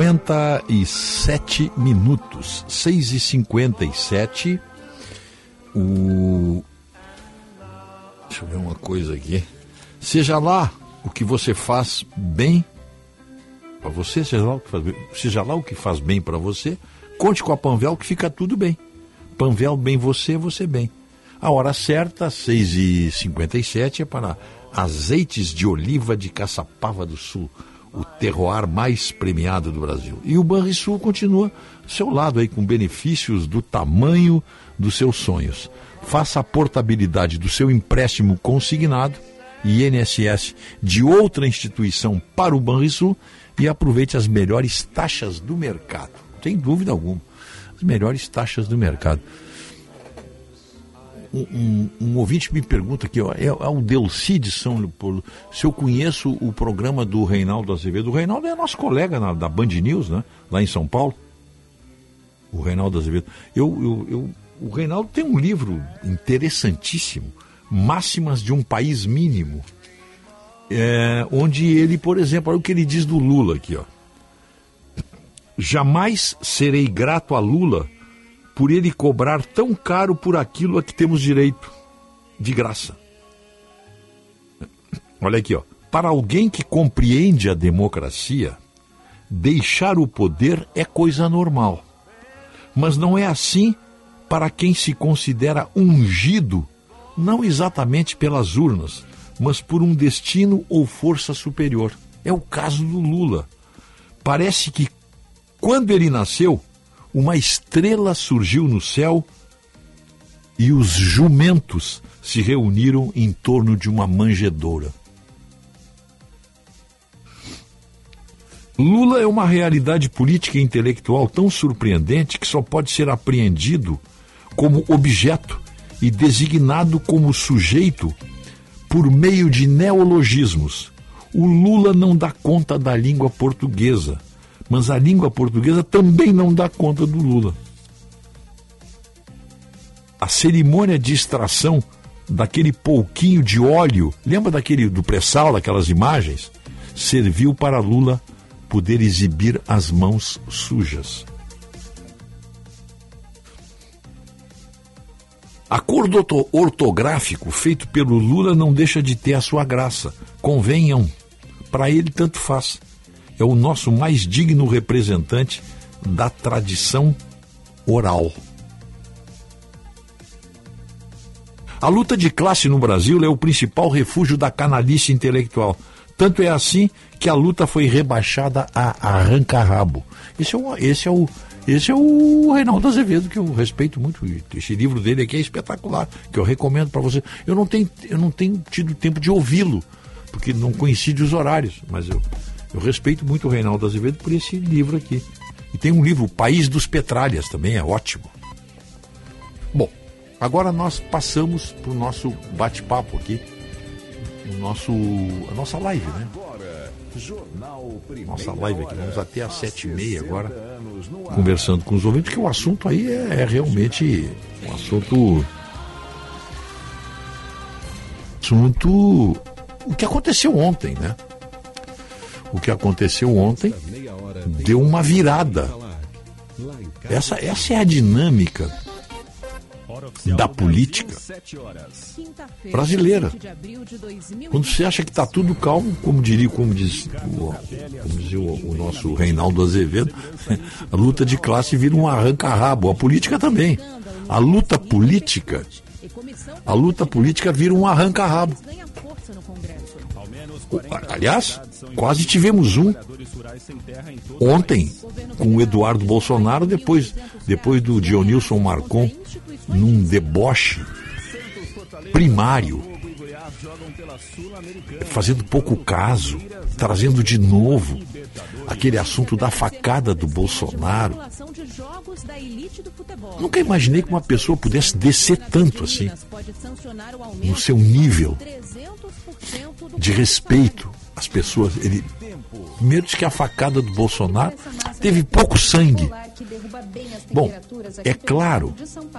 Speaker 3: 57 minutos. 6h57. Deixa eu ver uma coisa aqui. Seja lá o que você faz bem para você, seja lá o que faz bem para você, conte com a Panvel que fica tudo bem. Panvel bem você, você bem. A hora certa, 6h57, é para azeites de oliva de Caçapava do Sul, o terroir mais premiado do Brasil. E o Banrisul continua do seu lado aí com benefícios do tamanho dos seus sonhos. Faça a portabilidade do seu empréstimo consignado, INSS, de outra instituição para o Banrisul e aproveite as melhores taxas do mercado. Sem dúvida alguma, as melhores taxas do mercado. Um ouvinte me pergunta aqui, ó, é o Delci de São Leopoldo, se eu conheço o programa do Reinaldo Azevedo. O Reinaldo é nosso colega da Band News, né, lá em São Paulo. O Reinaldo Azevedo. O Reinaldo tem um livro interessantíssimo, Máximas de um País Mínimo, onde ele, por exemplo, olha o que ele diz do Lula aqui, ó. Jamais serei grato a Lula por ele cobrar tão caro por aquilo a que temos direito, de graça. Olha aqui, ó. Para alguém que compreende a democracia, deixar o poder é coisa normal. Mas não é assim para quem se considera ungido, não exatamente pelas urnas, mas por um destino ou força superior. É o caso do Lula. Parece que, quando ele nasceu, uma estrela surgiu no céu e os jumentos se reuniram em torno de uma manjedoura. Lula é uma realidade política e intelectual tão surpreendente que só pode ser apreendido como objeto e designado como sujeito por meio de neologismos. O Lula não dá conta da língua portuguesa, mas a língua portuguesa também não dá conta do Lula. A cerimônia de extração daquele pouquinho de óleo, lembra do pré-sal, daquelas imagens? Serviu para Lula poder exibir as mãos sujas. Acordo ortográfico feito pelo Lula não deixa de ter a sua graça. Convenham, para ele tanto faz. É o nosso mais digno representante da tradição oral. A luta de classe no Brasil é o principal refúgio da canalice intelectual. Tanto é assim que a luta foi rebaixada a arranca-rabo. Esse é o Reinaldo Azevedo, que eu respeito muito. Esse livro dele aqui é espetacular, que eu recomendo para você. Eu não tenho tido tempo de ouvi-lo, porque não coincide os horários, mas Eu respeito muito o Reinaldo Azevedo por esse livro aqui. E tem um livro, O País dos Petralhas, também é ótimo. Bom, agora nós passamos para o nosso bate-papo aqui, a nossa live, né? Nossa live aqui, vamos até às 7h30 agora, conversando com os ouvintes, porque o assunto aí é realmente um assunto... O que aconteceu ontem, né? O que aconteceu ontem deu uma virada. Essa é a dinâmica da política brasileira. Quando você acha que está tudo calmo, como dizia o nosso Reinaldo Azevedo, a luta de classe vira um arranca-rabo. A política também. A luta política vira um arranca-rabo. Aliás, quase tivemos um ontem com o Eduardo Bolsonaro, depois do Dionilson Marcon, num deboche primário, fazendo pouco caso, trazendo de novo aquele assunto da facada do Bolsonaro. Nunca imaginei que uma pessoa pudesse descer tanto assim no seu nível de respeito às pessoas. Ele primeiro diz que a facada do Bolsonaro teve pouco sangue. Bom, é claro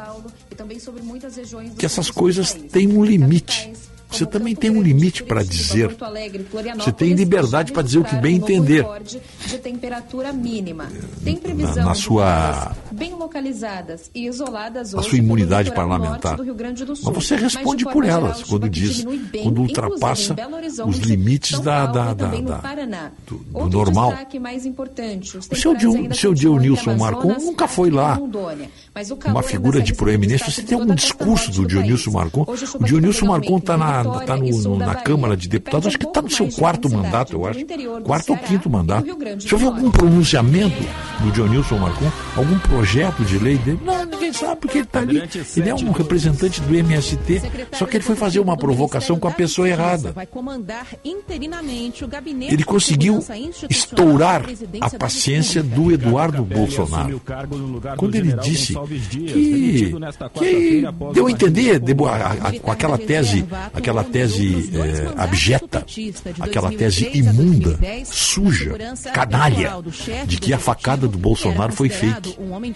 Speaker 3: que essas coisas têm um limite. Você também tem um limite para dizer. Você tem liberdade para dizer o que bem entender.
Speaker 8: De temperatura mínima.
Speaker 3: Tem previsão na sua
Speaker 8: bem localizadas e isoladas
Speaker 3: hoje, a sua imunidade parlamentar. Mas você responde por elas quando ultrapassa os limites do normal. O seu Dionilson Marcon nunca foi lá uma figura de proeminência. Você tem algum discurso do Dionilson Marcon? O Dionilson Marcon está na Câmara de Deputados, acho que está no seu 4º mandato, eu acho. 4º ou 5º mandato. Você ouviu algum pronunciamento do Dionilson Marcon? Algum projeto de lei dele? Não, ninguém sabe, porque ele está ali. Ele é um representante do MST, só que ele foi fazer uma provocação com a pessoa errada. Ele conseguiu estourar a paciência do Eduardo Bolsonaro. Quando ele disse que deu a entender, com aquela tese abjeta, aquela tese imunda, suja, canalha, de que a facada do Bolsonaro foi fake.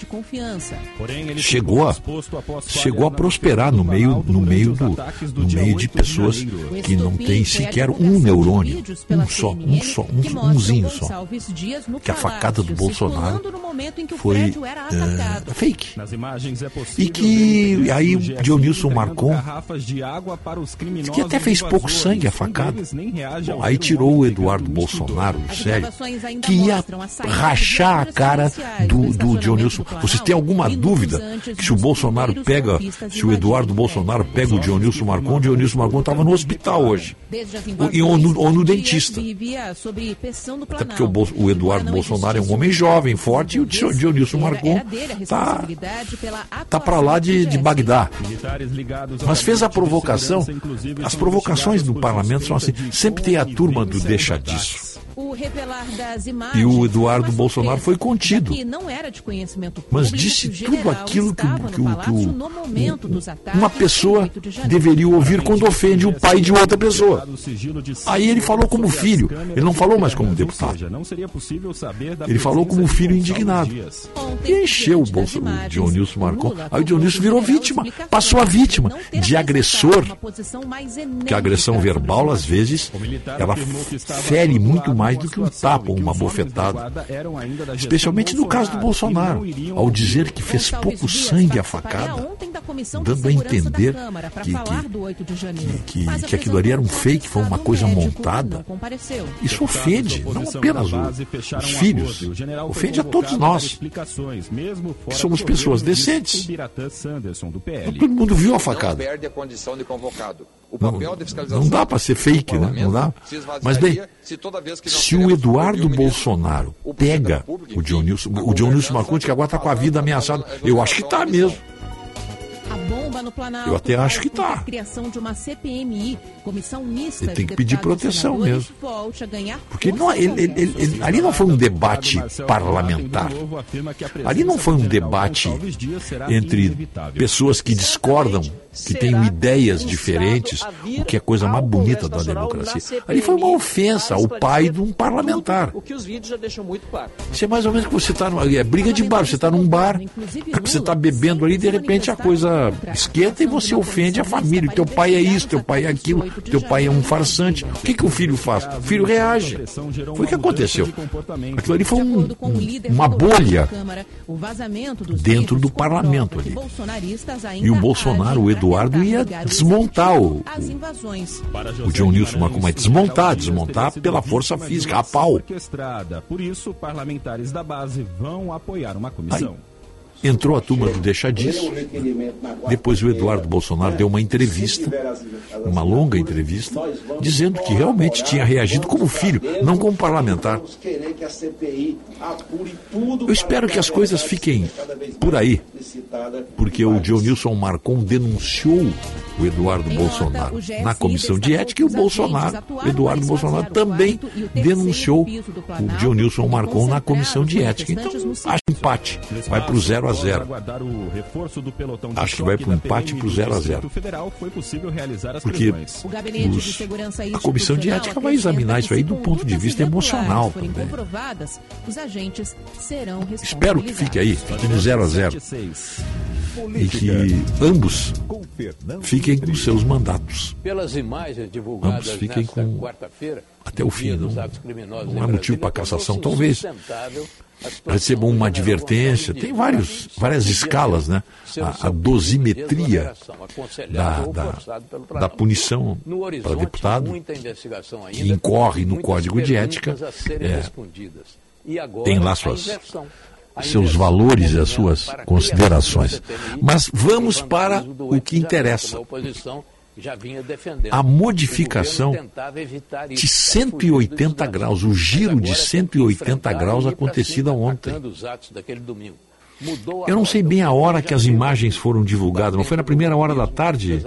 Speaker 3: Chegou a prosperar no meio de pessoas que não têm sequer um neurônio, umzinho só, que a facada do Bolsonaro foi fake. E que aí o Dionilson Marcon, que até fez pouco sangue a facada. Bom, aí tirou o Eduardo Bolsonaro do sério, que ia rachar a cara do Dionilson. Vocês têm alguma dúvida que se o Eduardo Bolsonaro pega o Dionilson Marcon estava no hospital hoje, ou no dentista. Até porque o Eduardo Bolsonaro é um homem jovem, forte, e o Dionilson Marcon tá para lá de Bagdá. Mas fez a provocação. As provocações do parlamento são assim, sempre tem a turma do deixa disso. E o Eduardo Bolsonaro foi contido. Mas disse tudo aquilo que uma pessoa deveria ouvir quando ofende o pai de outra pessoa. Aí ele falou como filho, ele não falou mais como deputado. Ele falou como filho indignado. E encheu o Dionilson Marcon. Aí o Dionilson virou vítima, passou a vítima de agressor, que a agressão verbal, às vezes, ela fere muito mais do que um tapa ou uma bofetada. Especialmente no caso do Bolsonaro, ao dizer que fez pouco sangue a facada, dando a entender que aquilo ali era um fake, foi uma coisa montada. Isso ofende, não apenas os filhos, ofende a todos nós, que somos pessoas decentes. Todo mundo viu a facada. Não dá para ser fake, né? Não dá. Mas bem, se o Eduardo Bolsonaro pega o Dionilson Marcon, que agora está com a vida ameaçada, eu acho que está mesmo.
Speaker 22: Lá no Planalto,
Speaker 3: eu até acho que está.
Speaker 22: A criação de uma CPMI, comissão mista.
Speaker 3: Ele tem que pedir proteção mesmo.
Speaker 22: Volte a ganhar.
Speaker 3: Porque ali não foi um debate parlamentar. Ali não foi um debate entre pessoas que discordam, que têm ideias diferentes, o que é a coisa mais bonita da democracia. Ali foi uma ofensa ao pai de um parlamentar.
Speaker 5: O que os vídeos já deixam muito claro.
Speaker 3: Isso é mais ou menos que você está briga de bar, você está num bar, você está bebendo ali, de repente a coisa esquenta e você ofende a família. Teu pai é isso, teu pai é aquilo, teu pai é um farsante. O que o filho faz? O filho reage. Foi o que aconteceu. Aquilo ali foi uma bolha dentro do parlamento ali. E o Bolsonaro, o Eduardo, ia desmontar o John Nilson, mas desmontar pela força física, a pau.
Speaker 9: Por isso, parlamentares da base vão apoiar uma comissão.
Speaker 3: Entrou a turma do Deixa Disso. Depois o Eduardo Bolsonaro deu uma entrevista, uma longa entrevista, dizendo que realmente tinha reagido como filho, não como parlamentar. Eu espero que as coisas fiquem por aí, porque o John Nilson Marcon denunciou o Eduardo Bolsonaro na comissão de ética e o Eduardo Bolsonaro também denunciou o John Nilson Marcon na comissão de ética. Então, acho empate, vai para o 0-0. Acho que vai para o empate para o 0-0. Porque a comissão de ética vai examinar isso aí do ponto de vista emocional também. Espero que fique aí, fique no 0-0. E que ambos fiquem com seus mandatos.
Speaker 11: Pelas imagens divulgadas nesta quarta-feira,
Speaker 3: até o fim, não há motivo para cassação. Talvez recebam uma advertência. Tem várias escalas, né? A dosimetria da punição para deputado, que incorre no Código de Ética, tem lá seus valores e as suas considerações. Mas vamos para o que interessa. A modificação de 180 graus, o giro de 180 graus acontecido ontem. Eu não sei bem a hora que as imagens foram divulgadas, não foi na primeira hora da tarde?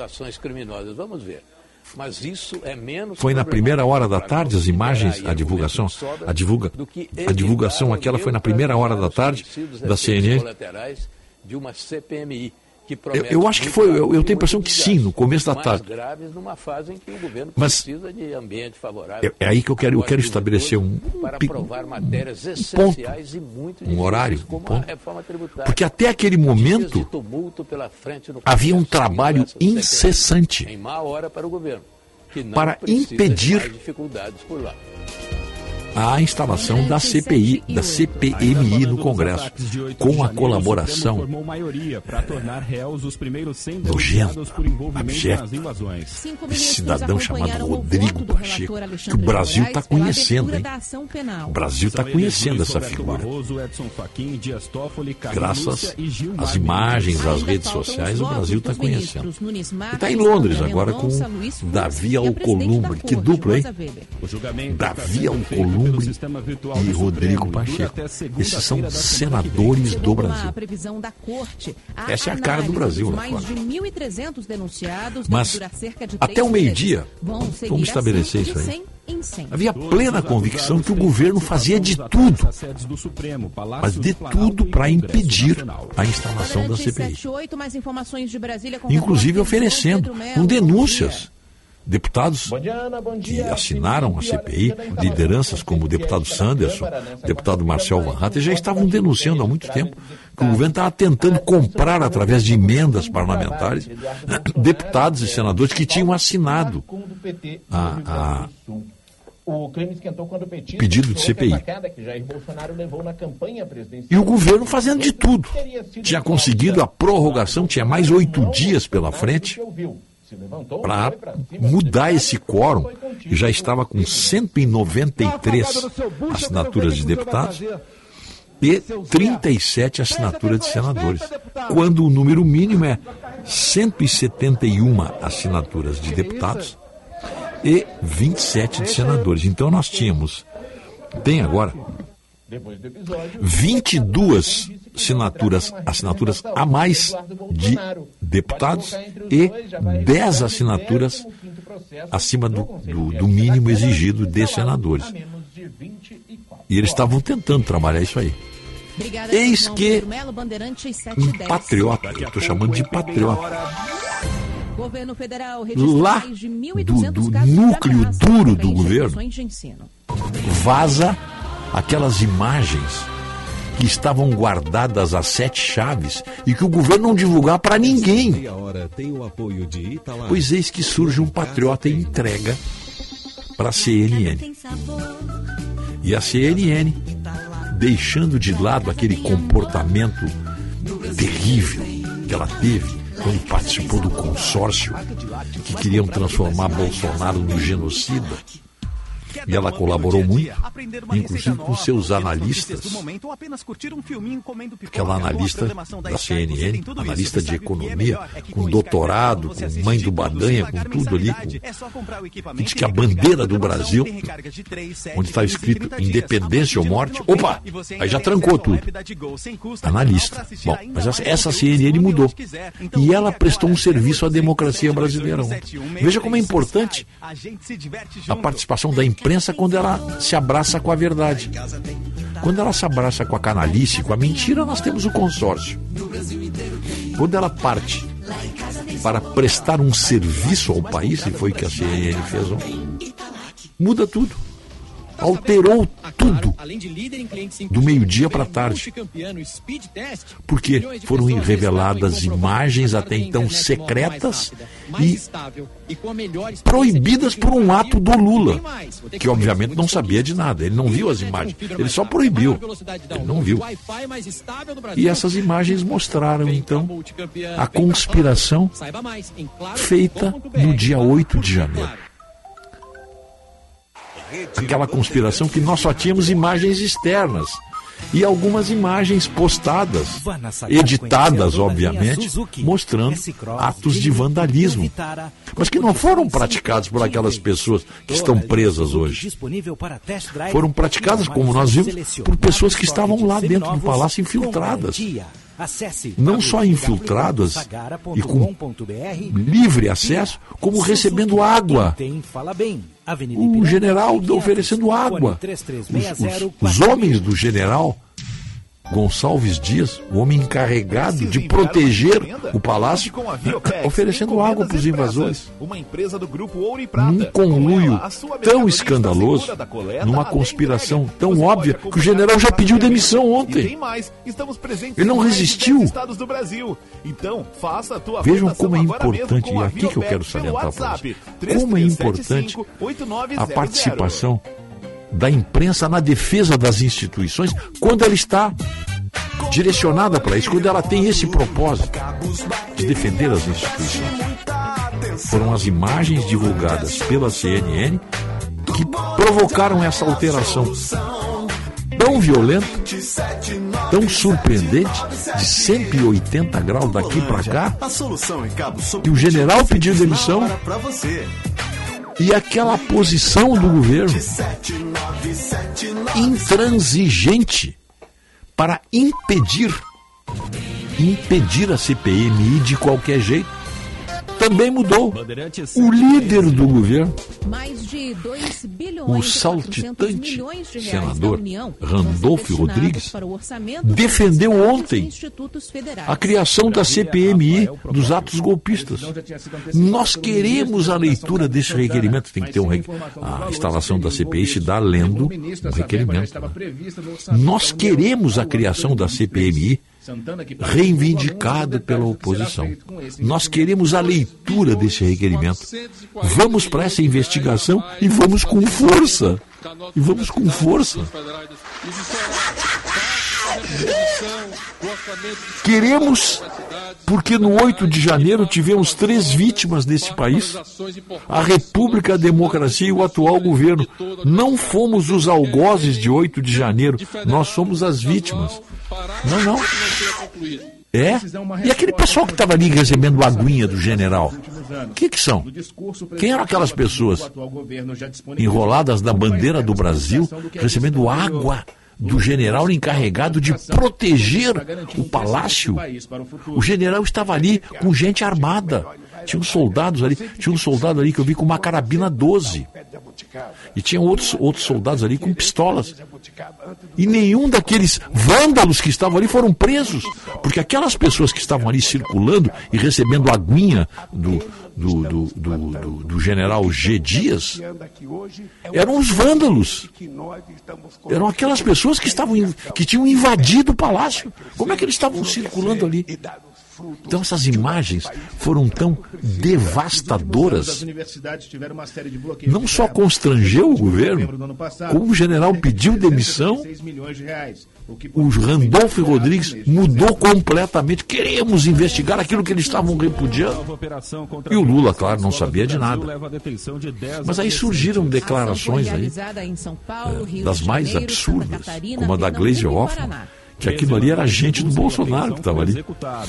Speaker 11: Mas isso é menos.
Speaker 3: Foi na primeira hora da tarde as imagens, a divulgação? A divulgação aquela foi na primeira hora da tarde da CNN?
Speaker 11: De uma CPMI.
Speaker 3: Eu acho que foi, eu tenho a impressão que sim, no começo da tarde. Mas é aí que eu quero estabelecer um ponto, um horário, um ponto. Porque até aquele momento havia um trabalho incessante para impedir a instalação da CPI, da CPMI no Congresso, com a colaboração nojenta, abjeta, desse cidadão chamado Rodrigo Pacheco, que o Brasil está conhecendo, hein? O Brasil está conhecendo essa figura. Graças às imagens, às redes sociais, o Brasil está conhecendo. E está em Londres agora com Davi Alcolumbre. Que dupla, hein? Davi Alcolumbre e Rodrigo Pacheco. Esses são senadores do Brasil. Essa é a cara do Brasil lá fora. Mas até o meio-dia, vamos estabelecer isso aí. Havia plena convicção que o governo fazia de tudo, mas de tudo para impedir a instalação da CPI. Inclusive oferecendo com denúncias. Deputados que assinaram a CPI, lideranças como o deputado Sanderson, o deputado Marcel Van Hatten, já estavam denunciando há muito tempo que o governo estava tentando comprar, através de emendas parlamentares, deputados e senadores que tinham assinado
Speaker 17: o crime esquentou quando o petista
Speaker 3: pedido de CPI.
Speaker 17: Que Jair Bolsonaro levou na campanha presidencial.
Speaker 3: E o governo fazendo de tudo. Tinha conseguido a prorrogação, tinha mais 8 dias pela frente para mudar esse quórum, que já estava com 193 assinaturas de deputados e 37 assinaturas de senadores, quando o número mínimo é 171 assinaturas de deputados e 27 de senadores. Então nós tem agora 22 assinaturas a mais de deputados e 10 assinaturas acima do mínimo exigido de senadores. E eles estavam tentando trabalhar isso aí. Eis que um patriota, eu estou chamando de patriota, lá do núcleo duro do governo, vaza aquelas imagens que estavam guardadas às 7 chaves e que o governo não divulgar para ninguém. Pois eis que surge um patriota e entrega para a CNN. E a CNN, deixando de lado aquele comportamento terrível que ela teve quando participou do consórcio que queriam transformar Bolsonaro no genocida, e ela colaborou muito, inclusive com seus analistas. Aquela analista da CNN, analista de economia, com doutorado, com mãe do Badanha, com tudo ali, que diz que a bandeira do Brasil, onde está escrito independência ou morte, opa, aí já trancou tudo. Analista. Bom, mas essa CNN mudou. E ela prestou um serviço à democracia brasileira ontem. Veja como é importante a participação da imprensa quando ela se abraça com a verdade. Quando ela se abraça com a canalice, com a mentira, nós temos o consórcio. Quando ela parte para prestar um serviço ao país, e foi o que a CNN fez ontem, muda tudo. Alterou tudo do meio-dia para a tarde, porque foram reveladas imagens até então secretas e proibidas por um ato do Lula, que obviamente não sabia de nada, ele não viu as imagens, ele só proibiu, ele não viu. E essas imagens mostraram então a conspiração feita no dia 8 de janeiro. Aquela conspiração que nós só tínhamos imagens externas e algumas imagens postadas, editadas, obviamente, mostrando atos de vandalismo, mas que não foram praticados por aquelas pessoas que estão presas hoje. Foram praticadas, como nós vimos, por pessoas que estavam lá dentro do palácio infiltradas. Não só infiltradas e com livre acesso, como recebendo água. O general oferecendo água. Os homens do general Gonçalves Dias, o homem encarregado de proteger o palácio, oferecendo água para os invasores. Num conluio tão escandaloso, numa conspiração tão óbvia, que o general já pediu demissão ontem. Ele não resistiu. Vejam como é importante, e é aqui que eu quero salientar para vocês, como é importante a participação da imprensa na defesa das instituições quando ela está direcionada para isso, quando ela tem esse propósito de defender as instituições. Foram as imagens divulgadas pela CNN que provocaram essa alteração tão violenta, tão surpreendente, de 180 graus daqui para cá, que o general pediu demissão. E aquela posição do governo intransigente para impedir a CPMI de qualquer jeito, também mudou. O líder do governo, o saltitante senador Randolfo Rodrigues, defendeu ontem a criação da CPMI dos atos golpistas. Nós queremos a leitura desse requerimento. Tem que ter a instalação da CPI se dá lendo um requerimento. Nós queremos a criação da CPMI reivindicada pela oposição. Nós queremos a leitura desse requerimento. Vamos para essa investigação e vamos com força. E vamos com força. Queremos, porque no 8 de janeiro tivemos 3 vítimas nesse país: a República, a democracia e o atual governo. Não fomos os algozes de 8 de janeiro, nós somos as vítimas. Não. É? E aquele pessoal que estava ali recebendo a aguinha do general? O que são? Quem eram aquelas pessoas enroladas na bandeira do Brasil recebendo água do general encarregado de proteger o palácio. O general estava ali com gente armada. Tinha uns soldados ali, que eu vi com uma carabina 12. E tinha outros soldados ali com pistolas. E nenhum daqueles vândalos que estavam ali foram presos. Porque aquelas pessoas que estavam ali circulando e recebendo aguinha do general G. Dias eram os vândalos. Eram aquelas pessoas que tinham invadido o palácio. Como é que eles estavam circulando ali? Então essas imagens foram tão devastadoras. Não só constrangeu o governo, como o general pediu demissão. O Randolfo Rodrigues mudou completamente. Queremos investigar aquilo que eles estavam repudiando. E o Lula, claro, não sabia de nada. Mas aí surgiram declarações aí, das mais absurdas, como a da Gleisi Hoffmann, que aquilo ali era gente do Bolsonaro que estava ali.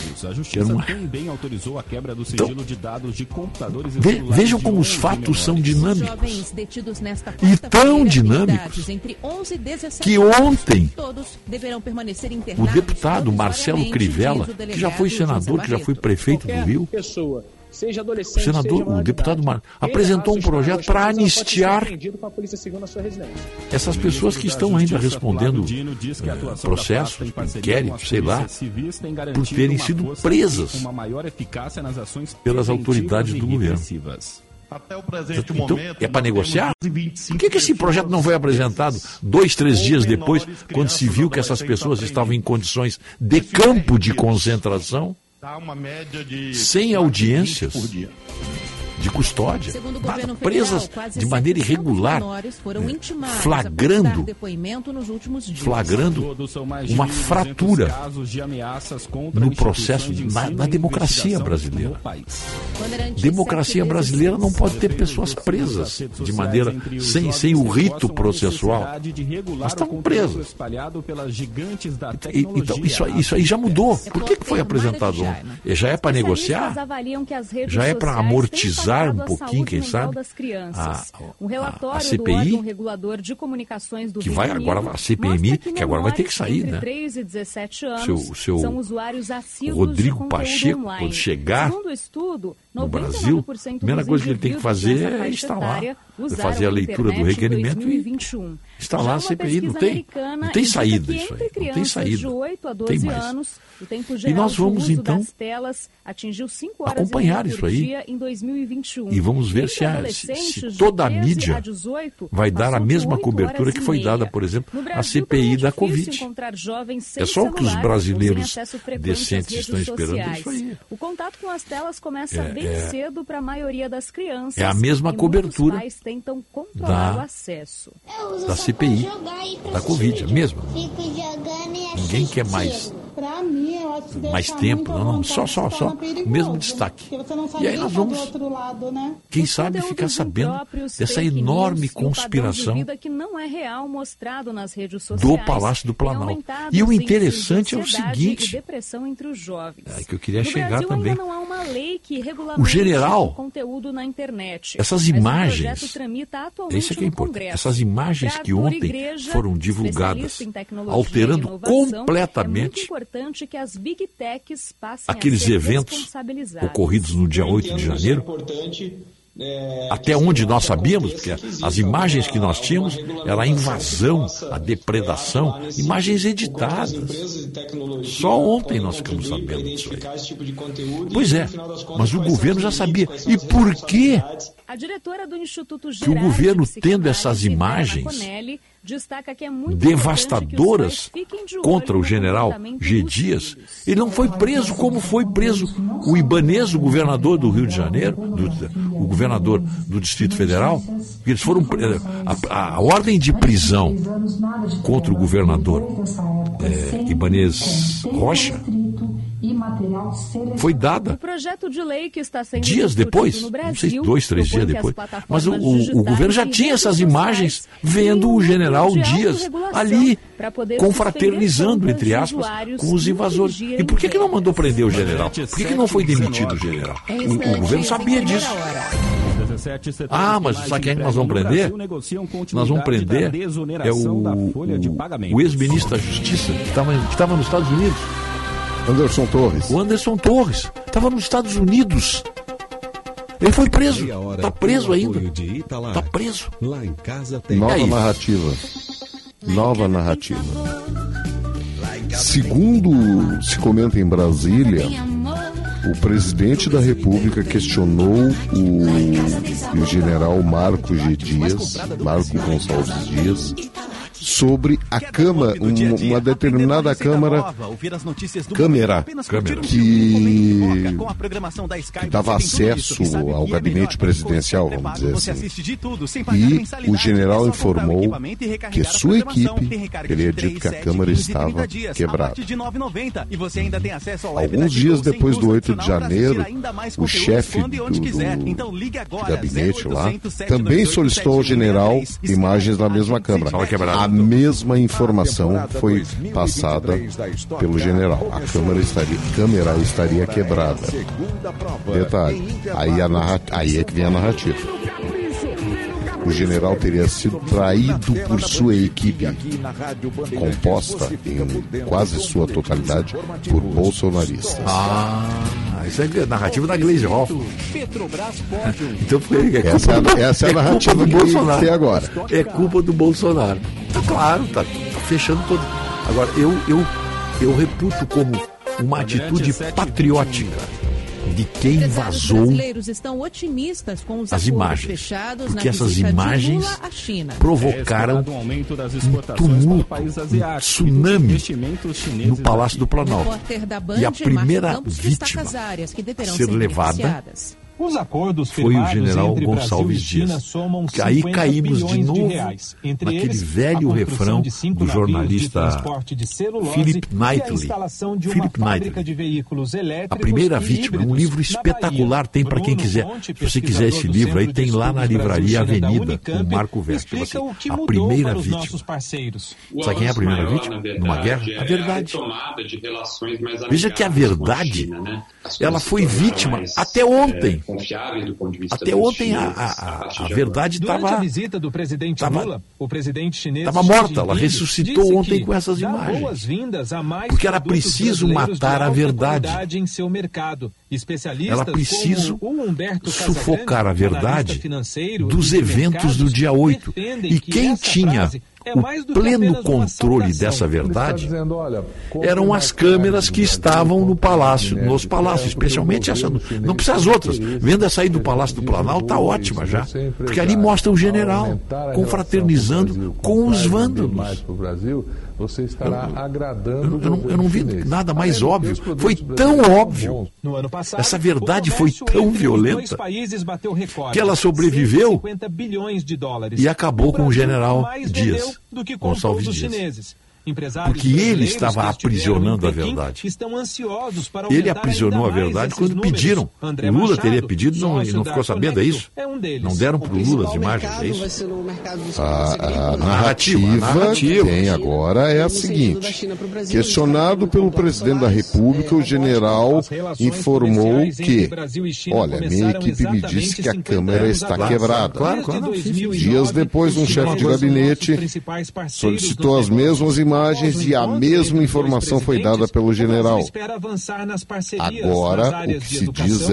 Speaker 3: Então, vejam como os fatos são dinâmicos. E tão dinâmicos que ontem o deputado Marcelo Crivella, que já foi senador, que já foi prefeito do Rio, o deputado apresentou um projeto para anistiar essas pessoas que estão ainda respondendo processo, inquérito, sei lá, por terem sido presas pelas autoridades do governo. Então, é para negociar? Por que esse projeto não foi apresentado 2, 3 dias depois, quando se viu que essas pessoas estavam em condições de campo de concentração? Sem audiências de custódia, presas de maneira irregular, flagrando uma fratura no processo, na democracia brasileira. Democracia brasileira não pode ter pessoas presas de maneira sem o rito processual. Elas estão presas. Então, isso aí já mudou. Por que foi apresentado ontem? Já é para negociar? Já é para amortizar um pouquinho, quem sabe, a CPI, que vai agora, a CPMI, que agora vai ter que sair, né? O seu Rodrigo Pacheco, quando chegar no Brasil, a primeira coisa que ele tem que fazer é instalar, fazer a leitura do requerimento e instalar a CPI. Não tem saída isso aí, não tem saída, tem mais. E nós vamos então acompanhar isso aí e vamos ver se toda a mídia vai dar a mesma cobertura que foi dada, por exemplo, à CPI da Covid. É só o que os brasileiros decentes estão esperando isso aí.
Speaker 5: O contato com as telas começa bem cedo para a maioria das crianças.
Speaker 3: É a mesma cobertura da CPI da Covid, a mesma. Ninguém quer mais tempo, não, só o mesmo destaque. E aí nós vamos, quem sabe, ficar sabendo dessa enorme conspiração do Palácio do Planalto. E o interessante é o seguinte, que eu queria chegar também. O general, essas imagens, isso é que é importante, essas imagens que ontem foram divulgadas, alterando completamente aqueles eventos ocorridos no dia 8 de janeiro, até onde nós sabíamos, porque as imagens que nós tínhamos era a invasão, a depredação, imagens editadas. Só ontem nós ficamos sabendo disso aí. Pois é, mas o governo já sabia. E por quê que o governo, tendo essas imagens devastadoras contra o general G. Dias, ele não foi preso como foi preso o Ibanez, o governador do Rio de Janeiro, o governador do Distrito Federal. Eles foram a ordem de prisão contra o governador Ibanez Rocha foi dada dias depois, não sei, 2, 3 dias depois, mas o governo já tinha essas imagens vendo o general Dias ali confraternizando, entre aspas, com os invasores. E por que não mandou prender o general? Por que não foi demitido o general? O governo sabia disso. mas sabe quem nós vamos prender? Nós vamos prender o ex-ministro da Justiça, que estava nos Estados Unidos.
Speaker 4: Anderson Torres.
Speaker 3: O Anderson Torres estava nos Estados Unidos. Ele foi preso. Está preso ainda. Está preso.
Speaker 2: Lá em casa tem
Speaker 4: Nova narrativa. Segundo se comenta em Brasília, o presidente da República questionou o general Marco Gonçalves Dias, sobre a Câmara, uma determinada câmara que dava acesso ao gabinete presidencial, vamos dizer assim. E o general informou que sua equipe teria dito que a Câmara estava quebrada. Alguns dias depois do 8 de janeiro, o chefe do gabinete lá também solicitou ao general imagens da mesma Câmara. A mesma informação foi passada pelo general. A Câmara estaria quebrada. Detalhe, aí é que vem a narrativa. O general teria sido traído por sua equipe, composta em quase sua totalidade por bolsonaristas.
Speaker 3: Isso é a narrativa da Gleisi Hoffmann. Então,
Speaker 4: essa é a narrativa do Bolsonaro. Tem agora.
Speaker 3: É culpa do Bolsonaro. Tá claro, tá fechando todo. Agora, eu reputo como uma atitude patriótica de quem vazou
Speaker 22: os brasileiros estão otimistas com os
Speaker 3: as imagens,
Speaker 22: fechados
Speaker 3: porque essas imagens provocaram um tumulto, um tsunami no Palácio do Planalto. E a primeira vítima a ser levada foi o general Gonçalves Dias. Aí caímos de novo naquele velho refrão do jornalista Philip Knightley. A primeira vítima, um livro espetacular, tem para quem quiser. Se você quiser esse livro, aí tem lá na livraria Avenida, com o Marco Vespa. A primeira vítima. Sabe quem é a primeira vítima? Numa guerra? A verdade. Veja que a verdade, ela foi vítima até ontem. Até ontem a verdade estava morta. Ela ressuscitou ontem com essas imagens. Porque era preciso matar a verdade. Era preciso sufocar a verdade dos eventos do dia 8. E quem tinha o pleno controle dessa verdade eram as câmeras que estavam no palácio, nos palácios, especialmente essa. Não precisa as outras. Vendo essa aí do Palácio do Planalto, está ótima já. Porque ali mostra o general confraternizando com os vândalos.
Speaker 2: Você estará agradando.
Speaker 3: Eu não vi nada mais óbvio. Foi tão óbvio. Essa verdade foi tão violenta que ela sobreviveu e acabou com o general Dias, Gonçalves Dias. Porque ele estava aprisionando a verdade. Ele aprisionou a verdade quando pediram. O Lula teria pedido e não ficou sabendo, é isso? Não deram para o Lula as imagens, é isso?
Speaker 4: A narrativa que tem agora é a seguinte. Questionado pelo presidente da República, o general informou que, olha, minha equipe me disse que a Câmara está quebrada. Dias depois, um chefe de gabinete solicitou as mesmas imagens e a mesma informação foi dada pelo general. Agora, o que se diz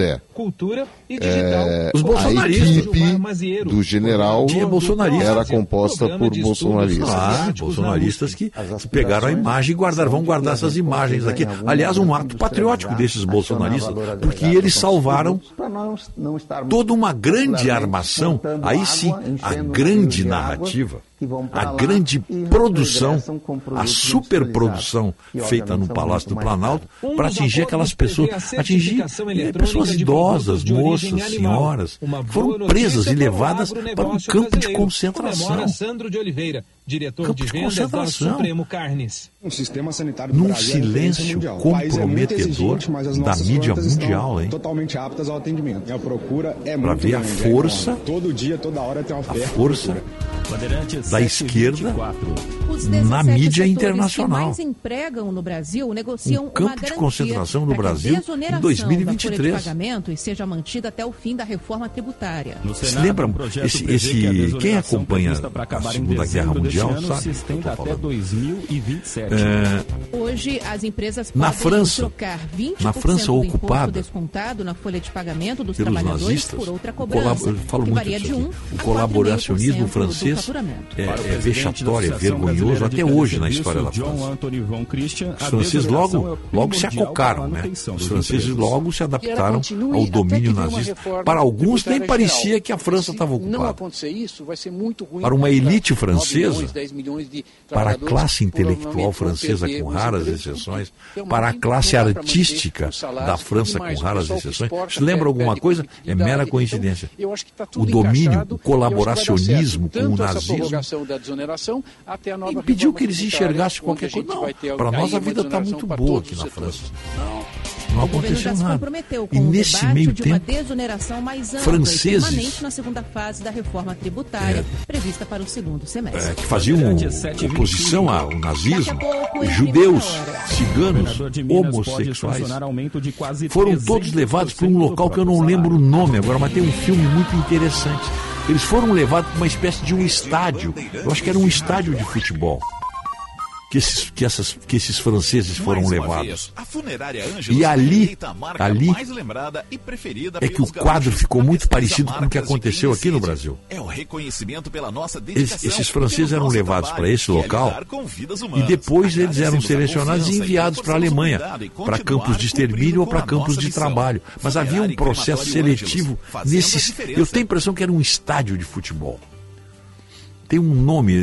Speaker 4: a equipe do general era composta por bolsonaristas.
Speaker 3: Bolsonaristas que pegaram a imagem e vão guardar essas imagens aqui. Aliás, um ato patriótico desses bolsonaristas, porque eles salvaram toda uma grande armação, aí sim, a grande narrativa, a grande produção, a superprodução feita no Palácio do Planalto para atingir aquelas pessoas, pessoas idosas, moças, senhoras, foram presas e levadas para um campo de concentração.
Speaker 10: diretor
Speaker 3: campo
Speaker 10: de
Speaker 3: de
Speaker 10: vendas da
Speaker 3: concentração.
Speaker 10: Supremo Carnes.
Speaker 18: O sistema sanitário do
Speaker 3: Num
Speaker 18: Brasil
Speaker 3: silêncio
Speaker 18: mundial. O país é muito
Speaker 3: comprometedor
Speaker 18: exigente, mas as
Speaker 3: da
Speaker 18: nossas
Speaker 3: mídia
Speaker 18: fronteiras
Speaker 3: mundial,
Speaker 18: estão
Speaker 3: hein?
Speaker 18: totalmente aptas ao atendimento. E a procura é
Speaker 3: Pra
Speaker 18: muito
Speaker 3: ver a
Speaker 18: grande,
Speaker 3: força-
Speaker 18: é enorme. Todo dia, toda hora tem uma
Speaker 3: A
Speaker 18: oferta.
Speaker 3: força da esquerda
Speaker 22: Os
Speaker 3: na
Speaker 22: 17
Speaker 3: mídia
Speaker 22: setores
Speaker 3: internacional.
Speaker 22: que mais empregam no Brasil negociam
Speaker 3: Um campo
Speaker 22: uma
Speaker 3: de
Speaker 22: garantia
Speaker 3: concentração no
Speaker 22: para que a
Speaker 3: Brasil em
Speaker 22: desoneração
Speaker 3: 2023.
Speaker 22: da folha de pagamento e seja mantida até o fim da reforma tributária.
Speaker 3: Se lembra, quem acompanha a Segunda Guerra Mundial sabe
Speaker 9: se
Speaker 3: o que eu
Speaker 9: estende
Speaker 3: tô
Speaker 9: até
Speaker 3: falando.
Speaker 9: 2027.
Speaker 22: Hoje, as empresas
Speaker 3: Na
Speaker 22: podem
Speaker 3: França,
Speaker 22: trocar 20%
Speaker 3: na França
Speaker 22: do
Speaker 3: ocupada
Speaker 22: imposto descontado na folha de pagamento dos
Speaker 3: pelos
Speaker 22: trabalhadores
Speaker 3: nazistas,
Speaker 22: por outra
Speaker 3: eu
Speaker 22: cobrança,
Speaker 3: falo
Speaker 22: que
Speaker 3: muito
Speaker 22: varia
Speaker 3: disso
Speaker 22: de 1
Speaker 3: aqui. O
Speaker 22: a
Speaker 3: colaboracionismo
Speaker 22: 4,5% do
Speaker 3: francês
Speaker 22: faturamento.
Speaker 3: é vexatório, é vergonhoso até hoje na história da França. Os franceses logo se acocaram, né? Os franceses logo se adaptaram ao domínio nazista. Para alguns nem parecia que a França estava
Speaker 11: Não
Speaker 3: ocupada.
Speaker 11: acontecer isso, vai ser muito ruim.
Speaker 3: Para uma elite
Speaker 11: 9
Speaker 3: francesa,
Speaker 11: milhões, 10 milhões de
Speaker 3: para a
Speaker 11: trabalhadores,
Speaker 3: classe intelectual
Speaker 11: provavelmente vão
Speaker 3: francesa
Speaker 11: perder
Speaker 3: com
Speaker 11: os
Speaker 3: raras
Speaker 11: empregos,
Speaker 3: exceções,
Speaker 11: porque
Speaker 3: para a
Speaker 11: realmente
Speaker 3: classe
Speaker 11: não dá pra manter
Speaker 3: artística
Speaker 11: os salários
Speaker 3: da França
Speaker 11: e mais,
Speaker 3: com
Speaker 11: o
Speaker 3: raras
Speaker 11: pessoal que
Speaker 3: exceções,
Speaker 11: exporta,
Speaker 3: se lembra alguma
Speaker 11: perde
Speaker 3: coisa? É
Speaker 11: competitividade.
Speaker 3: mera coincidência.
Speaker 11: Então, eu acho que tá
Speaker 3: O
Speaker 11: tudo
Speaker 3: domínio,
Speaker 11: encaixado,
Speaker 3: o colaboracionismo
Speaker 11: e eu
Speaker 3: com o
Speaker 11: acho que vai dar certo. Tanto essa
Speaker 3: nazismo
Speaker 11: prorrogação da desoneração até a nova
Speaker 3: impediu
Speaker 11: reforma
Speaker 3: que eles
Speaker 11: tributária,
Speaker 3: enxergassem
Speaker 11: onde
Speaker 3: qualquer
Speaker 11: a gente
Speaker 3: coisa.
Speaker 11: vai ter
Speaker 3: Não, para
Speaker 11: aí
Speaker 3: nós a
Speaker 11: uma
Speaker 3: vida está
Speaker 11: desoneração
Speaker 3: muito
Speaker 11: para
Speaker 3: boa
Speaker 11: todos
Speaker 3: aqui
Speaker 11: os
Speaker 3: na
Speaker 11: setores.
Speaker 3: França. Não
Speaker 22: O governo já
Speaker 3: aconteceu
Speaker 22: se
Speaker 3: nada.
Speaker 22: comprometeu
Speaker 3: E
Speaker 22: com o
Speaker 3: nesse
Speaker 22: debate
Speaker 3: meio
Speaker 22: de uma
Speaker 3: tempo,
Speaker 22: desoneração mais ampla
Speaker 3: franceses-
Speaker 22: e permanente na segunda fase da reforma tributária, prevista para o segundo semestre.
Speaker 3: que faziam oposição ao nazismo, judeus, ciganos, homossexuais, foram todos levados para um local que eu não lembro o nome agora, mas tem um filme muito interessante. Eles foram levados para uma espécie de um estádio, eu acho que era um estádio de futebol, que esses franceses foram levados.
Speaker 15: A funerária Ângelos
Speaker 3: E ali,
Speaker 15: eleita a marca
Speaker 3: ali
Speaker 15: mais lembrada e preferida
Speaker 3: é que o
Speaker 15: pelos
Speaker 3: quadro
Speaker 15: gaúchos
Speaker 3: ficou
Speaker 15: na
Speaker 3: muito
Speaker 15: pesquisa
Speaker 3: parecido com o que
Speaker 15: Marcas de
Speaker 3: aconteceu aqui no
Speaker 15: Clean
Speaker 3: Brasil.
Speaker 15: É o reconhecimento pela nossa dedicação.
Speaker 3: Esses franceses
Speaker 15: pelo
Speaker 3: eram
Speaker 15: nosso
Speaker 3: levados
Speaker 15: trabalho,
Speaker 3: para esse
Speaker 15: que é
Speaker 3: local
Speaker 15: lidar com vidas
Speaker 3: e
Speaker 15: humanas.
Speaker 3: depois eles eram
Speaker 15: Agradecemos a
Speaker 3: selecionados e
Speaker 15: confiança
Speaker 3: enviados para a Alemanha,
Speaker 15: responsabilidade e
Speaker 3: para
Speaker 15: continuar
Speaker 3: campos de extermínio
Speaker 15: cumprindo
Speaker 3: ou para
Speaker 15: com a
Speaker 3: campos
Speaker 15: nossa
Speaker 3: de
Speaker 15: missão.
Speaker 3: trabalho. Mas havia um
Speaker 15: Funerária e
Speaker 3: processo
Speaker 15: crematório
Speaker 3: seletivo
Speaker 15: Ângelos, fazendo a
Speaker 3: nesses.
Speaker 15: diferença.
Speaker 3: Eu tenho a impressão que era um estádio de futebol. Tem um nome.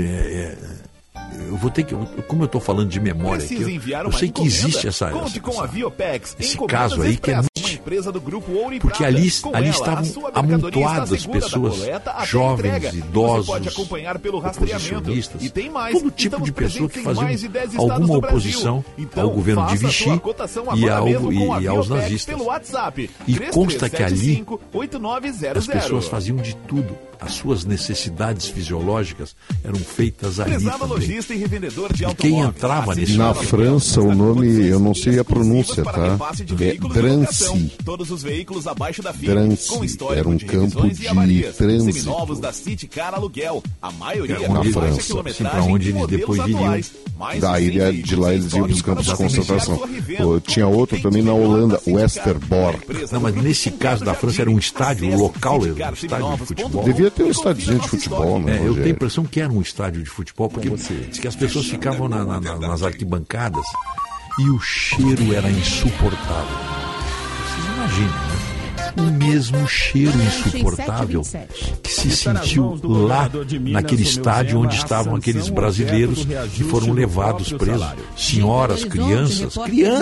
Speaker 3: Eu vou ter que. Como eu estou falando de memória aqui, eu sei que existe
Speaker 15: Conte com a Viopex.
Speaker 3: esse
Speaker 15: Encomendas
Speaker 3: caso aí que é
Speaker 15: Express,
Speaker 3: muito.
Speaker 15: uma empresa do grupo Ouro e
Speaker 3: Porque
Speaker 15: Prata.
Speaker 3: ali
Speaker 15: Com ela,
Speaker 3: estavam
Speaker 15: a sua mercadoria
Speaker 3: amontoadas
Speaker 15: está segura da
Speaker 3: pessoas
Speaker 15: coleta até a
Speaker 3: jovens,
Speaker 15: entrega.
Speaker 3: idosos,
Speaker 15: Você pode acompanhar pelo rastreamento.
Speaker 3: oposicionistas,
Speaker 15: E tem mais.
Speaker 3: todo tipo
Speaker 15: Estamos
Speaker 3: de pessoa que
Speaker 15: presentes em
Speaker 3: faziam
Speaker 15: mais de 10 estados
Speaker 3: alguma
Speaker 15: do Brasil.
Speaker 3: oposição
Speaker 15: Então,
Speaker 3: ao governo de
Speaker 15: faça
Speaker 3: Vichy
Speaker 15: sua cotação
Speaker 3: e
Speaker 15: agora mesmo com a
Speaker 3: aos
Speaker 15: Viopex
Speaker 3: nazistas.
Speaker 15: pelo WhatsApp.
Speaker 3: E consta que ali
Speaker 15: 3375-8900.
Speaker 3: as pessoas faziam de tudo. As suas necessidades fisiológicas eram feitas ali
Speaker 15: Prezado
Speaker 3: também.
Speaker 15: lojista e revendedor de
Speaker 3: E quem entrava nesse
Speaker 4: Na
Speaker 3: local-
Speaker 4: França, o nome, eu não sei a pronúncia, tá? É Drancy.
Speaker 15: Todos os veículos abaixo da fila,
Speaker 4: Drancy.
Speaker 15: com histórico
Speaker 4: Era um
Speaker 15: de
Speaker 4: campo
Speaker 15: revisões e
Speaker 4: de
Speaker 15: avarias.
Speaker 4: trânsito.
Speaker 15: Seminovos da City Car Aluguel. A maioria
Speaker 3: Na
Speaker 15: com baixa
Speaker 3: França,
Speaker 15: quilometragem
Speaker 3: sim, pra onde
Speaker 15: e
Speaker 3: eles
Speaker 15: modelos
Speaker 3: depois viriam.
Speaker 15: atuais. Mais de
Speaker 4: Daí
Speaker 15: 100
Speaker 4: de lá eles iam para os campos de concentração. Tinha outro também na Holanda, Westerbork.
Speaker 3: Não, mas nesse caso da França era um estádio, o local era um estádio de futebol.
Speaker 4: Devia ter um estádiozinho de futebol, né?
Speaker 3: Eu tenho a
Speaker 4: Rogério?
Speaker 3: impressão que era um estádio de futebol, porque diz que as pessoas ficavam nas arquibancadas e o cheiro era insuportável. Vocês imaginem, né? O mesmo cheiro insuportável que se sentiu lá naquele estádio onde estavam aqueles brasileiros que foram levados presos. Senhoras, criança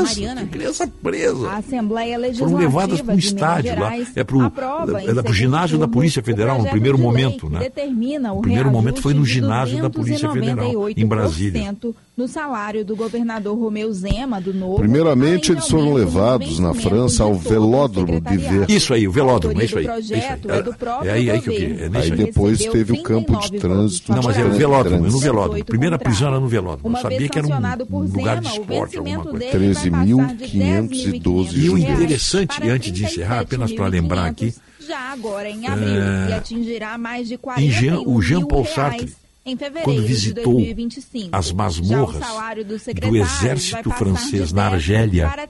Speaker 3: presa.
Speaker 5: A Assembleia
Speaker 3: Foram
Speaker 5: Legislativa
Speaker 3: levadas para um
Speaker 5: de Minas
Speaker 3: estádio lá.
Speaker 5: Gerais
Speaker 3: É para
Speaker 5: aprova em
Speaker 3: o ginásio
Speaker 5: segundo
Speaker 3: da Polícia
Speaker 5: turno
Speaker 3: Federal,
Speaker 5: o
Speaker 3: no
Speaker 5: projeto
Speaker 3: primeiro
Speaker 5: de lei
Speaker 3: momento,
Speaker 5: que
Speaker 3: né?
Speaker 5: determina
Speaker 3: O primeiro momento foi no
Speaker 5: reajuste de
Speaker 3: ginásio da Polícia Federal, em Brasília.
Speaker 5: 298% no salário do governador Romeu Zema, do Novo.
Speaker 4: Primeiramente,
Speaker 5: além
Speaker 4: eles
Speaker 5: de
Speaker 4: foram
Speaker 5: aumento no
Speaker 4: levados na
Speaker 5: vencimento
Speaker 4: França ao
Speaker 5: de todo o
Speaker 4: velódromo de
Speaker 5: secretariado.
Speaker 4: Ver.
Speaker 3: Isso aí, o velódromo,
Speaker 5: A
Speaker 3: é isso aí.
Speaker 5: autoria do projeto é do próprio
Speaker 3: É aí que eu
Speaker 5: governo.
Speaker 3: queria. É
Speaker 4: Aí
Speaker 3: nisso aí.
Speaker 4: depois
Speaker 5: Recebeu
Speaker 4: teve o campo de
Speaker 5: 39
Speaker 4: trânsito.
Speaker 3: Não, mas é o
Speaker 5: Trânsito.
Speaker 3: velódromo, é no velódromo.
Speaker 5: 18
Speaker 3: Primeira
Speaker 5: contratos.
Speaker 3: prisão era no velódromo. Eu
Speaker 5: Uma
Speaker 3: sabia
Speaker 5: vez
Speaker 3: que era
Speaker 5: sancionado por
Speaker 3: um lugar de
Speaker 5: Zema, o
Speaker 3: esporte, alguma
Speaker 5: vencimento
Speaker 3: coisa.
Speaker 5: dele vai passar de
Speaker 4: 13.512
Speaker 3: E o
Speaker 5: R$ 10.500
Speaker 3: interessante,
Speaker 5: para
Speaker 3: antes de encerrar, apenas para lembrar aqui,
Speaker 5: já agora em abril, e atingirá mais de
Speaker 3: o Jean Paul
Speaker 5: R$41.000
Speaker 3: Sartre,
Speaker 5: em fevereiro
Speaker 3: quando
Speaker 5: de
Speaker 3: visitou
Speaker 5: 2025.
Speaker 3: as
Speaker 5: Já o
Speaker 3: masmorras
Speaker 5: salário do
Speaker 3: do
Speaker 5: secretário
Speaker 3: exército
Speaker 5: vai passar
Speaker 3: francês
Speaker 5: de
Speaker 3: na
Speaker 5: 10
Speaker 3: Argélia.
Speaker 5: para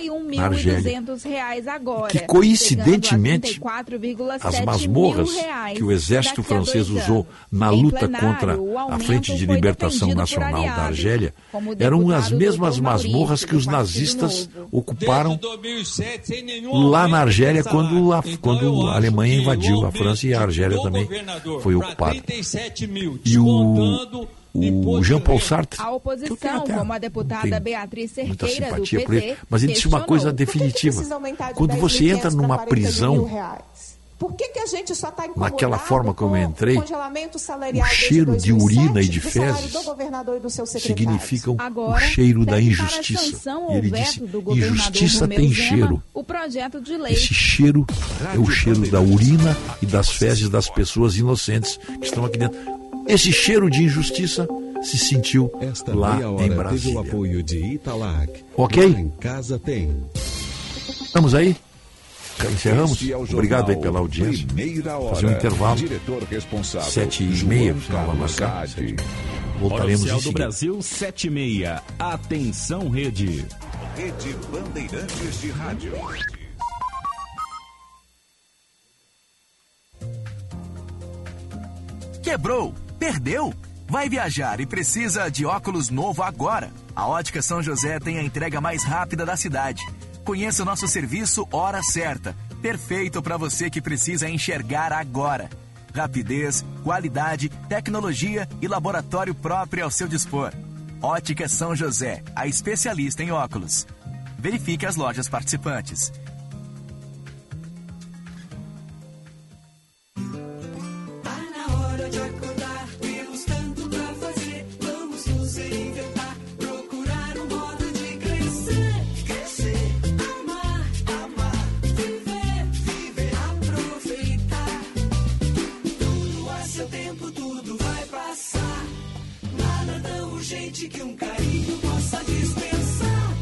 Speaker 5: R$31.200 agora.
Speaker 3: Que coincidentemente,
Speaker 5: chegando a R$34,7
Speaker 3: as masmorras
Speaker 5: mil
Speaker 3: que o exército
Speaker 5: daqui a 2
Speaker 3: francês usou
Speaker 5: anos.
Speaker 3: na
Speaker 5: Em
Speaker 3: luta
Speaker 5: plenário,
Speaker 3: contra
Speaker 5: o
Speaker 3: a
Speaker 5: aumento
Speaker 3: Frente de
Speaker 5: foi
Speaker 3: Libertação
Speaker 5: defendido por
Speaker 3: Nacional da
Speaker 5: aliados,
Speaker 3: Argélia,
Speaker 5: como o
Speaker 3: eram
Speaker 5: deputado
Speaker 3: as mesmas
Speaker 5: Dr.
Speaker 3: masmorras
Speaker 5: Maurício,
Speaker 3: que os
Speaker 5: do Partido
Speaker 3: nazistas
Speaker 5: Novo.
Speaker 3: ocuparam
Speaker 19: Desde 2007, sem nenhum
Speaker 3: lá na
Speaker 19: aumento
Speaker 3: Argélia
Speaker 19: de salário.
Speaker 3: quando a Alemanha
Speaker 19: que
Speaker 3: invadiu
Speaker 19: o
Speaker 3: a França e a
Speaker 19: aumento
Speaker 3: Argélia
Speaker 19: do
Speaker 3: também
Speaker 19: governador
Speaker 3: foi
Speaker 19: para
Speaker 3: ocupada.
Speaker 19: 37 mil,
Speaker 3: E o
Speaker 19: descontando
Speaker 3: Jean Paul Sartre,
Speaker 5: A
Speaker 3: que eu
Speaker 5: oposição,
Speaker 3: tenho até
Speaker 5: como a deputada
Speaker 3: tenho
Speaker 5: Beatriz
Speaker 3: muita
Speaker 5: Cerqueira, do
Speaker 3: simpatia por ele,
Speaker 5: PT,
Speaker 3: mas ele disse uma coisa
Speaker 5: questionou.
Speaker 3: definitiva. Quando você entra numa prisão,
Speaker 21: Por que
Speaker 10: a gente só está incomodado
Speaker 3: naquela forma como eu entrei,
Speaker 10: congelamento salarial
Speaker 3: o cheiro de urina e de fezes significam o cheiro da injustiça. E ele disse, injustiça tem cheiro.
Speaker 21: O projeto de lei.
Speaker 3: Esse cheiro é o cheiro da urina e das fezes das pessoas inocentes que estão aqui dentro. Esse cheiro de injustiça se sentiu lá em Brasília.
Speaker 14: O apoio de Italac.
Speaker 3: Ok?
Speaker 14: Em casa tem.
Speaker 3: Estamos aí? Encerramos? Obrigado aí pela audiência. Fazer um intervalo. 7h30, final vai marcar. Voltaremos
Speaker 9: Oficial
Speaker 3: em
Speaker 9: do Brasil 7h30. Atenção, Rede.
Speaker 12: Rede Bandeirantes de Rádio.
Speaker 23: Quebrou? Perdeu? Vai viajar e precisa de óculos novo agora? A Ótica São José tem a entrega mais rápida da cidade. Conheça o nosso serviço Hora Certa. Perfeito para você que precisa enxergar agora. Rapidez, qualidade, tecnologia e laboratório próprio ao seu dispor. Ótica São José, a especialista em óculos. Verifique as lojas participantes.
Speaker 24: Que um carinho possa dispensar.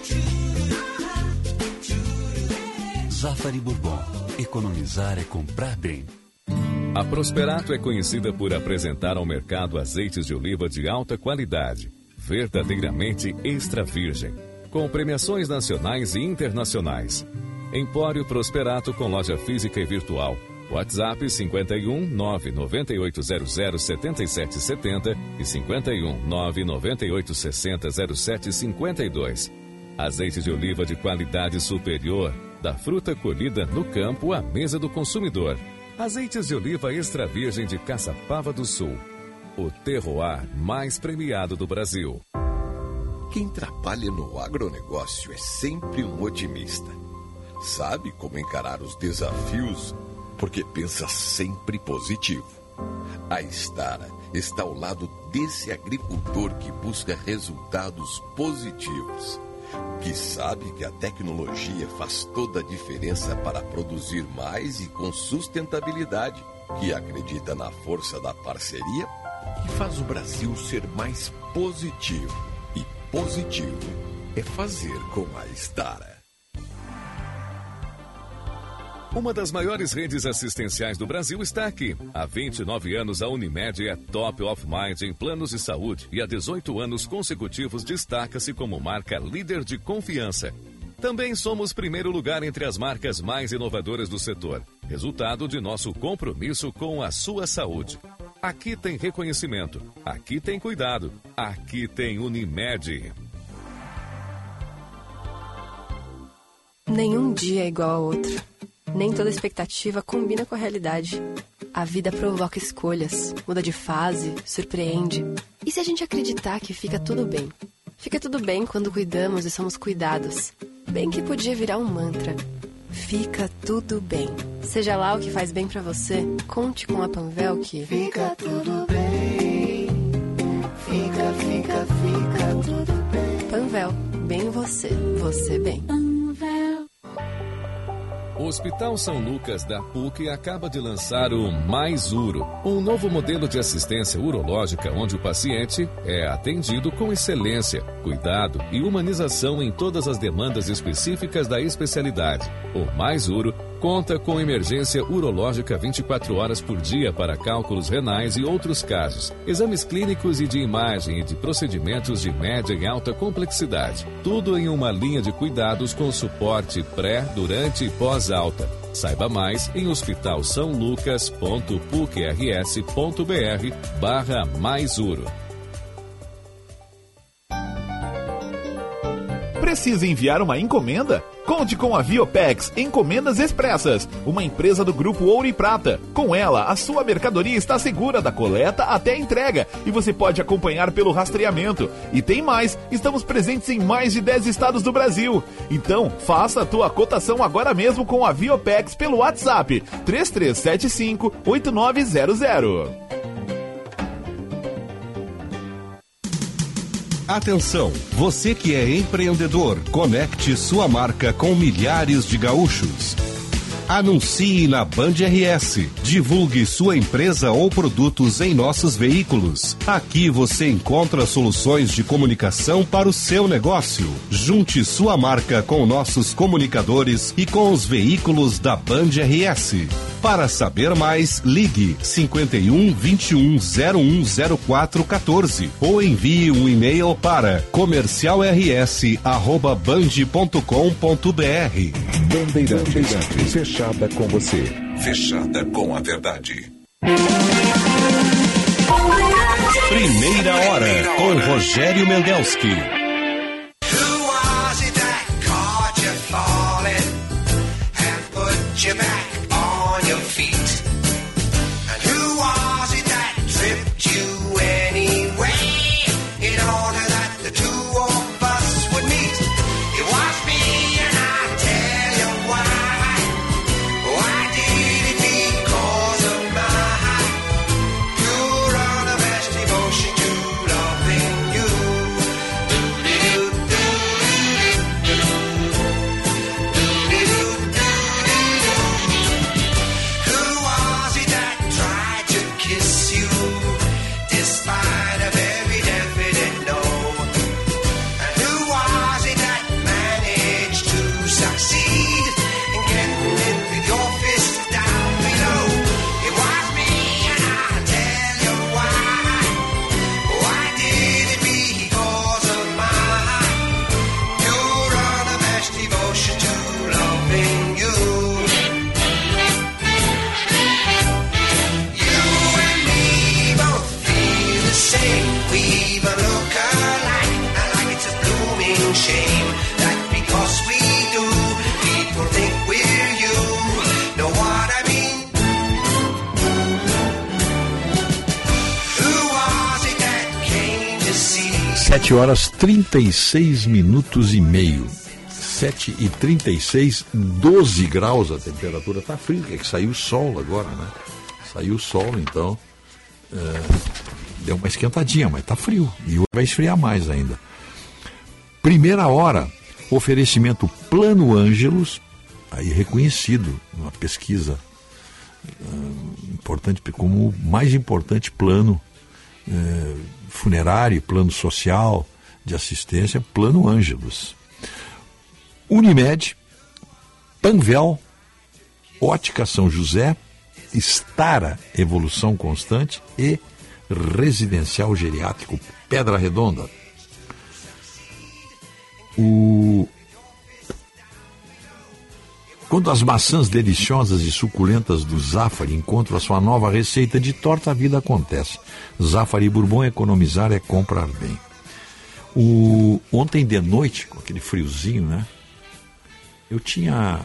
Speaker 12: Zafari Bourbon. Economizar é comprar bem.
Speaker 7: A Prosperato é conhecida por apresentar ao mercado azeites de oliva de alta qualidade, verdadeiramente extra virgem, com premiações nacionais e internacionais. Empório Prosperato com loja física e virtual. WhatsApp 51 99800 7770 e 51 99860 0752. Azeite de oliva de qualidade superior, da fruta colhida no campo à mesa do consumidor. Azeites de oliva extra virgem de Caçapava do Sul. O terroir mais premiado do Brasil.
Speaker 25: Quem trabalha no agronegócio é sempre um otimista. Sabe como encarar os desafios, porque pensa sempre positivo. A Stara está ao lado desse agricultor que busca resultados positivos, que sabe que a tecnologia faz toda a diferença para produzir mais e com sustentabilidade, que acredita na força da parceria e faz o Brasil ser mais positivo. E positivo é fazer com a Stara.
Speaker 7: Uma das maiores redes assistenciais do Brasil está aqui. Há 29 anos, a Unimed é top of mind em planos de saúde e há 18 anos consecutivos destaca-se como marca líder de confiança. Também somos primeiro lugar entre as marcas mais inovadoras do setor, resultado de nosso compromisso com a sua saúde. Aqui tem reconhecimento, aqui tem cuidado, aqui tem Unimed.
Speaker 26: Nenhum dia é igual ao outro. Nem toda expectativa combina com a realidade. A vida provoca escolhas, muda de fase, surpreende. E se a gente acreditar que fica tudo bem? Fica tudo bem quando cuidamos e somos cuidados. Bem que podia virar um mantra. Fica tudo bem. Seja lá o que faz bem pra você, conte com a Panvel que...
Speaker 24: Fica tudo bem. Fica tudo bem.
Speaker 26: Panvel, bem você, você bem.
Speaker 7: O Hospital São Lucas da PUC acaba de lançar o Mais Uro, um novo modelo de assistência urológica onde o paciente é atendido com excelência, cuidado e humanização em todas as demandas específicas da especialidade. O Mais Uro conta com emergência urológica 24 horas por dia para cálculos renais e outros casos, exames clínicos e de imagem e de procedimentos de média e alta complexidade. Tudo em uma linha de cuidados com suporte pré, durante e pós-alta. Saiba mais em hospitalsaulucas.pucrs.br/maisuro.
Speaker 15: Precisa enviar uma encomenda? Conte com a Viopex Encomendas Expressas, uma empresa do Grupo Ouro e Prata. Com ela, a sua mercadoria está segura da coleta até a entrega e você pode acompanhar pelo rastreamento. E tem mais, estamos presentes em mais de 10 estados do Brasil. Então, faça a tua cotação agora mesmo com a Viopex pelo WhatsApp 3375-8900.
Speaker 1: Atenção, você que é empreendedor, conecte sua marca com milhares de gaúchos. Anuncie na Band RS. Divulgue sua empresa ou produtos em nossos veículos. Aqui você encontra soluções de comunicação para o seu negócio. Junte sua marca com nossos comunicadores e com os veículos da Band RS. Para saber mais, ligue 51 21 01 04 14 ou envie um e-mail para comercialrs@band.com.br.
Speaker 14: Bandeirantes, fechada com você. Fechada com a verdade.
Speaker 1: Primeira hora com Rogério Mendelski.
Speaker 3: Horas 36 minutos e meio. 7h36, 12 graus a temperatura. Tá frio, é que saiu o sol agora, né? Saiu o sol, então deu uma esquentadinha, mas tá frio. E hoje vai esfriar mais ainda. Primeira hora, oferecimento Plano Ângelos, aí reconhecido numa pesquisa importante, como o mais importante plano funerário, plano social de assistência, Plano Ângelos. Unimed, Panvel, Ótica São José, Stara Evolução Constante e Residencial Geriátrico Pedra Redonda. Quando as maçãs deliciosas e suculentas do Zafari encontram a sua nova receita de torta, a vida acontece. Zafari Bourbon, economizar é comprar bem. Ontem de noite, com aquele friozinho, né? Eu tinha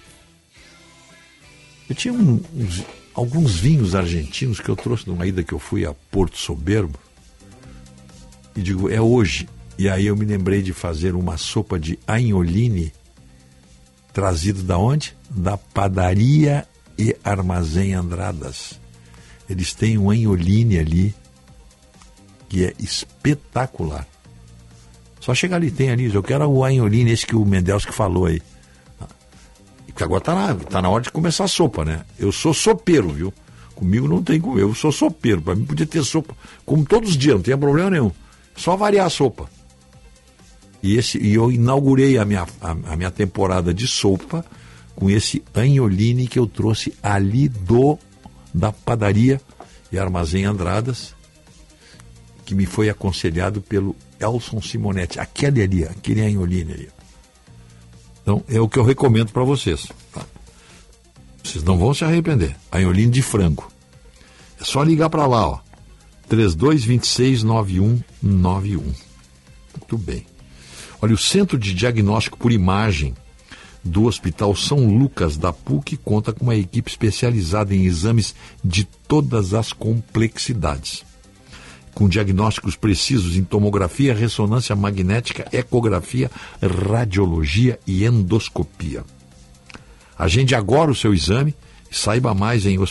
Speaker 3: alguns vinhos argentinos que eu trouxe numa ida que eu fui a Porto Soberbo. E digo, é hoje. E aí eu me lembrei de fazer uma sopa de agnoline, trazido da onde? Da Padaria e Armazém Andradas. Eles têm um agnoline ali que é espetacular. Só chegar ali, tem ali, eu quero o agnoline, esse que o Mendelski falou aí. Porque agora tá na hora de começar a sopa, né? Eu sou sopeiro, viu? Comigo não tem como, eu sou sopeiro. Para mim podia ter sopa, como todos os dias, não tinha problema nenhum. Só variar a sopa. E eu inaugurei a minha temporada de sopa com esse agnoline que eu trouxe ali da Padaria e Armazém Andradas, que me foi aconselhado pelo Elson Simonetti. Aquele agnoline ali. Então, é o que eu recomendo para vocês. Tá? Vocês não vão se arrepender. Agnoline de frango. É só ligar para lá, ó. 3226-9191. Muito bem. Olha, o Centro de Diagnóstico por Imagem do Hospital São Lucas da PUC conta com uma equipe especializada em exames de todas as complexidades, com diagnósticos precisos em tomografia, ressonância magnética, ecografia, radiologia e endoscopia. Agende agora o seu exame e saiba mais em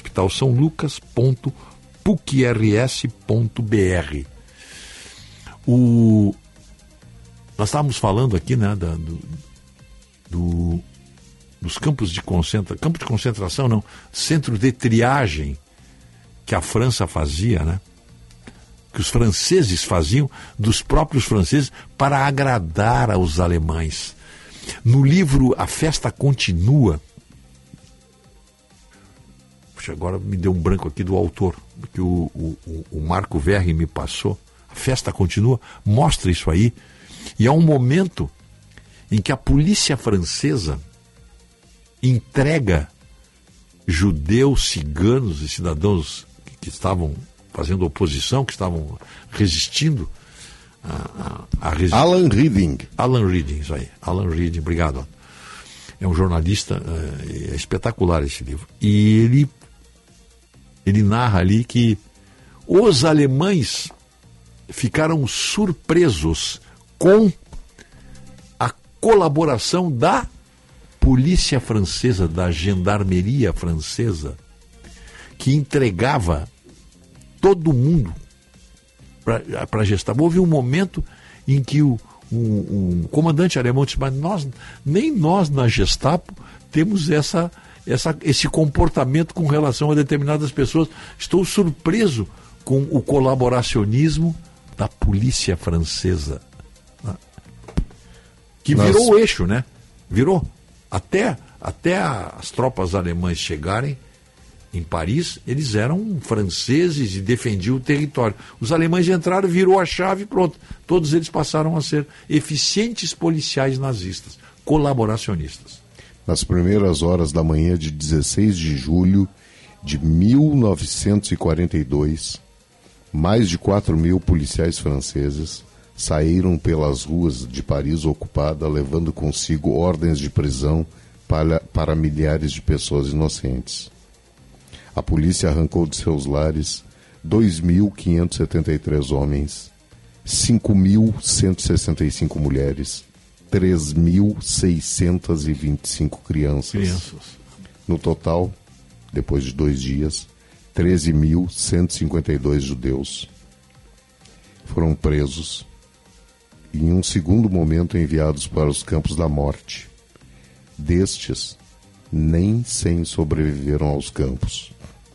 Speaker 3: hospitalsaolucas.pucrs.br. Nós estávamos falando aqui, né, dos campos de concentração, não, centro de triagem que a França fazia, né? Que os franceses faziam dos próprios franceses para agradar aos alemães. No livro A Festa Continua, puxa, agora me deu um branco aqui do autor, que o Marco Verri me passou. A Festa Continua mostra isso aí, e há um momento em que a polícia francesa entrega judeus, ciganos e cidadãos que estavam fazendo oposição, que estavam resistindo a
Speaker 4: Alan Reading.
Speaker 3: Alan Reading, isso aí. Alan Reading, obrigado. É um jornalista, é espetacular esse livro. E ele narra ali que os alemães ficaram surpresos com a colaboração da polícia francesa, da gendarmeria francesa, que entregava todo mundo para a Gestapo. Houve um momento em que o comandante alemão disse: mas nem nós na Gestapo temos esse comportamento com relação a determinadas pessoas. Estou surpreso com o colaboracionismo da polícia francesa, que virou o eixo, né? Virou. Até as tropas alemãs chegarem em Paris, eles eram franceses e defendiam o território. Os alemães entraram, virou a chave e pronto. Todos eles passaram a ser eficientes policiais nazistas, colaboracionistas.
Speaker 4: Nas primeiras horas da manhã de 16 de julho de 1942, mais de 4.000 policiais franceses saíram pelas ruas de Paris ocupada, levando consigo ordens de prisão para milhares de pessoas inocentes. A polícia arrancou de seus lares 2.573 homens, 5.165 mulheres, 3.625 crianças. No total, depois de 2 dias, 13.152 judeus foram presos e, em um segundo momento, enviados para os campos da morte. Destes, nem 100 sobreviveram aos campos.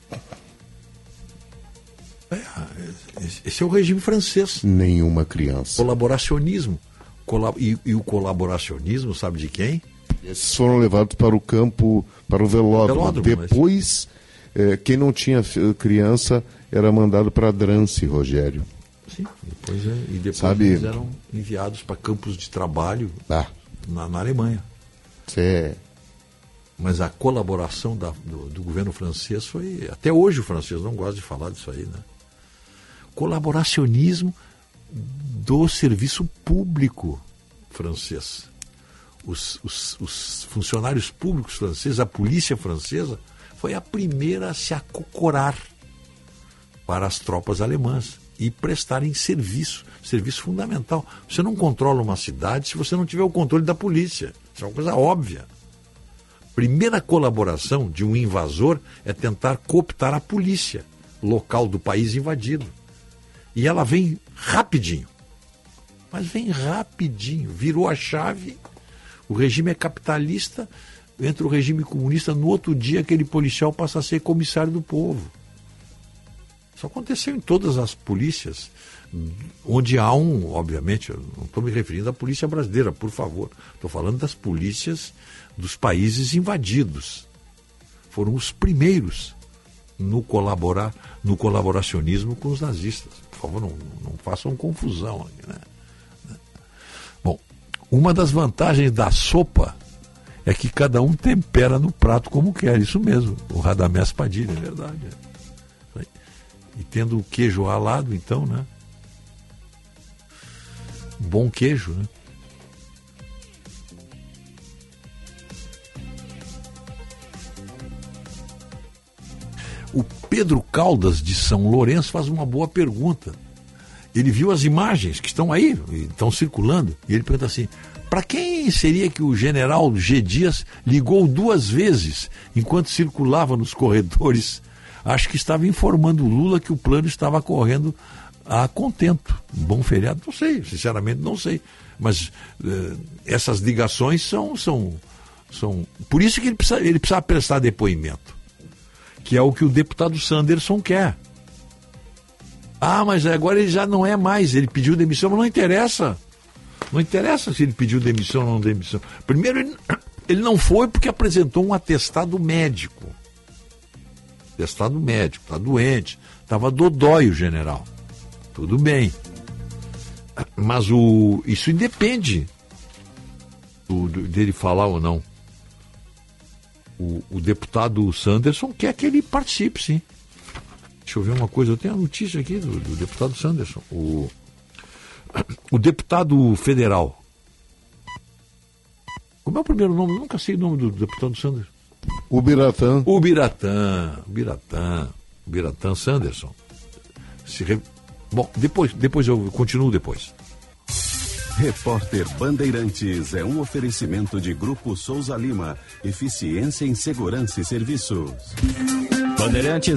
Speaker 3: Esse é o regime francês.
Speaker 4: Nenhuma criança.
Speaker 3: Colaboracionismo. E o colaboracionismo, sabe de quem?
Speaker 4: Esses foram levados para o campo, para o velódromo. Depois, quem não tinha criança era mandado para Drancy, Rogério.
Speaker 3: Sim, depois eles eram enviados para campos de trabalho na Alemanha. Mas a colaboração do governo francês foi... Até hoje o francês não gosta de falar disso aí, né? Colaboracionismo do serviço público francês. Os funcionários públicos franceses, a polícia francesa, foi a primeira a se acocorar para as tropas alemãs e prestarem serviço fundamental. Você não controla uma cidade se você não tiver o controle da polícia. Isso é uma coisa óbvia. Primeira colaboração de um invasor é tentar cooptar a polícia local do país invadido. E ela vem rapidinho. Mas vem rapidinho. Virou a chave. O regime é capitalista. Entra o regime comunista. No outro dia, aquele policial passa a ser comissário do povo. Isso aconteceu em todas as polícias. Onde há obviamente, eu não estou me referindo à polícia brasileira, por favor. Estou falando das polícias dos países invadidos. Foram os primeiros no colaboracionismo com os nazistas. Por favor, não façam confusão aqui, né? Bom, uma das vantagens da sopa é que cada um tempera no prato como quer. Isso mesmo, o Radamés Padilha, é verdade. E tendo o queijo ralado, então, né? Bom queijo, né? O Pedro Caldas, de São Lourenço, faz uma boa pergunta. Ele viu as imagens que estão aí, estão circulando, e ele pergunta assim: para quem seria que o general G. Dias ligou 2 vezes enquanto circulava nos corredores? Acho que estava informando o Lula que o plano estava correndo a contento. Um bom feriado, não sei, sinceramente não sei. Mas essas ligações são... Por isso que ele precisa prestar depoimento, que é o que o deputado Sanderson quer. Ah, mas agora ele já não é mais, ele pediu demissão, mas não interessa. Não interessa se ele pediu demissão ou não demissão. Primeiro, ele não foi porque apresentou um atestado médico. Atestado médico, está doente, estava dodói o general. Tudo bem. Mas isso independe dele falar ou não. O deputado Sanderson quer que ele participe, sim. Deixa eu ver uma coisa, eu tenho a notícia aqui do deputado Sanderson. O deputado federal. Como é o primeiro nome? Eu nunca sei o nome do deputado Sanderson.
Speaker 4: Ubiratã Sanderson. Bom, depois eu continuo depois.
Speaker 6: Repórter Bandeirantes é um oferecimento de Grupo Souza Lima. Eficiência em Segurança e Serviços.
Speaker 9: Bandeirantes,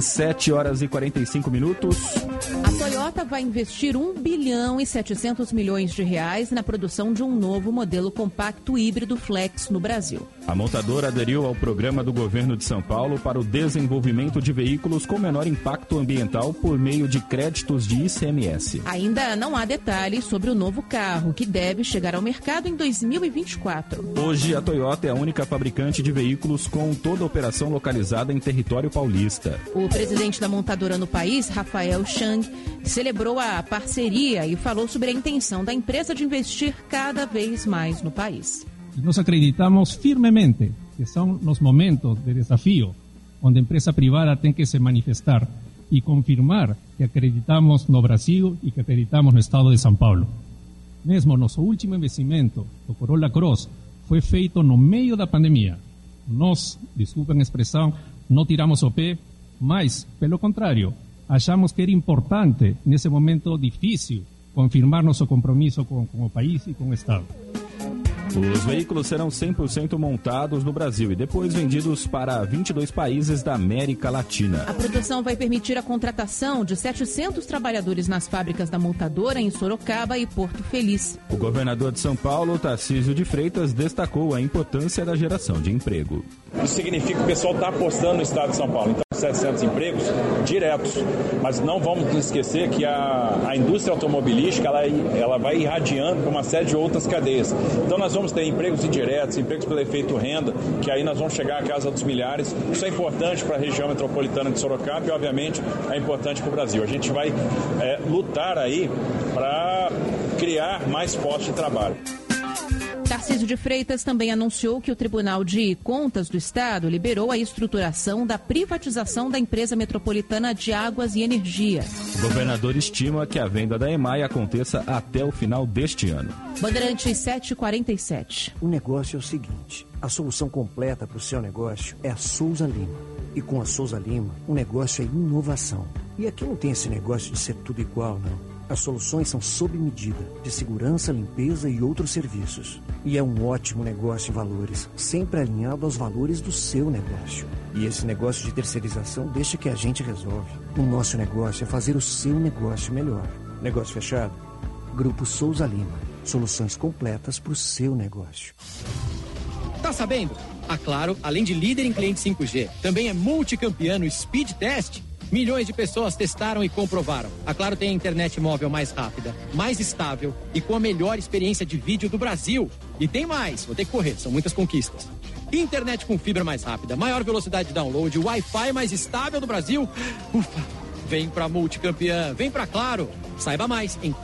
Speaker 9: 7h45.
Speaker 10: A Toyota vai investir 1 bilhão e 700 milhões de reais na produção de um novo modelo compacto híbrido flex no Brasil.
Speaker 9: A montadora aderiu ao programa do governo de São Paulo para o desenvolvimento de veículos com menor impacto ambiental por meio de créditos de ICMS.
Speaker 10: Ainda não há detalhes sobre o novo carro, que deve chegar ao mercado em 2024.
Speaker 9: Hoje, a Toyota é a única fabricante de veículos com toda a operação localizada em território paulista.
Speaker 10: O presidente da montadora no país, Rafael Chang, celebrou a parceria e falou sobre a intenção da empresa de investir cada vez mais no país.
Speaker 13: Nós acreditamos firmemente que são os momentos de desafio onde a empresa privada tem que se manifestar e confirmar que acreditamos no Brasil e que acreditamos no estado de São Paulo. Mesmo nosso último investimento, o Corolla Cross, foi feito no meio da pandemia. Nós, desculpem a expressão, não tiramos o pé, mas, pelo contrário, achamos que era importante, nesse momento difícil, confirmar nosso compromisso com o país e com o Estado.
Speaker 9: Os veículos serão 100% montados no Brasil e depois vendidos para 22 países da América Latina.
Speaker 10: A produção vai permitir a contratação de 700 trabalhadores nas fábricas da montadora em Sorocaba e Porto Feliz.
Speaker 9: O governador de São Paulo, Tarcísio de Freitas, destacou a importância da geração de emprego.
Speaker 16: Isso significa que o pessoal está apostando no estado de São Paulo. Então, 700 empregos diretos. Mas não vamos esquecer que a indústria automobilística ela vai irradiando para uma série de outras cadeias. Então, nós vamos ter empregos indiretos, empregos pelo efeito renda, que aí nós vamos chegar à casa dos milhares. Isso é importante para a região metropolitana de Sorocaba e, obviamente, é importante para o Brasil. A gente vai lutar aí para criar mais postos de trabalho.
Speaker 10: Tarcísio de Freitas também anunciou que o Tribunal de Contas do Estado liberou a estruturação da privatização da empresa metropolitana de águas e energia.
Speaker 9: O governador estima que a venda da EMAI aconteça até o final deste ano.
Speaker 10: Bandeirantes 7h47.
Speaker 20: O negócio é o seguinte: a solução completa para o seu negócio é a Souza Lima. E com a Souza Lima, o negócio é inovação. E aqui não tem esse negócio de ser tudo igual, não. As soluções são sob medida, de segurança, limpeza e outros serviços. E é um ótimo negócio em valores, sempre alinhado aos valores do seu negócio. E esse negócio de terceirização deixa que a gente resolve. O nosso negócio é fazer o seu negócio melhor. Negócio fechado? Grupo Souza Lima. Soluções completas para o seu negócio.
Speaker 21: Tá sabendo? A Claro, além de líder em cliente 5G, também é multicampeã no Speed Test. Milhões de pessoas testaram e comprovaram. A Claro tem a internet móvel mais rápida, mais estável e com a melhor experiência de vídeo do Brasil. E tem mais, vou ter que correr, são muitas conquistas. Internet com fibra mais rápida, maior velocidade de download, Wi-Fi mais estável do Brasil. Ufa! Vem pra multicampeã, vem pra Claro. Saiba mais em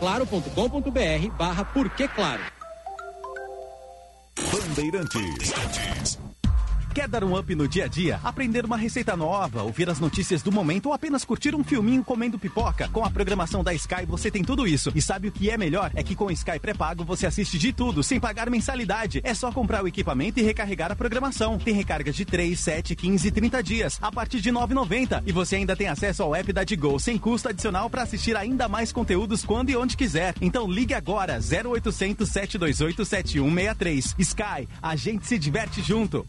Speaker 21: claro.com.br/porqueclaro.
Speaker 6: Bandeirantes.
Speaker 2: Quer dar um up no dia a dia? Aprender uma receita nova, ouvir as notícias do momento ou apenas curtir um filminho comendo pipoca? Com a programação da Sky você tem tudo isso. E sabe o que é melhor? É que com o Sky pré-pago você assiste de tudo, sem pagar mensalidade. É só comprar o equipamento e recarregar a programação. Tem recargas de 3, 7, 15 e 30 dias, a partir de R$ 9,90. E você ainda tem acesso ao app da Digo, sem custo adicional para assistir ainda mais conteúdos quando e onde quiser. Então ligue agora, 0800 728 7163. Sky, a gente se diverte junto.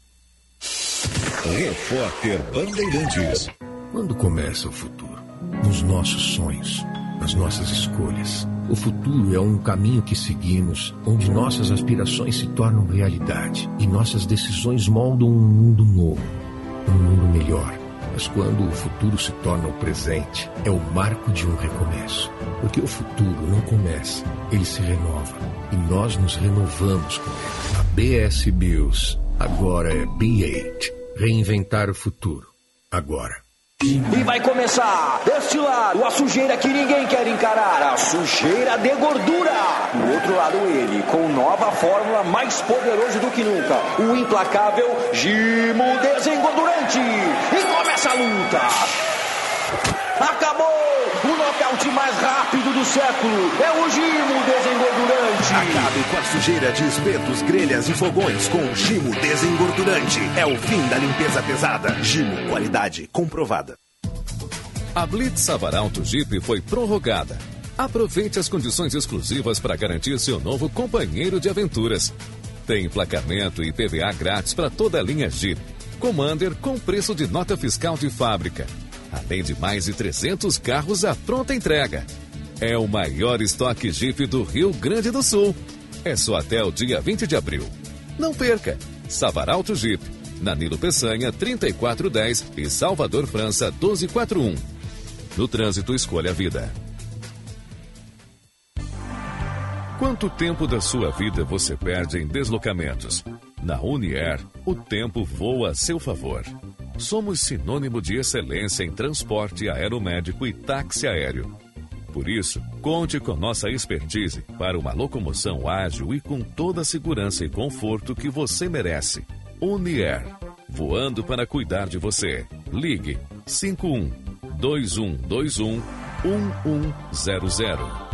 Speaker 12: Repórter Bandeirantes.
Speaker 8: Quando começa o futuro? Nos nossos sonhos, nas nossas escolhas. O futuro é um caminho que seguimos, onde nossas aspirações se tornam realidade e nossas decisões moldam um mundo novo, um mundo melhor. Mas quando o futuro se torna o presente, é o marco de um recomeço. Porque o futuro não começa, ele se renova. E nós nos renovamos com ele. A BS Bills agora é B8. Reinventar o futuro. Agora.
Speaker 11: E vai começar, deste lado, a sujeira que ninguém quer encarar, a sujeira de gordura. Do outro lado ele, com nova fórmula, mais poderoso do que nunca, o implacável Gimo Desengordurante. E começa a luta. Acabou! O nocaute mais rápido do século é o Gimo Desengordurante.
Speaker 17: Acabe com a sujeira de espetos, grelhas e fogões com o Gimo Desengordurante. É o fim da limpeza pesada. Gimo, qualidade comprovada.
Speaker 7: A Blitz Savaralto Jeep foi prorrogada. Aproveite as condições exclusivas para garantir seu novo companheiro de aventuras. Tem emplacamento e PVA grátis para toda a linha Jeep. Commander com preço de nota fiscal de fábrica. Além de mais de 300 carros à pronta entrega. É o maior estoque Jeep do Rio Grande do Sul. É só até o dia 20 de abril. Não perca! Savaralto Jeep, na Nilo Peçanha 3410 e Salvador França 1241. No trânsito, escolha a vida. Quanto tempo da sua vida você perde em deslocamentos? Na Unier, o tempo voa a seu favor. Somos sinônimo de excelência em transporte aeromédico e táxi aéreo. Por isso, conte com nossa expertise para uma locomoção ágil e com toda a segurança e conforto que você merece. Unier, voando para cuidar de você. Ligue 51-2121-1100.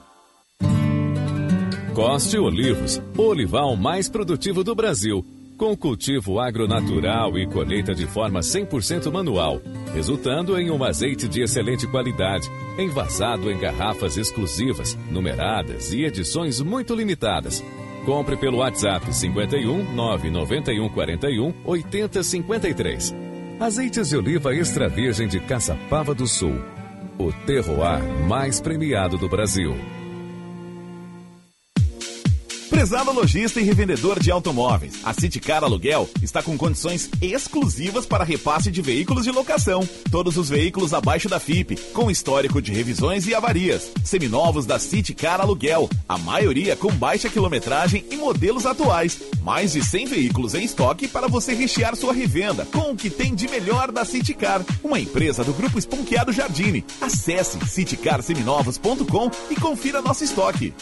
Speaker 7: Coste Olivos, o olival mais produtivo do Brasil, com cultivo agronatural e colheita de forma 100% manual, resultando em um azeite de excelente qualidade, envasado em garrafas exclusivas, numeradas e edições muito limitadas. Compre pelo WhatsApp 51 991 41 80 53. Azeites de oliva extra virgem de Caçapava do Sul, o terroir mais premiado do Brasil.
Speaker 15: Prezado lojista e revendedor de automóveis, a Citicar Aluguel está com condições exclusivas para repasse de veículos de locação. Todos os veículos abaixo da FIP, com histórico de revisões e avarias. Seminovos da Citicar Aluguel, a maioria com baixa quilometragem e modelos atuais. Mais de 100 veículos em estoque para você rechear sua revenda com o que tem de melhor da Citicar, uma empresa do Grupo Esponqueado Jardine. Acesse citicarseminovos.com e confira nosso estoque.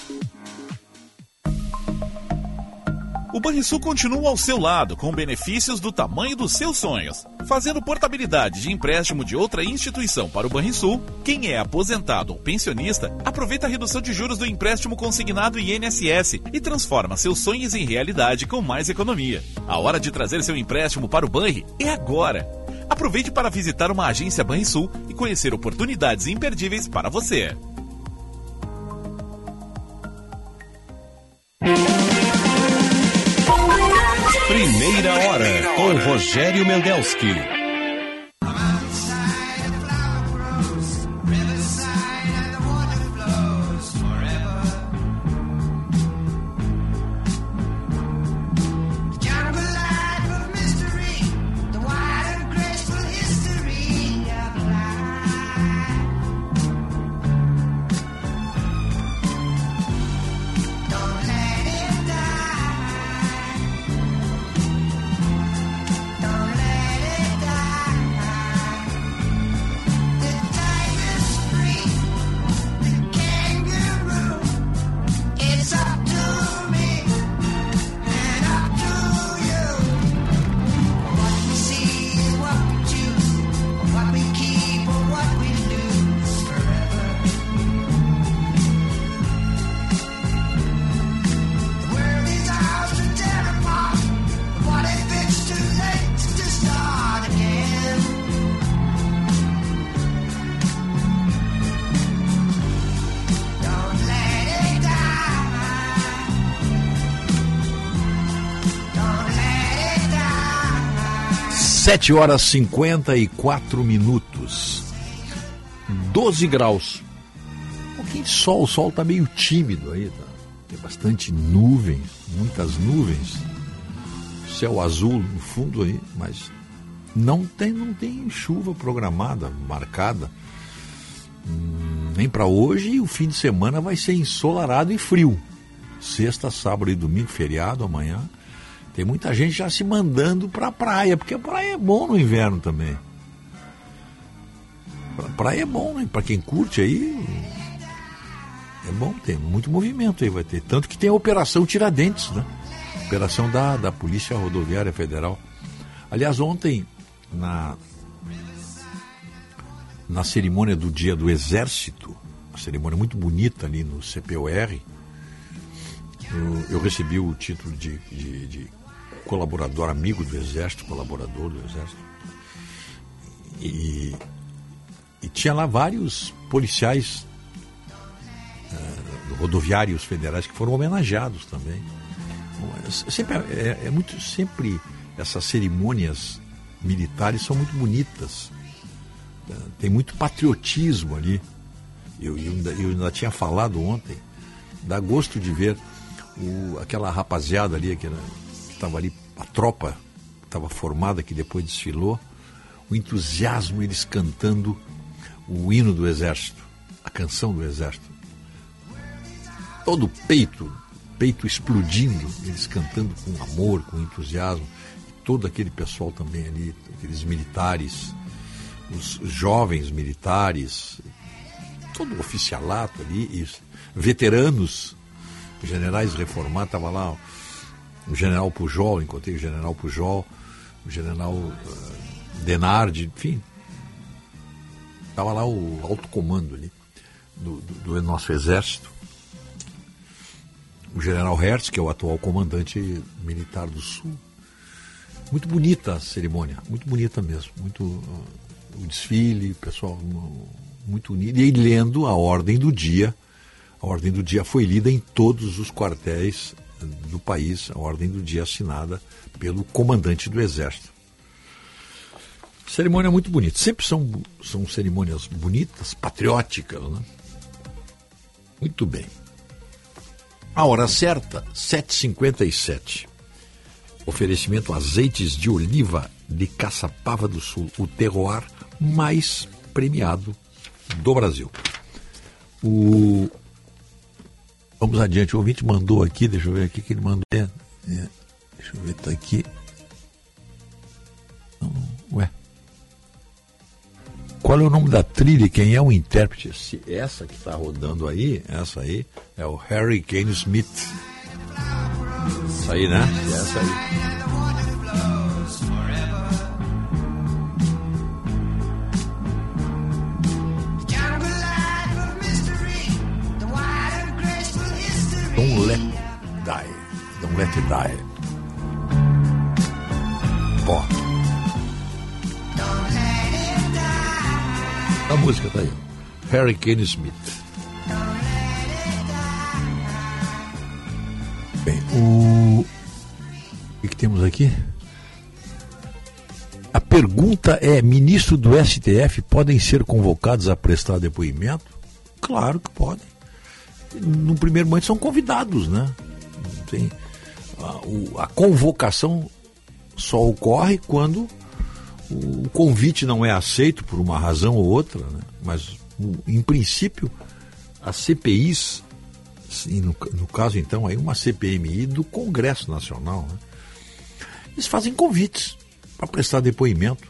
Speaker 15: O Banrisul continua ao seu lado, com benefícios do tamanho dos seus sonhos. Fazendo portabilidade de empréstimo de outra instituição para o Banrisul, quem é aposentado ou pensionista, aproveita a redução de juros do empréstimo consignado INSS e transforma seus sonhos em realidade com mais economia. A hora de trazer seu empréstimo para o Banri é agora. Aproveite para visitar uma agência Banrisul e conhecer oportunidades imperdíveis para você.
Speaker 1: Primeira hora, com Rogério Mendelski.
Speaker 24: Don't let it die.
Speaker 3: 7h54, 12 graus. Um pouquinho de sol, o sol está meio tímido aí, tá? Tem bastante nuvens, muitas nuvens. Céu azul no fundo aí, mas não tem chuva programada, marcada. Nem para hoje, e o fim de semana vai ser ensolarado e frio. Sexta, sábado e domingo, feriado amanhã. Tem muita gente já se mandando para a praia, porque a praia é bom no inverno também. A praia é bom, né? Para quem curte aí, é bom, tem muito movimento aí, vai ter. Tanto que tem a Operação Tiradentes, né? Operação da Polícia Rodoviária Federal. Aliás, ontem, na cerimônia do Dia do Exército, uma cerimônia muito bonita ali no CPOR, eu recebi o título de colaborador, amigo do Exército, colaborador do Exército. E tinha lá vários policiais rodoviários federais que foram homenageados também. Sempre essas cerimônias militares são muito bonitas. Tem muito patriotismo ali. Eu ainda tinha falado ontem. Dá gosto de ver aquela rapaziada ali que estava ali, a tropa estava formada, que depois desfilou, o entusiasmo, eles cantando o hino do Exército, a canção do Exército. Todo o peito explodindo, eles cantando com amor, com entusiasmo. E todo aquele pessoal também ali, aqueles militares, os jovens militares, todo o oficialato ali, veteranos, generais reformados, estava lá o general Pujol, encontrei o general Pujol, o general Denardi, enfim, estava lá o alto comando ali do nosso exército, o general Hertz, que é o atual comandante militar do Sul. Muito bonita a cerimônia, muito bonita mesmo, muito o desfile, o pessoal muito unido, e lendo a ordem do dia. A ordem do dia foi lida em todos os quartéis do país, a ordem do dia assinada pelo comandante do Exército. Cerimônia muito bonita. Sempre são cerimônias bonitas, patrióticas, né? Muito bem. A hora certa, 7h57. Oferecimento azeites de oliva de Caçapava do Sul, o terroir mais premiado do Brasil. Vamos adiante, o ouvinte mandou aqui, deixa eu ver aqui que ele mandou. Deixa eu ver, tá aqui. Ué. Qual é o nome da trilha e quem é o intérprete? Essa que está rodando aí, essa aí, é o Harry Kane Smith. Isso aí, né? Essa aí. Don't let it die. Ó. A música tá aí. Harry Kane Smith. Bem, o que temos aqui? A pergunta é: ministros do STF podem ser convocados a prestar depoimento? Claro que podem. No primeiro momento são convidados, né? Tem, a convocação só ocorre quando o convite não é aceito por uma razão ou outra, né? Mas em princípio as CPIs, no caso então aí uma CPMI do Congresso Nacional, né? Eles fazem convites para prestar depoimento.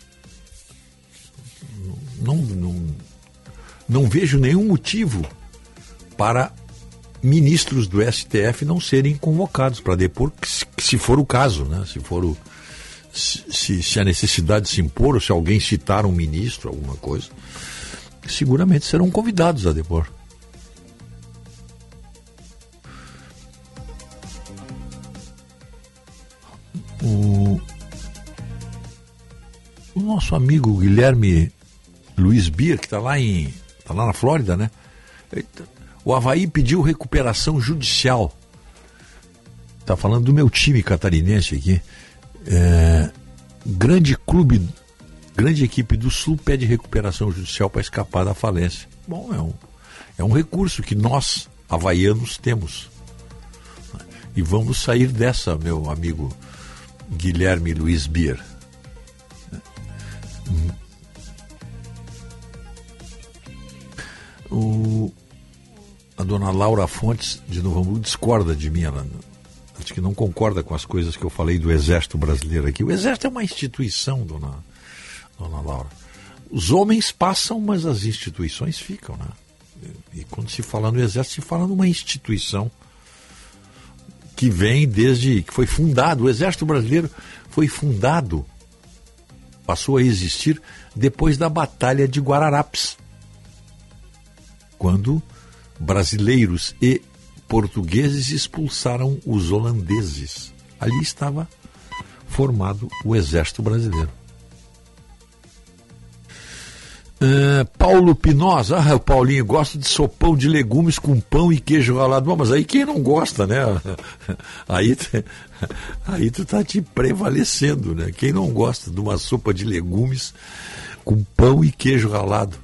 Speaker 3: Não vejo nenhum motivo para ministros do STF não serem convocados para depor, se for o caso, né? Se a necessidade se impor, ou se alguém citar um ministro, alguma coisa, seguramente serão convidados a depor. O nosso amigo Guilherme Luiz Bia, que está lá na Flórida, né? O Avaí pediu recuperação judicial. Está falando do meu time catarinense aqui. grande equipe do Sul pede recuperação judicial para escapar da falência. Bom, é um recurso que nós, havaianos, temos. E vamos sair dessa, meu amigo Guilherme Luiz Bier. A dona Laura Fontes, de Novo Hamburgo, discorda de mim. Ela acho que não concorda com as coisas que eu falei do Exército Brasileiro aqui. O Exército é uma instituição, dona Laura. Os homens passam, mas as instituições ficam, né? E quando se fala no Exército, se fala numa instituição que vem desde que foi fundado. O Exército Brasileiro foi fundado, passou a existir depois da Batalha de Guararapes, quando brasileiros e portugueses expulsaram os holandeses. Ali estava formado o Exército Brasileiro. Paulo Pinoz, o Paulinho, gosta de sopão de legumes com pão e queijo ralado. Bom, mas aí quem não gosta, né? Aí tu tá te prevalecendo, né? Quem não gosta de uma sopa de legumes com pão e queijo ralado?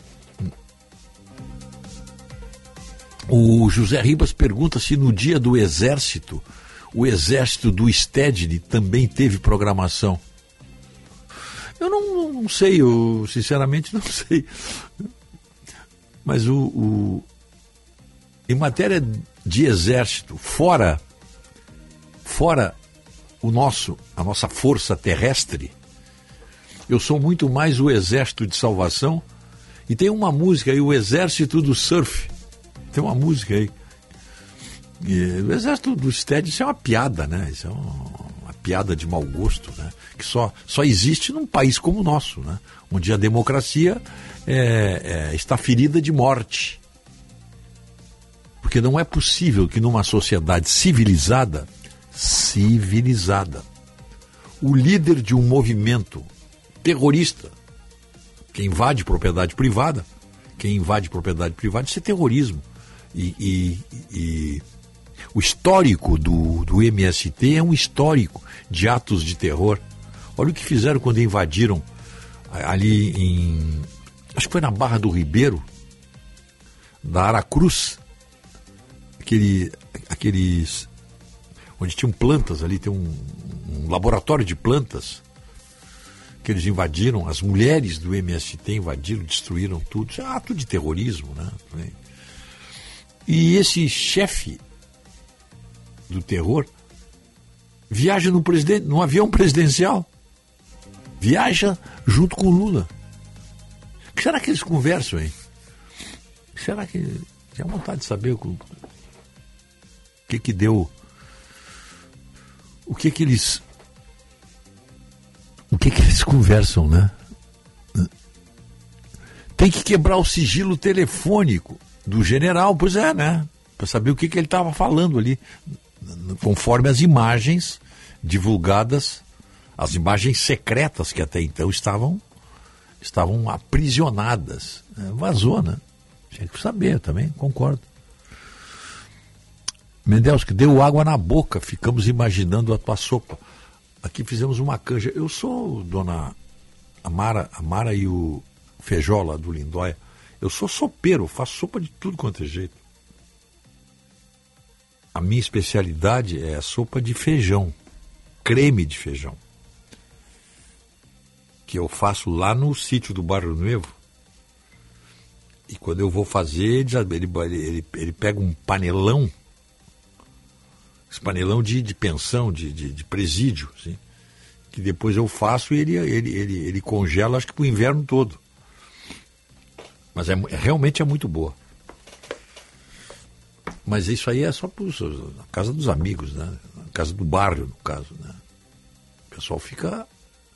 Speaker 3: O José Ribas pergunta se no dia do Exército, o Exército do Stedney também teve programação. Eu não sei, eu sinceramente não sei. Mas em matéria de exército, fora a nossa força terrestre, eu sou muito mais o Exército de Salvação. E tem uma música aí, o Exército do Surf. Tem uma música aí. O Exército do Stedney, isso é uma piada, né? Isso é uma piada de mau gosto, né? Que só existe num país como o nosso, né? Onde a democracia está ferida de morte. Porque não é possível que numa sociedade civilizada, o líder de um movimento terrorista, que invade propriedade privada, isso é terrorismo. E o histórico do MST é um histórico de atos de terror. Olha o que fizeram quando invadiram ali acho que foi na Barra do Ribeiro, da Aracruz, aqueles onde tinham plantas ali, tem um laboratório de plantas que eles invadiram, as mulheres do MST invadiram, destruíram tudo. Isso é ato de terrorismo, né? E esse chefe do terror viaja num avião presidencial, viaja junto com o Lula. O que será que eles conversam, hein? Será que tem vontade de saber o que deu, o que eles conversam, né? Tem que quebrar o sigilo telefônico do general, pois é, né? Para saber o que ele estava falando ali, conforme as imagens divulgadas, as imagens secretas que até então estavam aprisionadas. Vazou, né? Tinha que saber também, concordo. Mendelski, deu água na boca, ficamos imaginando a tua sopa. Aqui fizemos uma canja. Eu sou dona Amara e o Feijola do Lindóia. Eu sou sopeiro, faço sopa de tudo quanto é jeito. A minha especialidade é a sopa de feijão, creme de feijão, que eu faço lá no sítio do Barrio Novo. E quando eu vou fazer, ele pega um panelão, esse panelão de pensão, de presídio, assim, que depois eu faço e ele congela, acho que para o inverno todo. Mas realmente é muito boa. Mas isso aí é só na casa dos amigos, né? Na casa do bairro, no caso, né? O pessoal fica,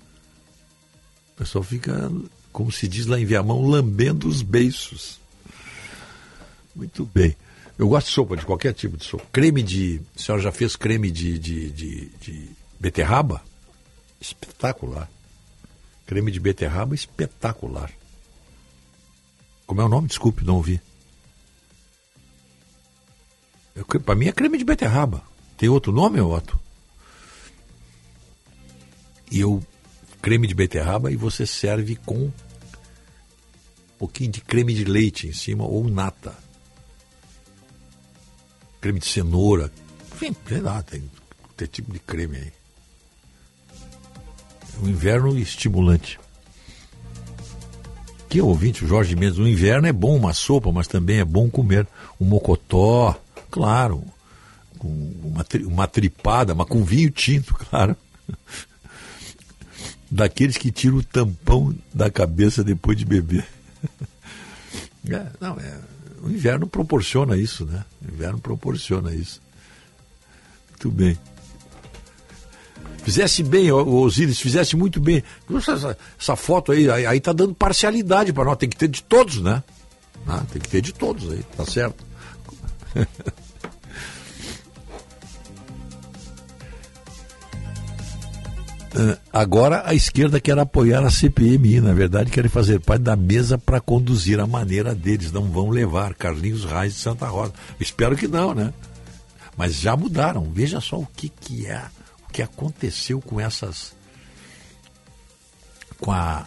Speaker 3: como se diz lá em Viamão, lambendo os beiços. Muito bem. Eu gosto de sopa, de qualquer tipo de sopa. A senhora já fez creme de beterraba? Espetacular. Creme de beterraba, espetacular. Como é o nome? Desculpe, não ouvi. Para mim é creme de beterraba. Tem outro nome, Otto? E eu creme de beterraba e você serve com um pouquinho de creme de leite em cima ou nata. Creme de cenoura. Enfim, sei lá, tem tipo de creme aí. O inverno estimulante. Que ouvinte, o Jorge Mendes, o inverno é bom uma sopa, mas também é bom comer um mocotó, claro, com uma tripada, mas com vinho tinto, claro. Daqueles que tiram o tampão da cabeça depois de beber. O inverno proporciona isso, né? O inverno proporciona isso. Muito bem. Fizesse bem, Osíris, fizesse muito bem. Essa foto aí tá dando parcialidade para nós. Tem que ter de todos, né? Tem que ter de todos aí, tá certo? Agora a esquerda quer apoiar a CPMI, na verdade querem fazer parte da mesa para conduzir a maneira deles, não vão levar. Carlinhos Reis de Santa Rosa. Espero que não, né? Mas já mudaram. Veja só o que aconteceu com essas... Com a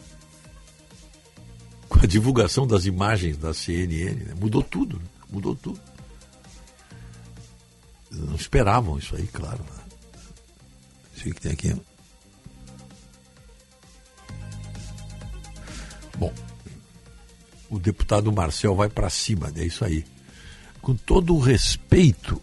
Speaker 3: divulgação das imagens da CNN, né? Mudou tudo, né? Mudou tudo. Não esperavam isso aí, claro. Né? Deixa eu ver o que tem aqui. Bom, o deputado Marcel vai para cima, é isso aí. Com todo o respeito,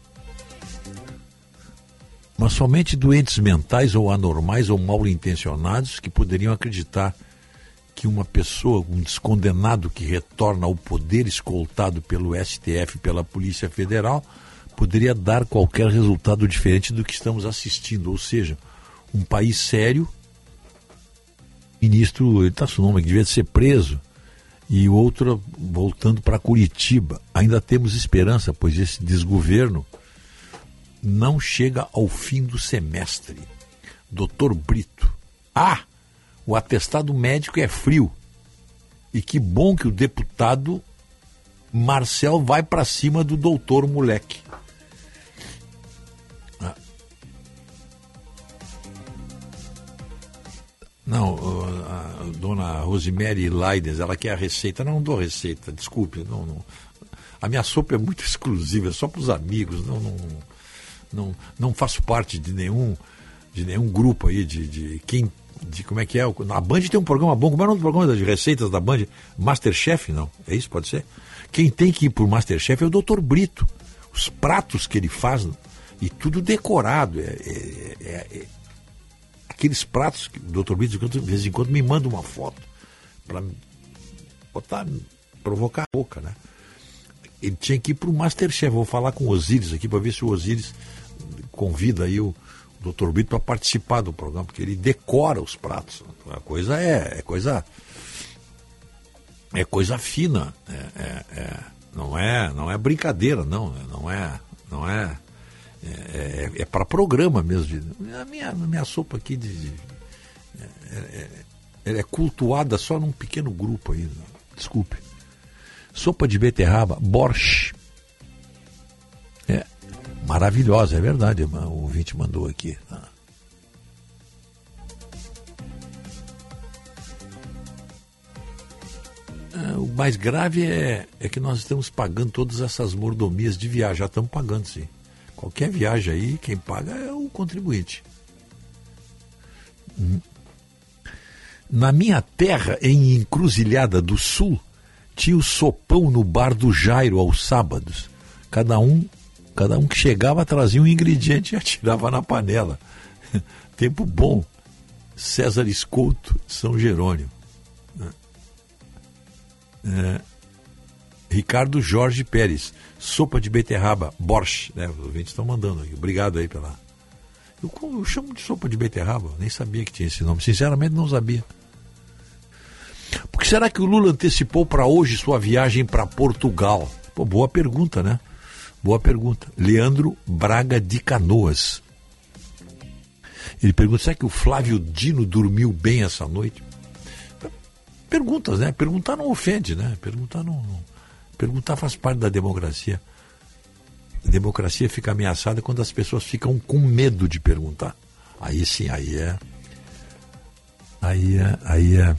Speaker 3: mas somente doentes mentais ou anormais ou mal intencionados que poderiam acreditar que uma pessoa, um descondenado que retorna ao poder escoltado pelo STF, pela Polícia Federal, poderia dar qualquer resultado diferente do que estamos assistindo. Ou seja, um país sério, ministro, ele está seu nome, que devia ser preso, e o outro voltando para Curitiba. Ainda temos esperança, pois esse desgoverno não chega ao fim do semestre. Doutor Brito. O atestado médico é frio. E que bom que o deputado Marcel vai para cima do doutor moleque. Não, a dona Rosemary Leidens, ela quer a receita. Não dou receita, desculpe. Não. A minha sopa é muito exclusiva, é só para os amigos. Não faço parte de nenhum grupo aí de como é que é? A Band tem um programa bom. Como é o nome do programa de receitas da Band? Masterchef, não? É isso? Pode ser? Quem tem que ir pro Masterchef é o Dr. Brito. Os pratos que ele faz, e tudo decorado. Aqueles pratos que o Dr. Brito, de vez em quando, me manda uma foto para provocar a boca, né? Ele tinha que ir pro Masterchef. Vou falar com o Osíris aqui para ver se o Osíris convida aí o Dr. Brito para participar do programa, porque ele decora os pratos. A coisa é coisa fina, não é brincadeira, não é para programa mesmo. A minha sopa aqui ela é cultuada só num pequeno grupo aí. Desculpe. Sopa de beterraba, borscht. Maravilhosa, é verdade. O ouvinte mandou aqui. O mais grave é que nós estamos pagando todas essas mordomias de viagem. Já estamos pagando, sim. Qualquer viagem aí, quem paga é o contribuinte. Na minha terra, em Encruzilhada do Sul, tinha o sopão no bar do Jairo aos sábados. Cada um que chegava trazia um ingrediente e atirava na panela. Tempo bom. César Escolto, de São Jerônimo. Ricardo Jorge Pérez, sopa de beterraba, borscht, né? Os ouvintes estão mandando aqui. Obrigado aí pela... Eu chamo de sopa de beterraba, nem sabia que tinha esse nome. Sinceramente não sabia. Por que será que o Lula antecipou para hoje sua viagem para Portugal? Pô, boa pergunta, né? Boa pergunta. Leandro Braga de Canoas. Ele pergunta, será que o Flávio Dino dormiu bem essa noite? Perguntas, né? Perguntar não ofende, né? Perguntar faz parte da democracia. A democracia fica ameaçada quando as pessoas ficam com medo de perguntar. Aí sim, aí Aí é.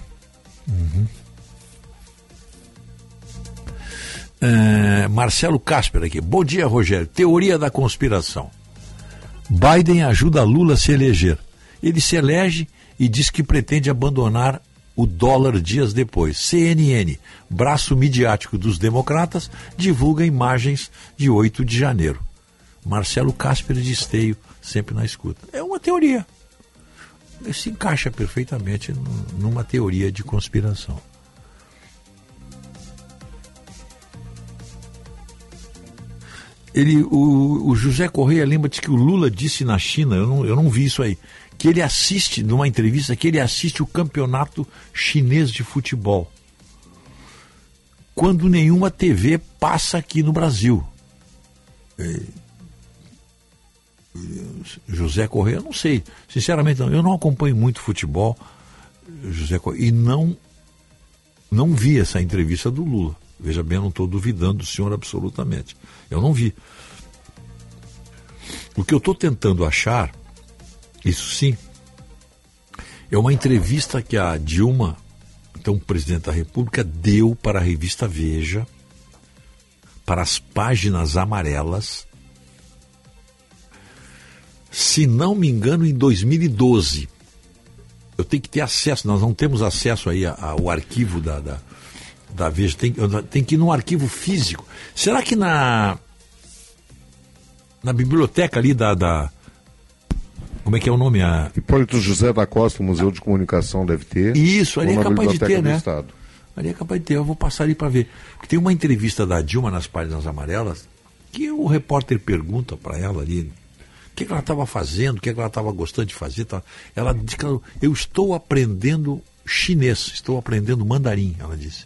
Speaker 3: Marcelo Casper aqui. Bom dia, Rogério. Teoria da conspiração. Biden ajuda Lula a se eleger. Ele se elege e diz que pretende abandonar o dólar dias depois. CNN, braço midiático dos democratas, divulga imagens de 8 de janeiro. Marcelo Casper de Esteio, sempre na escuta. É uma teoria. Se encaixa perfeitamente numa teoria de conspiração. O José Correia lembra-te que o Lula disse na China, eu não vi isso aí, que ele assiste, numa entrevista, que ele assiste o campeonato chinês de futebol, quando nenhuma TV passa aqui no Brasil. José Correia, eu não sei, sinceramente não, eu não acompanho muito futebol, José Correia, e não vi essa entrevista do Lula. Veja bem, eu não estou duvidando do senhor absolutamente. Eu não vi. O que eu estou tentando achar, isso sim, é uma entrevista que a Dilma, então presidente da República, deu para a revista Veja, para as páginas amarelas, se não me engano, em 2012. Eu tenho que ter acesso, nós não temos acesso aí ao arquivo da Veja, tem que ir num arquivo físico. Será que na biblioteca ali como é que é o nome?
Speaker 4: Hipólito José da Costa, o Museu de Comunicação deve ter.
Speaker 3: Isso, ali é capaz de ter, né?
Speaker 4: Estado.
Speaker 3: Ali é capaz de ter, eu vou passar ali para ver. Porque tem uma entrevista da Dilma nas páginas amarelas, que o repórter pergunta para ela ali o que ela estava fazendo, o que ela estava gostando de fazer. Ela diz que eu estou aprendendo chinês, estou aprendendo mandarim, ela disse.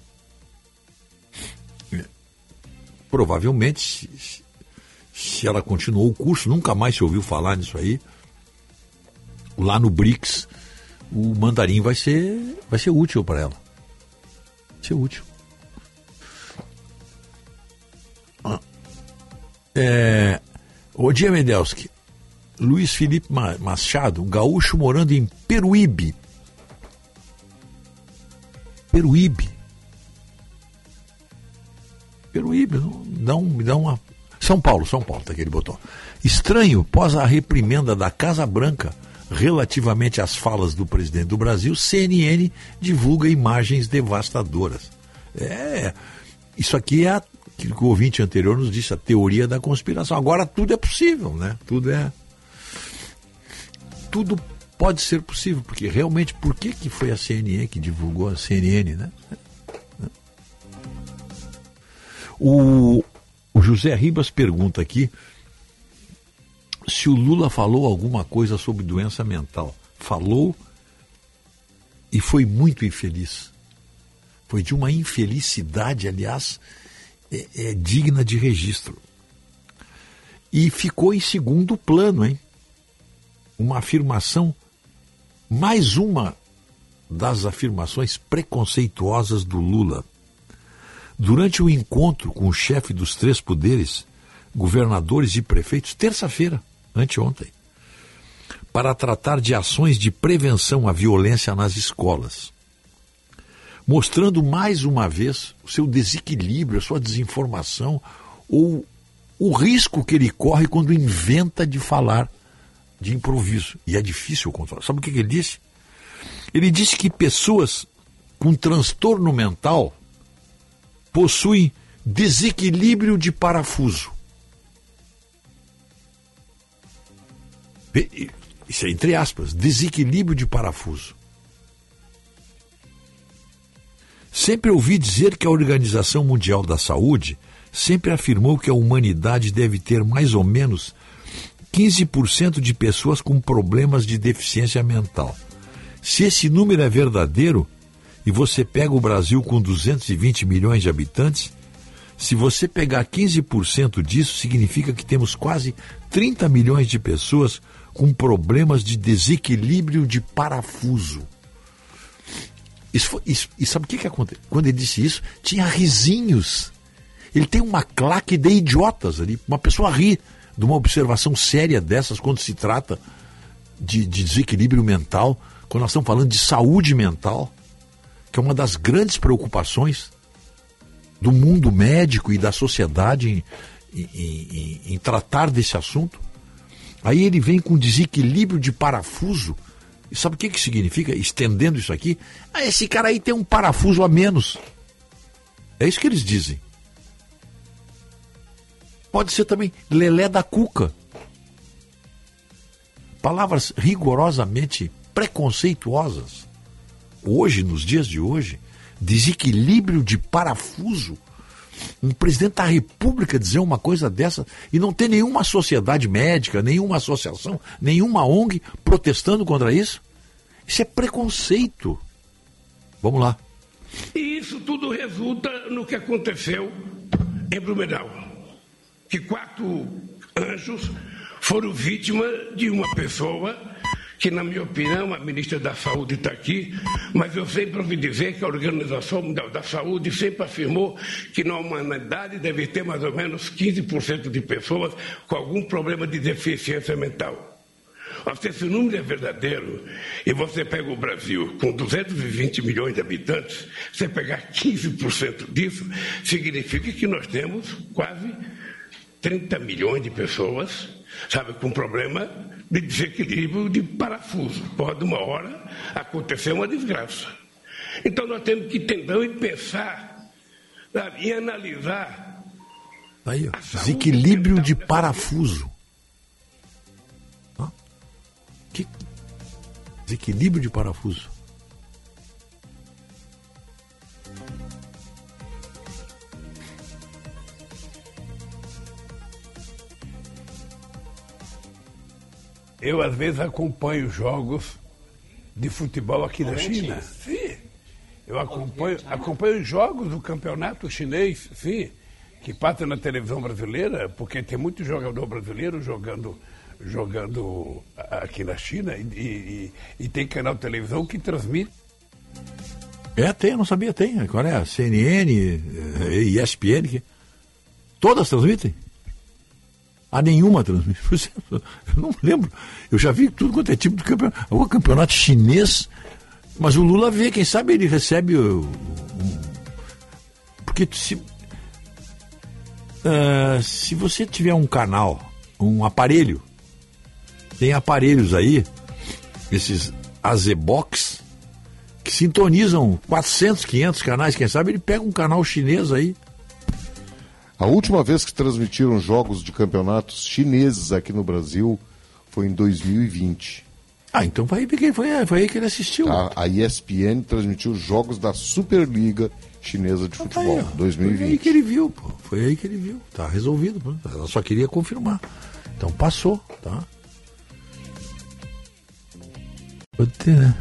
Speaker 3: Provavelmente, se ela continuou o curso, nunca mais se ouviu falar nisso aí, lá no BRICS, o mandarim vai ser útil para ela. Vai ser útil. Odia Mendelski, Luiz Felipe Machado, um gaúcho morando em Peruíbe. Me dá uma... São Paulo, tá que ele botou. Estranho, após a reprimenda da Casa Branca relativamente às falas do presidente do Brasil, CNN divulga imagens devastadoras. Isso aqui é aquilo que o ouvinte anterior nos disse, a teoria da conspiração. Agora tudo é possível, né? Tudo pode ser possível, porque realmente, por que foi a CNN que divulgou a CNN, né? O José Ribas pergunta aqui se o Lula falou alguma coisa sobre doença mental. Falou e foi muito infeliz. Foi de uma infelicidade, aliás, digna de registro. E ficou em segundo plano, hein? Uma afirmação, mais uma das afirmações preconceituosas do Lula. Durante o encontro com o chefe dos 3 poderes, governadores e prefeitos, terça-feira, anteontem, para tratar de ações de prevenção à violência nas escolas, mostrando mais uma vez o seu desequilíbrio, a sua desinformação, ou o risco que ele corre quando inventa de falar de improviso. E é difícil controlar. Sabe o que ele disse? Ele disse que pessoas com transtorno mental possuem desequilíbrio de parafuso. Isso é entre aspas, desequilíbrio de parafuso. Sempre ouvi dizer que a Organização Mundial da Saúde sempre afirmou que a humanidade deve ter mais ou menos 15% de pessoas com problemas de deficiência mental. Se esse número é verdadeiro, e você pega o Brasil com 220 milhões de habitantes, se você pegar 15% disso, significa que temos quase 30 milhões de pessoas com problemas de desequilíbrio de parafuso. E sabe o que aconteceu? Quando ele disse isso, tinha risinhos. Ele tem uma claque de idiotas ali. Uma pessoa ri de uma observação séria dessas quando se trata de desequilíbrio mental, quando nós estamos falando de saúde mental, que é uma das grandes preocupações do mundo médico e da sociedade em tratar desse assunto, aí ele vem com desequilíbrio de parafuso. E sabe o que significa, estendendo isso aqui? Esse cara aí tem um parafuso a menos. É isso que eles dizem. Pode ser também lelé da cuca. Palavras rigorosamente preconceituosas. Hoje, nos dias de hoje, desequilíbrio de parafuso. Um presidente da República dizer uma coisa dessa e não ter nenhuma sociedade médica, nenhuma associação, nenhuma ONG protestando contra isso? Isso é preconceito. Vamos lá.
Speaker 5: E isso tudo resulta no que aconteceu em Blumenau. Que 4 anjos foram vítima de uma pessoa que, na minha opinião, a ministra da Saúde está aqui, mas eu sempre ouvi dizer que a Organização Mundial da Saúde sempre afirmou que na humanidade deve ter mais ou menos 15% de pessoas com algum problema de deficiência mental. Se esse número é verdadeiro, e você pega o Brasil com 220 milhões de habitantes, você pegar 15% disso, significa que nós temos quase 30 milhões de pessoas, sabe, com problema de desequilíbrio de parafuso. Pode uma hora acontecer uma desgraça. Então nós temos que entender e pensar, sabe, e analisar.
Speaker 3: Aí, ó, desequilíbrio de parafuso. Que desequilíbrio de parafuso.
Speaker 5: Eu, às vezes, acompanho jogos de futebol aqui na China. Sim. Eu acompanho jogos do campeonato chinês, sim, que passa na televisão brasileira, porque tem muito jogador brasileiro jogando aqui na China e tem canal de televisão que transmite.
Speaker 3: Tem, eu não sabia, tem. Agora é a CNN, ESPN, todas transmitem. A nenhuma transmite. Eu não lembro. Eu já vi tudo quanto é tipo de campeonato. O campeonato chinês, mas o Lula vê, quem sabe ele recebe porque se você tiver um canal, um aparelho, tem aparelhos aí, esses Azebox, que sintonizam 400, 500 canais, quem sabe ele pega um canal chinês aí.
Speaker 4: A última vez que transmitiram jogos de campeonatos chineses aqui no Brasil foi em 2020.
Speaker 3: Então foi aí que ele assistiu.
Speaker 4: A ESPN transmitiu jogos da Superliga Chinesa de Futebol, 2020.
Speaker 3: Foi aí que ele viu, pô. Foi aí que ele viu. Tá resolvido, pô. Ela só queria confirmar. Então passou, tá? Pode ter, né?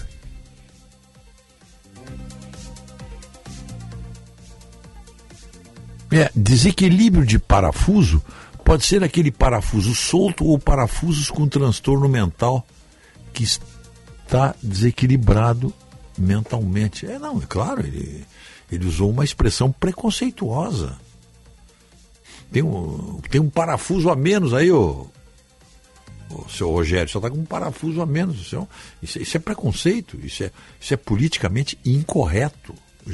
Speaker 3: Desequilíbrio de parafuso pode ser aquele parafuso solto ou parafusos com transtorno mental que está desequilibrado mentalmente. É claro, ele usou uma expressão preconceituosa. Tem um parafuso a menos aí, o seu Rogério, só está com um parafuso a menos. Isso é preconceito, isso é politicamente incorreto.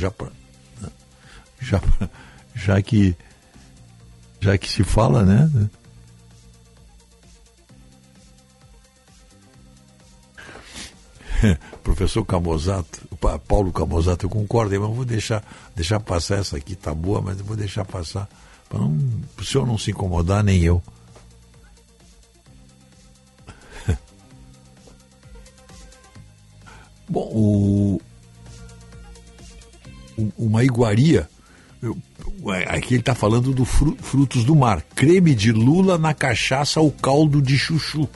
Speaker 3: Já que se fala, né? Professor Camozato, Paulo Camozato, eu concordo, mas eu vou deixar passar essa aqui, tá boa, mas eu vou deixar passar, para o senhor não se incomodar, nem eu. Bom, uma iguaria, aqui ele está falando do frutos do mar, creme de lula na cachaça ou caldo de chuchu.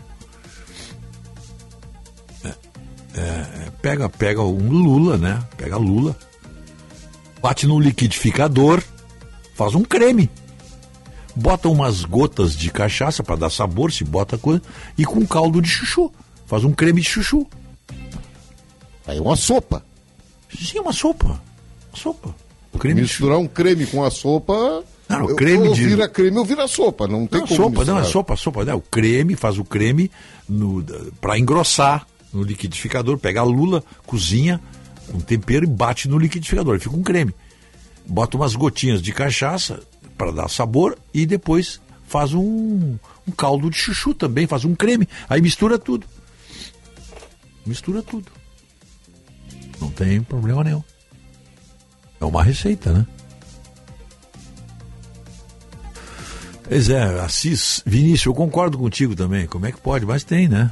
Speaker 3: Pega um lula, né? Pega a lula, bate no liquidificador, faz um creme, bota umas gotas de cachaça para dar sabor, se bota coisa, e com caldo de chuchu, faz um creme de chuchu.
Speaker 4: Aí uma sopa.
Speaker 3: Sim, uma sopa.
Speaker 4: Misturar um creme com a sopa.
Speaker 3: Não, o creme
Speaker 4: vira creme ou vira sopa. Não tem como
Speaker 3: sopa, misturar. Não, é sopa. Né? O creme, faz o creme para engrossar. no liquidificador, pega a lula, cozinha com tempero e bate no liquidificador, fica um creme. Bota umas gotinhas de cachaça para dar sabor e depois faz um caldo de chuchu também, faz um creme, aí mistura tudo. Não tem problema nenhum. É uma receita, né? Pois é, Assis, Vinícius, eu concordo contigo também. Como é que pode? Mas tem, né?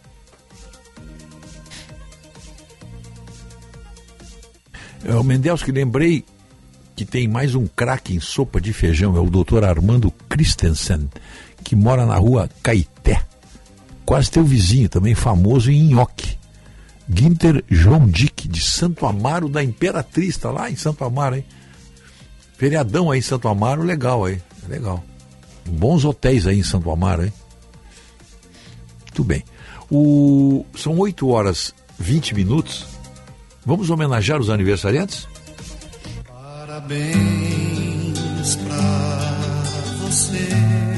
Speaker 3: O Mendels, que lembrei que tem mais um craque em sopa de feijão, é o Dr. Armando Christensen, que mora na rua Caeté. Quase teu vizinho, também famoso em nhoque. Guinter João Dick, de Santo Amaro da Imperatriz, tá lá em Santo Amaro, hein? Feriadão aí em Santo Amaro, legal aí, legal. Bons hotéis aí em Santo Amaro, hein? Muito bem. São 8h20. Vamos homenagear os aniversariantes?
Speaker 24: Parabéns pra você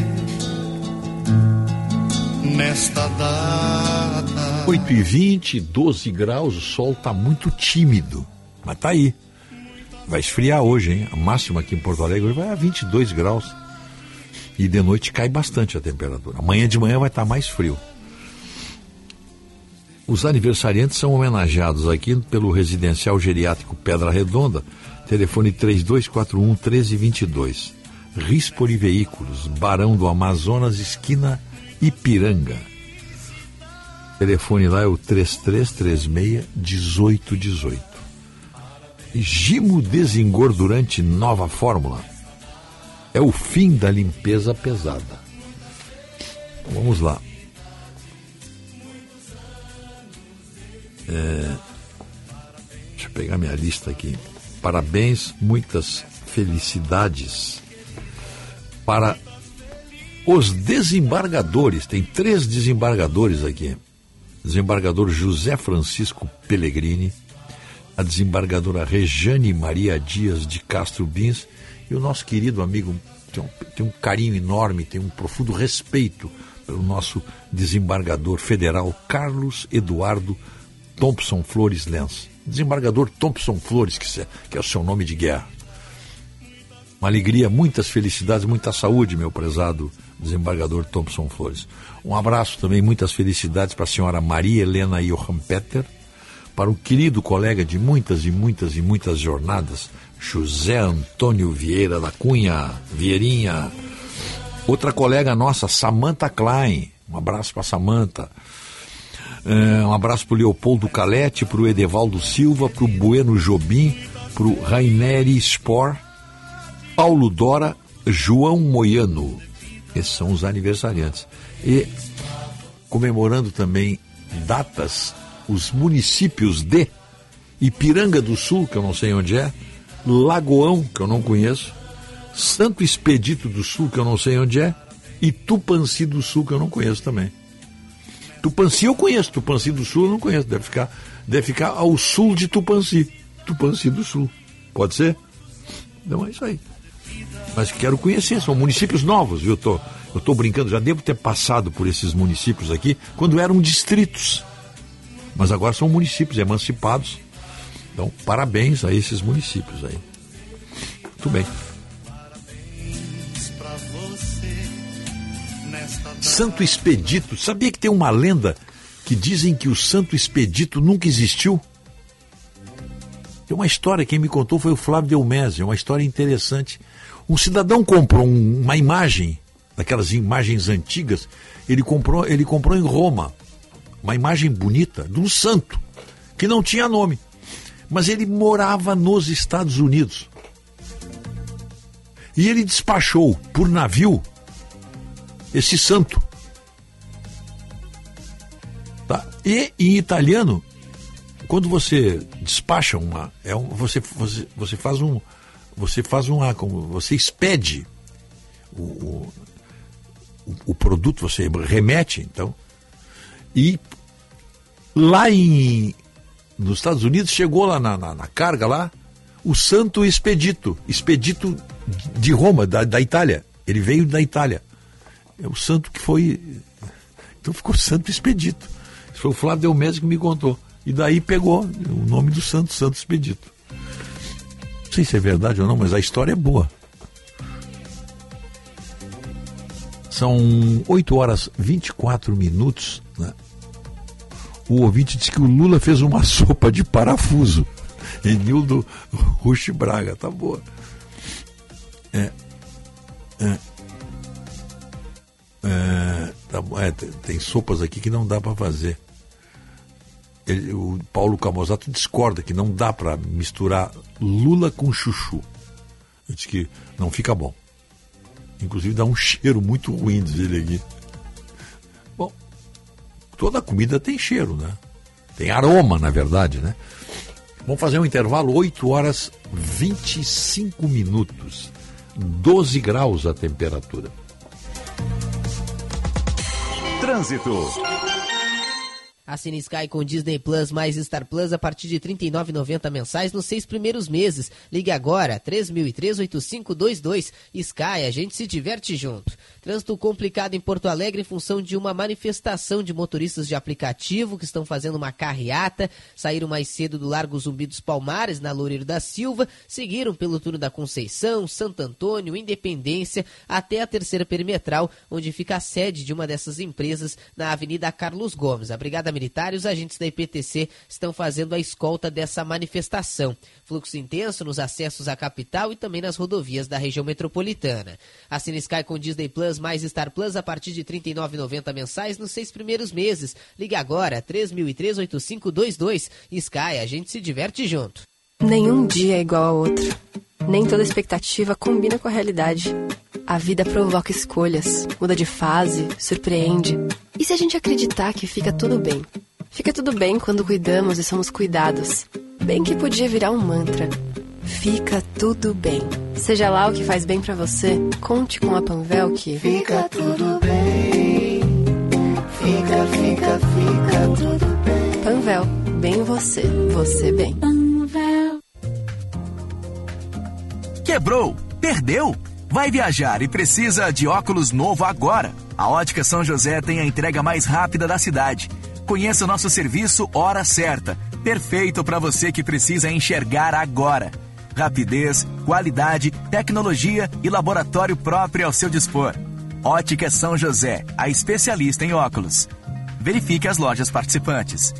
Speaker 24: nesta data.
Speaker 3: 8h20, 12 graus, o sol tá muito tímido, mas tá aí. Vai esfriar hoje, hein? A máxima aqui em Porto Alegre hoje vai a 22 graus. E de noite cai bastante a temperatura. Amanhã de manhã vai estar mais frio. Os aniversariantes são homenageados aqui pelo Residencial Geriátrico Pedra Redonda, telefone 3241-1322. Rispoli Veículos, Barão do Amazonas, esquina Ipiranga. O telefone lá é o 3336-1818. E Gimo Desengordurante Nova Fórmula. É o fim da limpeza pesada. Então, vamos lá. Deixa eu pegar minha lista aqui. Parabéns, muitas felicidades para os desembargadores. Tem 3 desembargadores aqui. Desembargador José Francisco Pellegrini, a desembargadora Rejane Maria Dias de Castro Bins e o nosso querido amigo, tem um carinho enorme, tem um profundo respeito pelo nosso desembargador federal Carlos Eduardo Thompson Flores Lenz. Desembargador Thompson Flores, que é o seu nome de guerra. Uma alegria, muitas felicidades, muita saúde, meu prezado desembargador Thompson Flores. Um abraço também, muitas felicidades para a senhora Maria Helena Johan Petter, para o querido colega de muitas e muitas e muitas jornadas, José Antônio Vieira da Cunha, Vieirinha. Outra colega nossa, Samantha Klein, um abraço para Samantha. Um abraço para o Leopoldo Calete, para o Edevaldo Silva, para o Bueno Jobim, para o Raineri Spor, Paulo Dora, João Moiano. Esses são os aniversariantes. E comemorando também datas, os municípios de Ipiranga do Sul, que eu não sei onde é, Lagoão, que eu não conheço, Santo Expedito do Sul, que eu não sei onde é, e Tupanci do Sul, que eu não conheço também. Tupanci eu conheço, Tupanci do Sul eu não conheço, deve ficar ao sul de Tupanci do Sul, pode ser? Então é isso aí. Mas quero conhecer, são municípios novos, viu? Eu tô brincando, já devo ter passado por esses municípios aqui quando eram distritos, mas agora são municípios emancipados. Então, parabéns a esses municípios aí. Muito bem. Santo Expedito, sabia que tem uma lenda que dizem que o Santo Expedito nunca existiu? Tem uma história, quem me contou foi o Flávio Delmésio, uma história interessante. Um cidadão comprou uma imagem, daquelas imagens antigas, ele comprou em Roma, uma imagem bonita de um santo, que não tinha nome, mas ele morava nos Estados Unidos. E ele despachou por navio esse santo. Tá? E em italiano, quando você despacha você expede o produto, você remete, então. E lá nos Estados Unidos chegou lá na carga lá o Santo Expedito de Roma, da Itália. Ele veio da Itália. É o santo que foi. Então ficou Santo Expedito. Foi o Flávio Delmésio que me contou. E daí pegou o nome do santo, Santo Expedito. Não sei se é verdade ou não, mas a história é boa. São 8h24, né? O ouvinte disse que o Lula fez uma sopa de parafuso. Enildo Rush Braga, tá boa. Tem sopas aqui que não dá para fazer. O Paulo Camozato discorda que não dá para misturar lula com chuchu. Ele diz que não fica bom. Inclusive dá um cheiro muito ruim, diz ele aqui. Bom, toda comida tem cheiro, né? Tem aroma, na verdade, né? Vamos fazer um intervalo, 8h25, 12 graus a temperatura.
Speaker 12: Trânsito.
Speaker 18: Assine Sky com Disney Plus mais Star Plus a partir de R$ 39,90 mensais nos 6 primeiros meses. Ligue agora, 3003-8522. Sky, a gente se diverte junto. Trânsito complicado em Porto Alegre em função de uma manifestação de motoristas de aplicativo que estão fazendo uma carreata. Saíram mais cedo do Largo Zumbi dos Palmares, na Loureiro da Silva. Seguiram pelo Túnel da Conceição, Santo Antônio, Independência, até a Terceira Perimetral, onde fica a sede de uma dessas empresas, na Avenida Carlos Gomes. A Brigada Militar e os agentes da IPTC estão fazendo a escolta dessa manifestação. Fluxo intenso nos acessos à capital e também nas rodovias da região metropolitana. Assine Sky com Disney Plus mais Star Plus a partir de R$ 39,90 mensais nos 6 primeiros meses. Ligue agora, 3003-8522. Sky, a gente se diverte junto.
Speaker 19: Nenhum dia é igual ao outro. Nem toda expectativa combina com a realidade. A vida provoca escolhas, muda de fase, surpreende. E se a gente acreditar que fica tudo bem? Fica tudo bem quando cuidamos e somos cuidados. Bem que podia virar um mantra. Fica tudo bem. Seja lá o que faz bem pra você, conte com a Panvel que...
Speaker 24: Fica tudo bem. Fica tudo bem.
Speaker 19: Panvel, bem você, você bem.
Speaker 24: Panvel.
Speaker 22: Quebrou? Perdeu? Vai viajar e precisa de óculos novo agora? A Ótica São José tem a entrega mais rápida da cidade. Conheça o nosso serviço Hora Certa. Perfeito para você que precisa enxergar agora. Rapidez, qualidade, tecnologia e laboratório próprio ao seu dispor. Ótica São José, a especialista em óculos. Verifique as lojas participantes.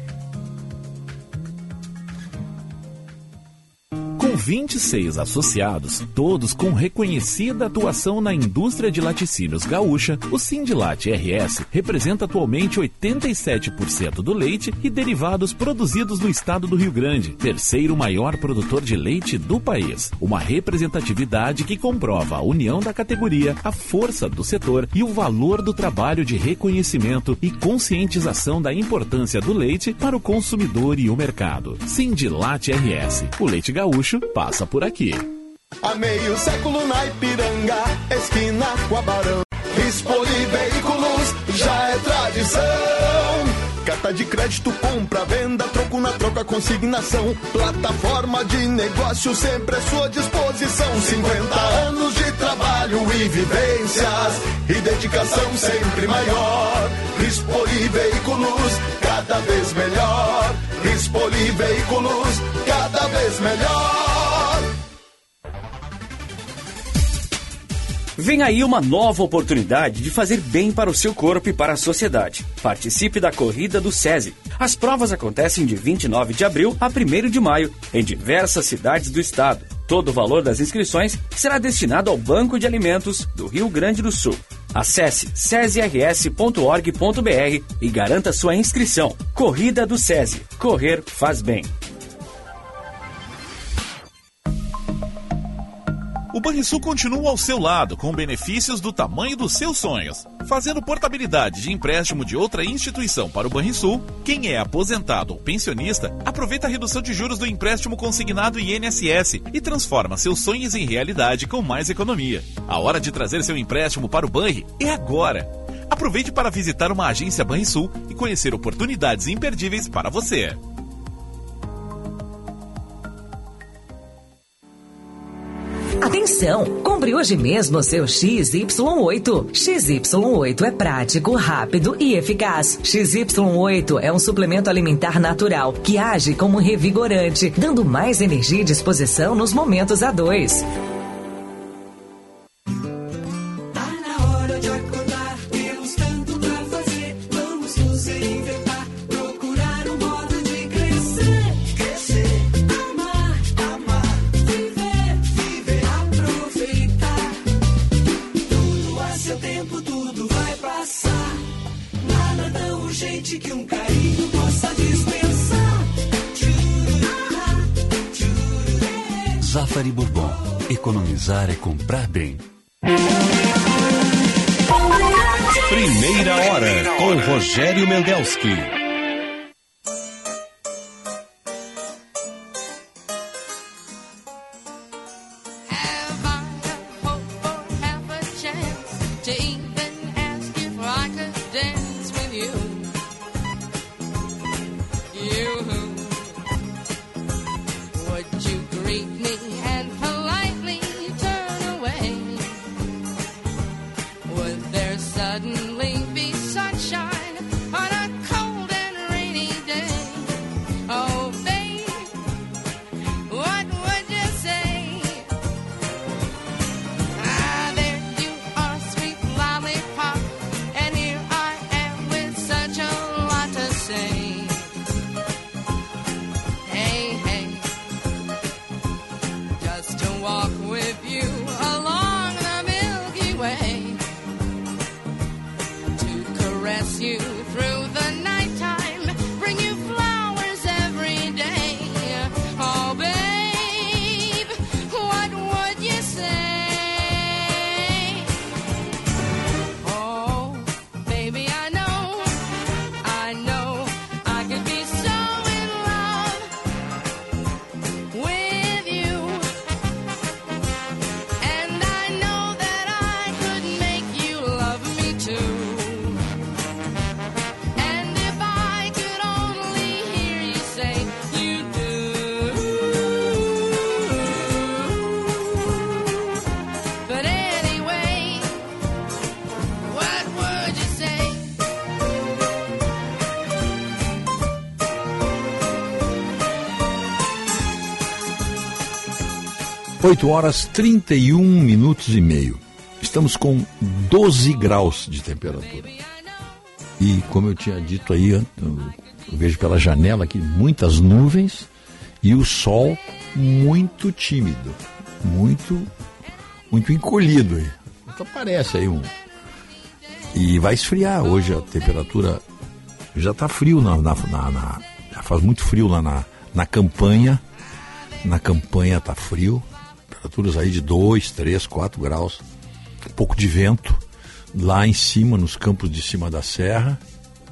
Speaker 15: Com 26 associados, todos com reconhecida atuação na indústria de laticínios gaúcha, o Sindilat RS representa atualmente 87% do leite e derivados produzidos no estado do Rio Grande, terceiro maior produtor de leite do país. Uma representatividade que comprova a união da categoria, a força do setor e o valor do trabalho de reconhecimento e conscientização da importância do leite para o consumidor e o mercado. Sindilat RS, o leite gaúcho passa por aqui.
Speaker 24: Há meio século na Ipiranga, esquina com a Barão. Rispoli Veículos já é tradição. Carta de crédito, compra, venda, troco na troca, consignação. Plataforma de negócio sempre à sua disposição. 50 anos de trabalho e vivências e dedicação sempre maior. Rispoli Veículos, cada vez melhor. Rispoli Veículos, cada vez melhor.
Speaker 23: Vem aí uma nova oportunidade de fazer bem para o seu corpo e para a sociedade. Participe da Corrida do SESI. As provas acontecem de 29 de abril a 1º de maio, em diversas cidades do estado. Todo o valor das inscrições será destinado ao Banco de Alimentos do Rio Grande do Sul. Acesse sesirs.org.br e garanta sua inscrição. Corrida do SESI. Correr faz bem.
Speaker 15: O Banrisul continua ao seu lado, com benefícios do tamanho dos seus sonhos. Fazendo portabilidade de empréstimo de outra instituição para o Banrisul, quem é aposentado ou pensionista, aproveita a redução de juros do empréstimo consignado INSS e transforma seus sonhos em realidade com mais economia. A hora de trazer seu empréstimo para o Banri é agora. Aproveite para visitar uma agência Banrisul e conhecer oportunidades imperdíveis para você.
Speaker 9: Atenção! Compre hoje mesmo o seu XY8. XY8 é prático, rápido e eficaz. XY8 é um suplemento alimentar natural que age como revigorante, dando mais energia e disposição nos momentos a dois.
Speaker 12: Zafari Bourbon. Economizar é comprar bem.
Speaker 1: Primeira hora com Rogério Mendelski.
Speaker 3: Oito horas 31 minutos e meio. Estamos com 12 graus de temperatura. E como eu tinha dito aí, eu vejo pela janela aqui muitas nuvens e o sol muito tímido, muito encolhido aí. Então parece aí E vai esfriar hoje, a temperatura já está frio já faz muito frio lá na campanha. Na campanha está frio. Temperaturas aí de 2, 3, 4 graus, um pouco de vento, lá em cima, nos campos de cima da serra.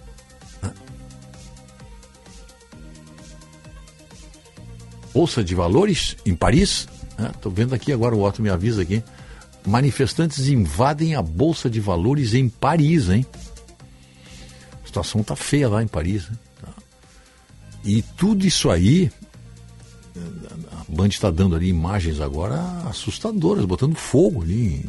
Speaker 3: Bolsa de Valores em Paris, estou vendo aqui agora, o Otto me avisa aqui, manifestantes invadem a Bolsa de Valores em Paris, hein? A situação está feia lá em Paris, hein? E tudo isso aí, a Band está dando ali imagens agora assustadoras, botando fogo ali.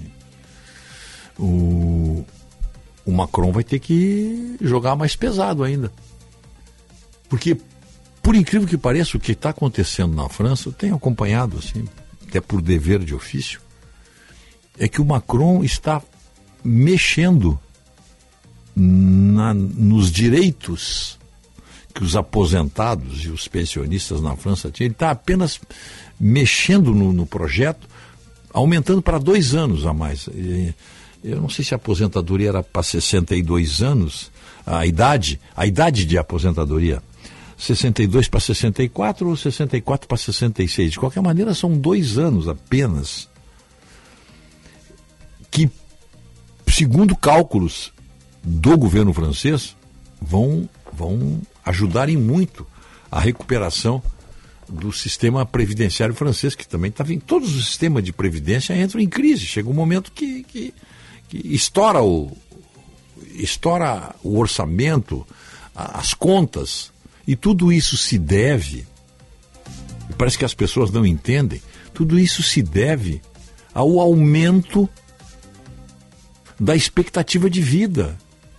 Speaker 3: O Macron vai ter que jogar mais pesado ainda. Porque, por incrível que pareça, o que está acontecendo na França, eu tenho acompanhado, assim, até por dever de ofício, é que o Macron está mexendo nos direitos que os aposentados e os pensionistas na França tinham. Ele está apenas mexendo no projeto, aumentando para 2 anos a mais. Eu não sei se a aposentadoria era para 62 anos, a idade de aposentadoria, 62 para 64 ou 64 para 66. De qualquer maneira, são 2 anos apenas que, segundo cálculos do governo francês, vão ajudarem muito a recuperação do sistema previdenciário francês, que também está vindo. Todos os sistemas de previdência entram em crise. Chega um momento que estoura o orçamento, as contas, e tudo isso se deve, e parece que as pessoas não entendem, tudo isso se deve ao aumento da expectativa de vida.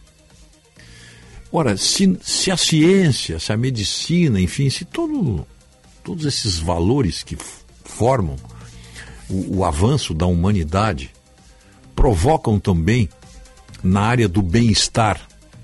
Speaker 3: Ora, se a ciência, se a medicina, enfim, se todos esses valores que formam o avanço da humanidade provocam também, na área do bem-estar,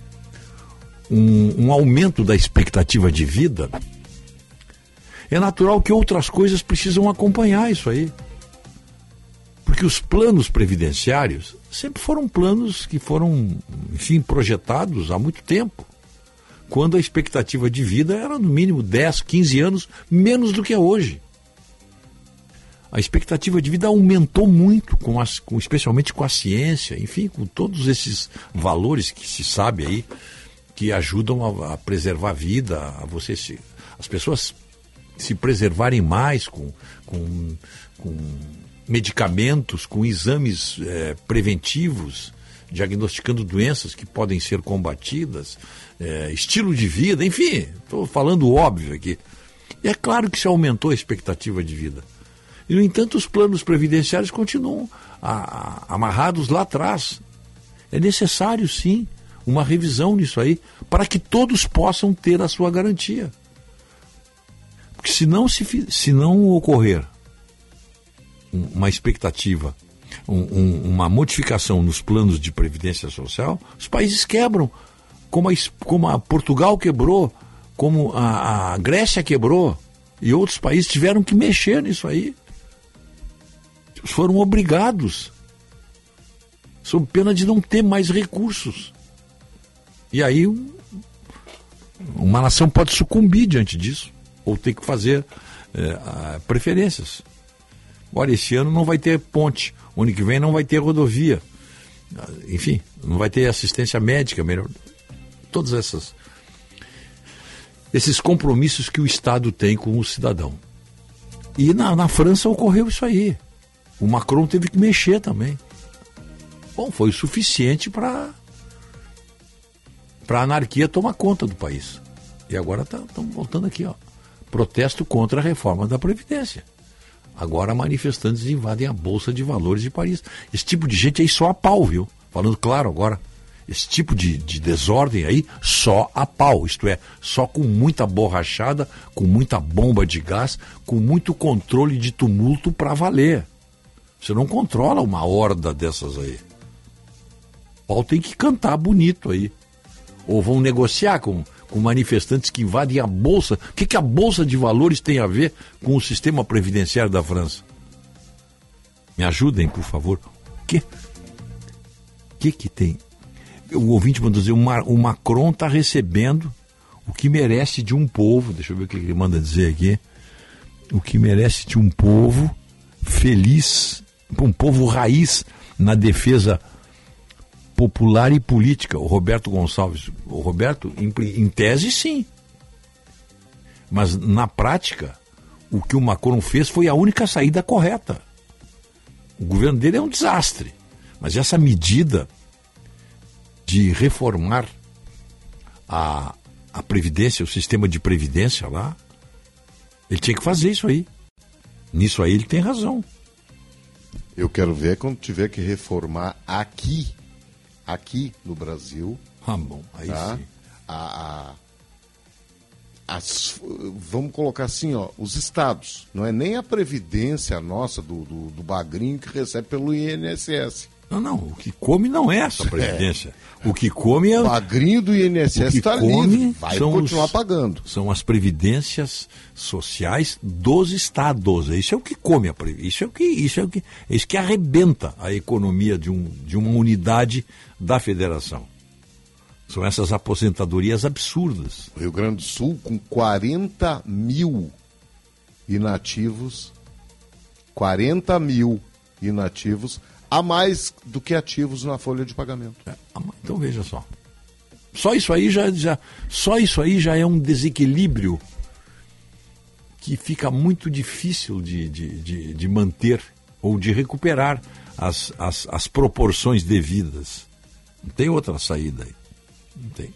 Speaker 3: um aumento da expectativa de vida, é natural que outras coisas precisam acompanhar isso aí. Porque os planos previdenciários sempre foram planos que foram, enfim, projetados há muito tempo, quando a expectativa de vida era no mínimo 10, 15 anos menos do que é hoje. A expectativa de vida aumentou muito, especialmente com a ciência, enfim, com todos esses valores que se sabe aí, que ajudam a preservar a vida, as pessoas se preservarem mais com medicamentos, com exames preventivos, diagnosticando doenças que podem ser combatidas, estilo de vida, enfim, estou falando óbvio aqui. E é claro que se aumentou a expectativa de vida. E, no entanto, os planos previdenciários continuam amarrados lá atrás. É necessário, sim, uma revisão nisso aí, para que todos possam ter a sua garantia. Porque se não ocorrer uma expectativa, uma modificação nos planos de previdência social, os países quebram, como a Portugal quebrou, como a Grécia quebrou, e outros países tiveram que mexer nisso aí. Foram obrigados, sob pena de não ter mais recursos. E aí uma nação pode sucumbir diante disso, ou ter que fazer preferências. Olha, esse ano não vai ter ponte, o ano que vem não vai ter rodovia, enfim, não vai ter assistência médica, melhor. Todos esses compromissos que o Estado tem com o cidadão. E na França ocorreu isso aí. O Macron teve que mexer também. Bom, foi o suficiente para a anarquia tomar conta do país. E agora estamos voltando aqui, ó. Protesto contra a reforma da Previdência. Agora manifestantes invadem a Bolsa de Valores de Paris. Esse tipo de gente aí só a pau, viu? Falando claro agora. Esse tipo de desordem aí só a pau. Isto é, só com muita borrachada, com muita bomba de gás, com muito controle de tumulto para valer. Você não controla uma horda dessas aí. O pau tem que cantar bonito aí. Ou vão negociar com manifestantes que invadem a Bolsa. O que a Bolsa de Valores tem a ver com o sistema previdenciário da França? Me ajudem, por favor. O que tem? O ouvinte mandou dizer, o Macron está recebendo o que merece de um povo. Deixa eu ver o que ele manda dizer aqui. O que merece de um povo feliz, um povo raiz na defesa popular e política. O Roberto Gonçalves. O Roberto, em tese, sim. Mas, na prática, o que o Macron fez foi a única saída correta. O governo dele é um desastre. Mas essa medida de reformar a Previdência, o sistema de Previdência lá, ele tinha que fazer isso aí. Nisso aí ele tem razão.
Speaker 4: Eu quero ver quando tiver que reformar aqui no Brasil.
Speaker 3: Ah, bom, aí
Speaker 4: sim. Vamos colocar assim, ó, os estados. Não é nem a Previdência nossa do bagrinho que recebe pelo INSS.
Speaker 3: Não, o que come não é essa Previdência. O que come é...
Speaker 4: O bagrinho do INSS está livre, vai continuar pagando.
Speaker 3: São as previdências sociais dos estados. Isso é o que come a Previdência. Isso que arrebenta a economia de uma unidade da federação. São essas aposentadorias absurdas.
Speaker 4: O Rio Grande do Sul, com 40 mil inativos, a mais do que ativos na folha de pagamento.
Speaker 3: Então veja só. Só isso aí já é um desequilíbrio que fica muito difícil de manter ou de recuperar as proporções devidas. Não tem outra saída aí. Não tem.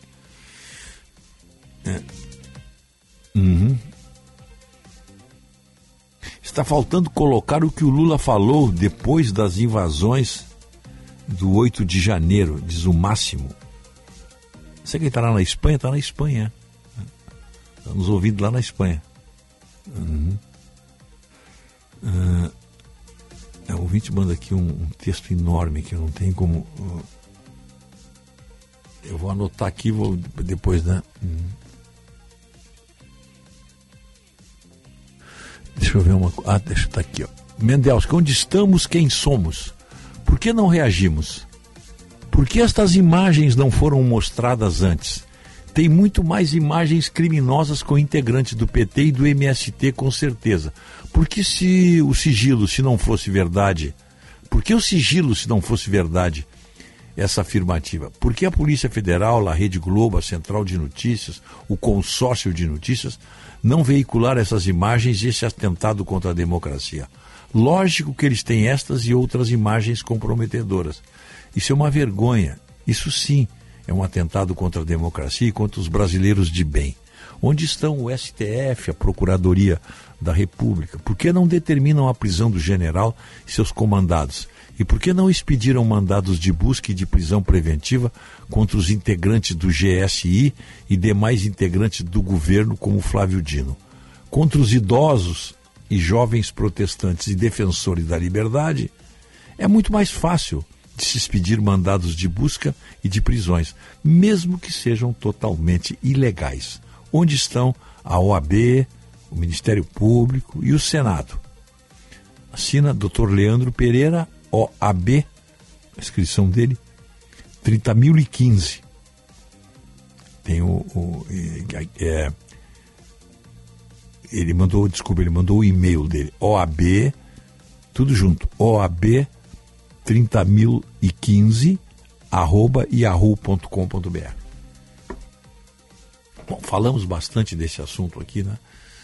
Speaker 3: Está faltando colocar o que o Lula falou depois das invasões do 8 de janeiro, diz o Máximo. Você que está lá na Espanha? Está na Espanha. Está nos ouvindo lá na Espanha. O ouvinte manda aqui um texto enorme que eu não tenho como... Eu vou anotar aqui, vou depois, né? Deixa eu ver uma coisa. Deixa eu estar aqui, ó. Mendelski, onde estamos, quem somos? Por que não reagimos? Por que estas imagens não foram mostradas antes? Tem muito mais imagens criminosas com integrantes do PT e do MST, com certeza. Por que o sigilo, se não fosse verdade? Por que o sigilo, se não fosse verdade? Essa afirmativa. Por que a Polícia Federal, a Rede Globo, a Central de Notícias, o Consórcio de Notícias, não veicular essas imagens e esse atentado contra a democracia? Lógico que eles têm estas e outras imagens comprometedoras. Isso é uma vergonha. Isso sim é um atentado contra a democracia e contra os brasileiros de bem. Onde estão o STF, a Procuradoria da República? Por que não determinam a prisão do general e seus comandados? E por que não expediram mandados de busca e de prisão preventiva contra os integrantes do GSI e demais integrantes do governo, como Flávio Dino? Contra os idosos e jovens protestantes e defensores da liberdade, é muito mais fácil de se expedir mandados de busca e de prisões, mesmo que sejam totalmente ilegais. Onde estão a OAB, o Ministério Público e o Senado? Assina Dr. Leandro Pereira, OAB, a inscrição dele, 30.015. Tem ele mandou o e-mail dele, OAB, tudo junto, OAB 30.015 @yahoo.com.br. Bom, falamos bastante desse assunto aqui, né?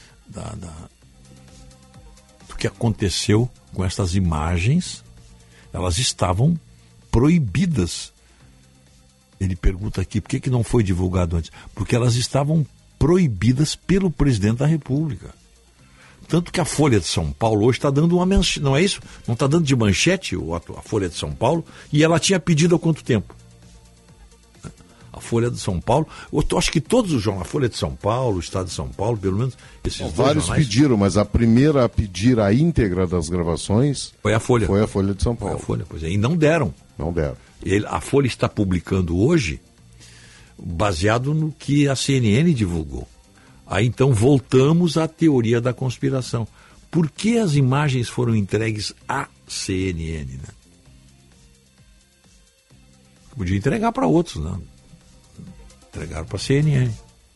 Speaker 3: Do que aconteceu com essas imagens. Elas estavam proibidas. Ele pergunta aqui, por que não foi divulgado antes? Porque elas estavam proibidas pelo presidente da República. Tanto que a Folha de São Paulo hoje está dando uma manchete, não é isso? Não está dando de manchete a Folha de São Paulo, e ela tinha pedido há quanto tempo? A Folha de São Paulo, eu acho que todos os jornais, a Folha de São Paulo, o Estado de São Paulo, pelo menos esses dois
Speaker 4: vários
Speaker 3: jornais,
Speaker 4: pediram, mas a primeira a pedir a íntegra das gravações
Speaker 3: foi a Folha.
Speaker 4: Foi a Folha de São Paulo.
Speaker 3: Foi a Folha, pois é, e não deram.
Speaker 4: Não deram.
Speaker 3: A Folha está publicando hoje, baseado no que a CNN divulgou. Aí então voltamos à teoria da conspiração. Por que as imagens foram entregues à CNN, né? Podia entregar para outros, né? Entregaram para a CNN.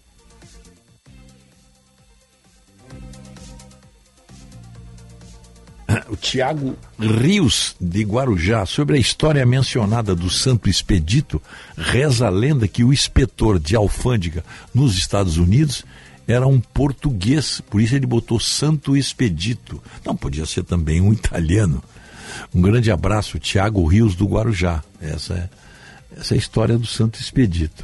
Speaker 3: O Tiago Rios, de Guarujá, sobre a história mencionada do Santo Expedito, reza a lenda que o inspetor de alfândega nos Estados Unidos era um português, por isso ele botou Santo Expedito. Não, podia ser também um italiano. Um grande abraço, Tiago Rios, do Guarujá. Essa é a história do Santo Expedito.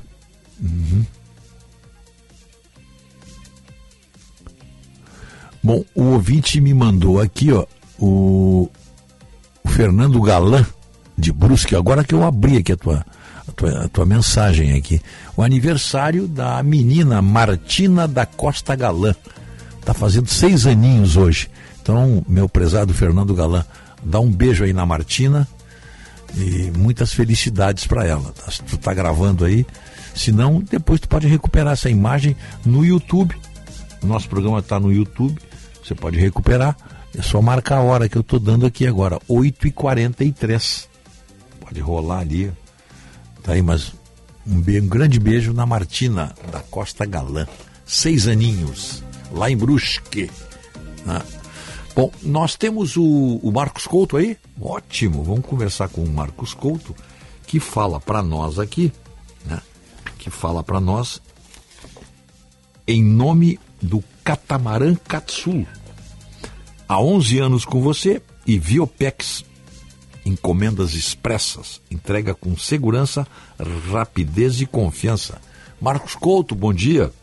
Speaker 3: Bom, o ouvinte me mandou aqui, ó, o Fernando Galan, de Brusque, agora que eu abri aqui a tua mensagem aqui, o aniversário da menina Martina da Costa Galan, tá fazendo 6 aninhos hoje. Então, meu prezado Fernando Galan, dá um beijo aí na Martina e muitas felicidades para ela. Tu tá gravando aí, se não, depois tu pode recuperar essa imagem no YouTube. O nosso programa está no YouTube, você pode recuperar. É só marcar a hora que eu estou dando aqui agora, 8h43. Pode rolar ali. Tá aí, mas um grande beijo na Martina da Costa Galan. 6 aninhos, lá em Brusque. Né? Bom, nós temos o Marcos Couto aí. Ótimo, vamos conversar com o Marcos Couto, que fala para nós aqui, né? Que fala para nós em nome do Catamarã Catsul. Há 11 anos com você e Viopex, encomendas expressas, entrega com segurança, rapidez e confiança. Marcos Couto, bom dia.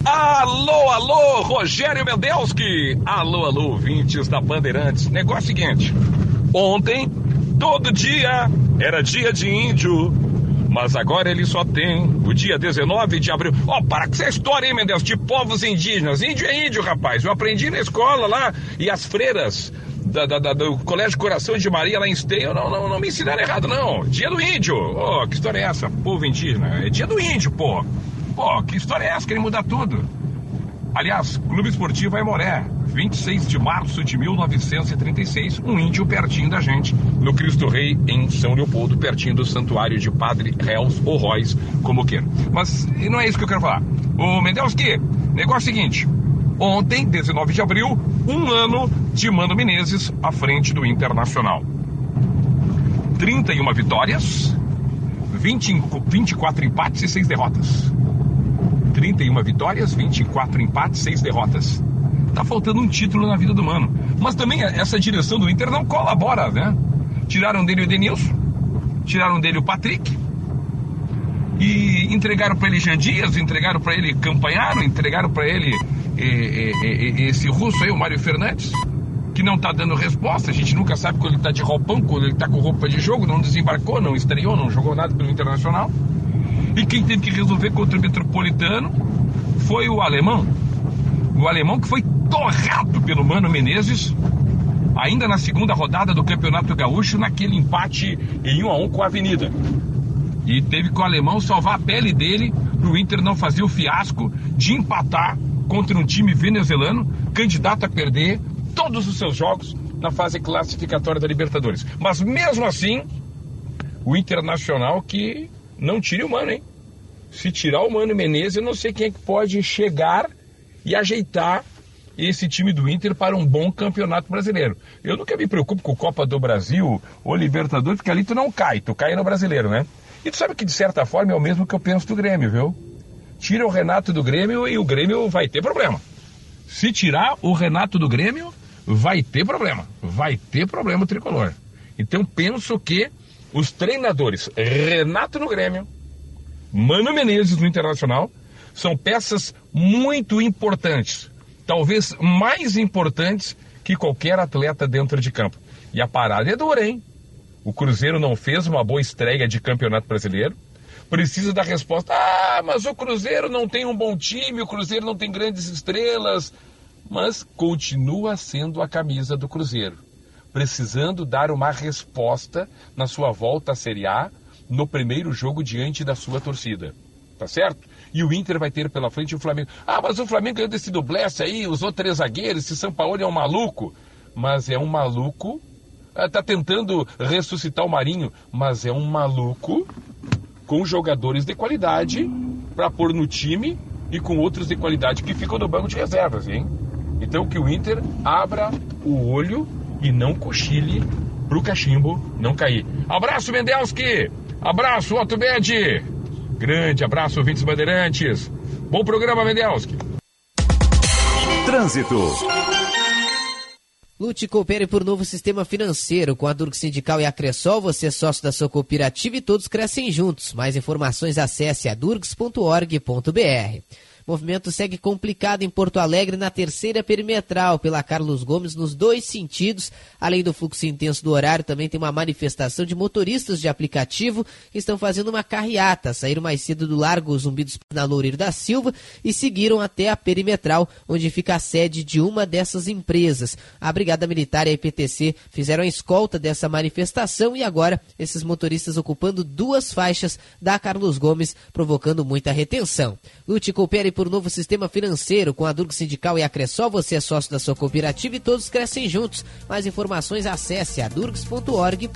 Speaker 10: Alô, alô, Rogério Mendelski. Alô, alô, ouvintes da Bandeirantes. Negócio seguinte, ontem, todo dia, era dia de índio, mas agora ele só tem o dia 19 de abril. Para com essa história, hein, Mendelski, de povos indígenas. Índio é índio, rapaz. Eu aprendi na escola lá, e as freiras do Colégio Coração de Maria lá em Esteio não me ensinaram errado, não. Dia do índio. Que história é essa, povo indígena? É dia do índio, pô. Que história é essa? Querem mudar tudo. Aliás, Clube Esportivo Aimoré, 26 de março de 1936, um índio pertinho da gente, no Cristo Rei, em São Leopoldo, pertinho do santuário de Padre Réus ou Róis, como queira. Mas não é isso que eu quero falar. Ô Mendelski, negócio seguinte, ontem, 19 de abril, 1 ano de Mano Menezes à frente do Internacional. 31 vitórias, 24 empates e 6 derrotas. 31 vitórias, 24 empates, 6 derrotas. Tá faltando um título na vida do Mano. Mas também essa direção do Inter não colabora, né? Tiraram dele o Edenilson, tiraram dele o Patrick, e entregaram para ele Jean Dias, entregaram para ele Campanharo, entregaram para ele esse russo aí, o Mário Fernandes, que não tá dando resposta. A gente nunca sabe quando ele tá de roupão, quando ele tá com roupa de jogo, não desembarcou, não estreou, não jogou nada pelo Internacional. E quem teve que resolver contra o Metropolitano foi o alemão. O alemão que foi torrado pelo Mano Menezes, ainda na segunda rodada do Campeonato Gaúcho, naquele empate em 1-1 com a Avenida. E teve que o alemão salvar a pele dele para o Inter não fazer o fiasco de empatar contra um time venezuelano, candidato a perder todos os seus jogos na fase classificatória da Libertadores. Mas mesmo assim, o Internacional que não tire o Mano, hein? Se tirar o Mano Menezes, eu não sei quem é que pode chegar e ajeitar esse time do Inter para um bom campeonato brasileiro. Eu nunca me preocupo com Copa do Brasil ou Libertadores, porque ali tu não cai, tu cai no brasileiro, né? E tu sabe que de certa forma é o mesmo que eu penso do Grêmio, viu? Tira o Renato do Grêmio e o Grêmio vai ter problema. Se tirar o Renato do Grêmio, vai ter problema. Vai ter problema o tricolor. Então penso que os treinadores Renato no Grêmio, Mano Menezes no Internacional, são peças muito importantes, talvez mais importantes que qualquer atleta dentro de campo. E a parada é dura, hein? O Cruzeiro não fez uma boa estreia de Campeonato Brasileiro, precisa da resposta. Mas o Cruzeiro não tem um bom time, o Cruzeiro não tem grandes estrelas, mas continua sendo a camisa do Cruzeiro, precisando dar uma resposta na sua volta à Série A, no primeiro jogo diante da sua torcida, tá certo? E o Inter vai ter pela frente o Flamengo. Mas o Flamengo ganhou desse dublesse aí, usou 3 zagueiros, esse Sampaoli é um maluco. Mas é um maluco, tá tentando ressuscitar o Marinho, mas é um maluco com jogadores de qualidade para pôr no time e com outros de qualidade que ficam no banco de reservas, hein? Então que o Inter abra o olho e não cochile pro cachimbo não cair. Abraço, Mendelski! Abraço, Otto Bed! Grande abraço, ouvintes Bandeirantes! Bom programa, Mendelski!
Speaker 12: Trânsito.
Speaker 18: Lute e coopere por novo sistema financeiro. Com a Durg Sindical e a Cressol, você é sócio da sua cooperativa e todos crescem juntos. Mais informações, acesse adurgs.org.br. Movimento segue complicado em Porto Alegre na terceira perimetral, pela Carlos Gomes, nos 2 sentidos. Além do fluxo intenso do horário, também tem uma manifestação de motoristas de aplicativo que estão fazendo uma carreata. Saíram mais cedo do Largo Zumbi dos na Loureiro da Silva e seguiram até a perimetral, onde fica a sede de uma dessas empresas. A Brigada Militar e a IPTC fizeram a escolta dessa manifestação e agora esses motoristas ocupando 2 faixas da Carlos Gomes, provocando muita retenção. Lute e coopere por novo sistema financeiro. Com a Durg Sindical e a Cressol, você é sócio da sua cooperativa e todos crescem juntos. Mais informações, acesse adurgs.org.br.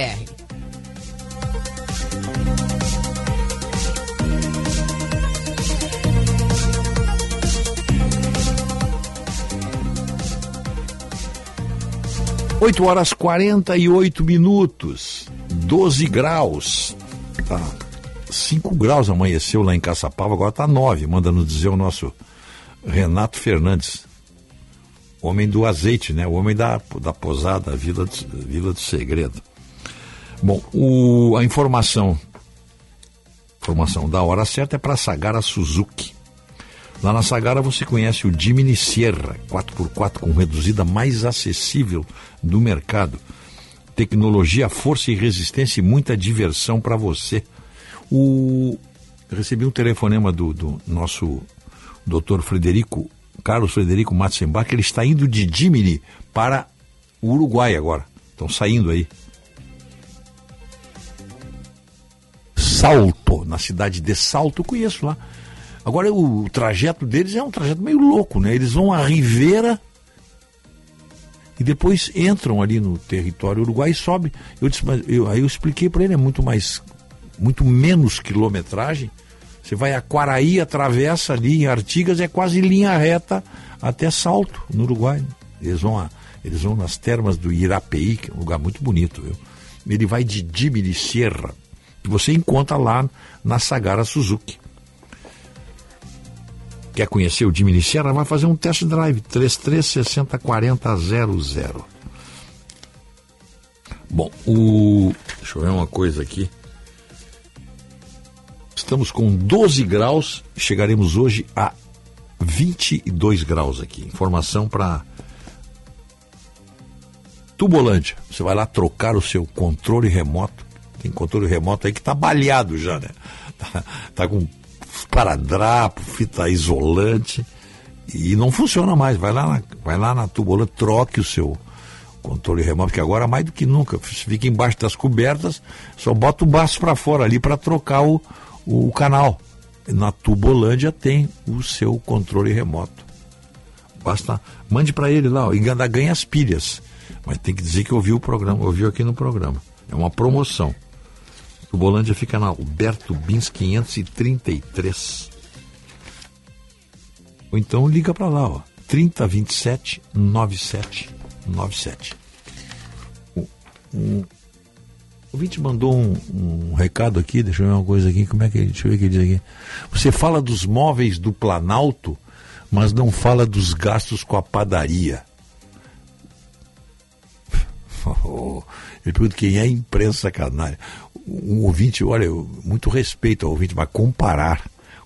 Speaker 3: Oito horas 48 minutos, 12 graus. Tá. 5 graus amanheceu lá em Caçapava, agora está 9, manda nos dizer o nosso Renato Fernandes, homem do azeite, né? O homem da posada, Vila do Segredo. Bom, a informação da hora certa é para Sagara Suzuki. Lá na Sagara você conhece o Jimny Sierra, 4x4 com reduzida mais acessível do mercado. Tecnologia, força e resistência e muita diversão para você. Eu recebi um telefonema do nosso Dr. Carlos Frederico Matzenbach, que ele está indo de Jimny para o Uruguai agora. Estão saindo aí. Salto, na cidade de Salto, eu conheço lá. Agora o trajeto deles é um trajeto meio louco, né? Eles vão à Ribeira e depois entram ali no território uruguai e sobem. Aí eu expliquei para ele, é muito menos quilometragem. Você vai a Quaraí, atravessa ali em Artigas, é quase linha reta até Salto, no Uruguai. Eles vão nas termas do Irapeí, que é um lugar muito bonito, viu? Ele vai de Jimny Sierra, que você encontra lá na Sagara Suzuki. Quer conhecer o Jimny Sierra? Vai fazer um test drive, 33604000. Bom, deixa eu ver uma coisa aqui. Estamos com 12 graus, chegaremos hoje a 22 graus aqui. Informação para Tubolândia. Você vai lá trocar o seu controle remoto. Tem controle remoto aí que tá baleado já, né? Tá com esparadrapo, fita isolante e não funciona mais. Vai lá na Tubolândia, troque o seu controle remoto, que agora mais do que nunca, fica embaixo das cobertas, só bota o braço para fora ali para trocar o canal. Na Tubolândia tem o seu controle remoto. Basta, mande para ele lá, e ainda ganha as pilhas. Mas tem que dizer que ouviu o programa, ouviu aqui no programa. É uma promoção. Tubolândia fica na Alberto Bins 533. Ou então liga para lá, ó, 3027 9797. O ouvinte mandou um recado aqui, deixa eu ver uma coisa aqui, deixa eu ver o que ele diz aqui. Você fala dos móveis do Planalto, mas não fala dos gastos com a padaria. Ele pergunta quem é a imprensa canária. Um ouvinte, olha, muito respeito ao ouvinte, mas comparar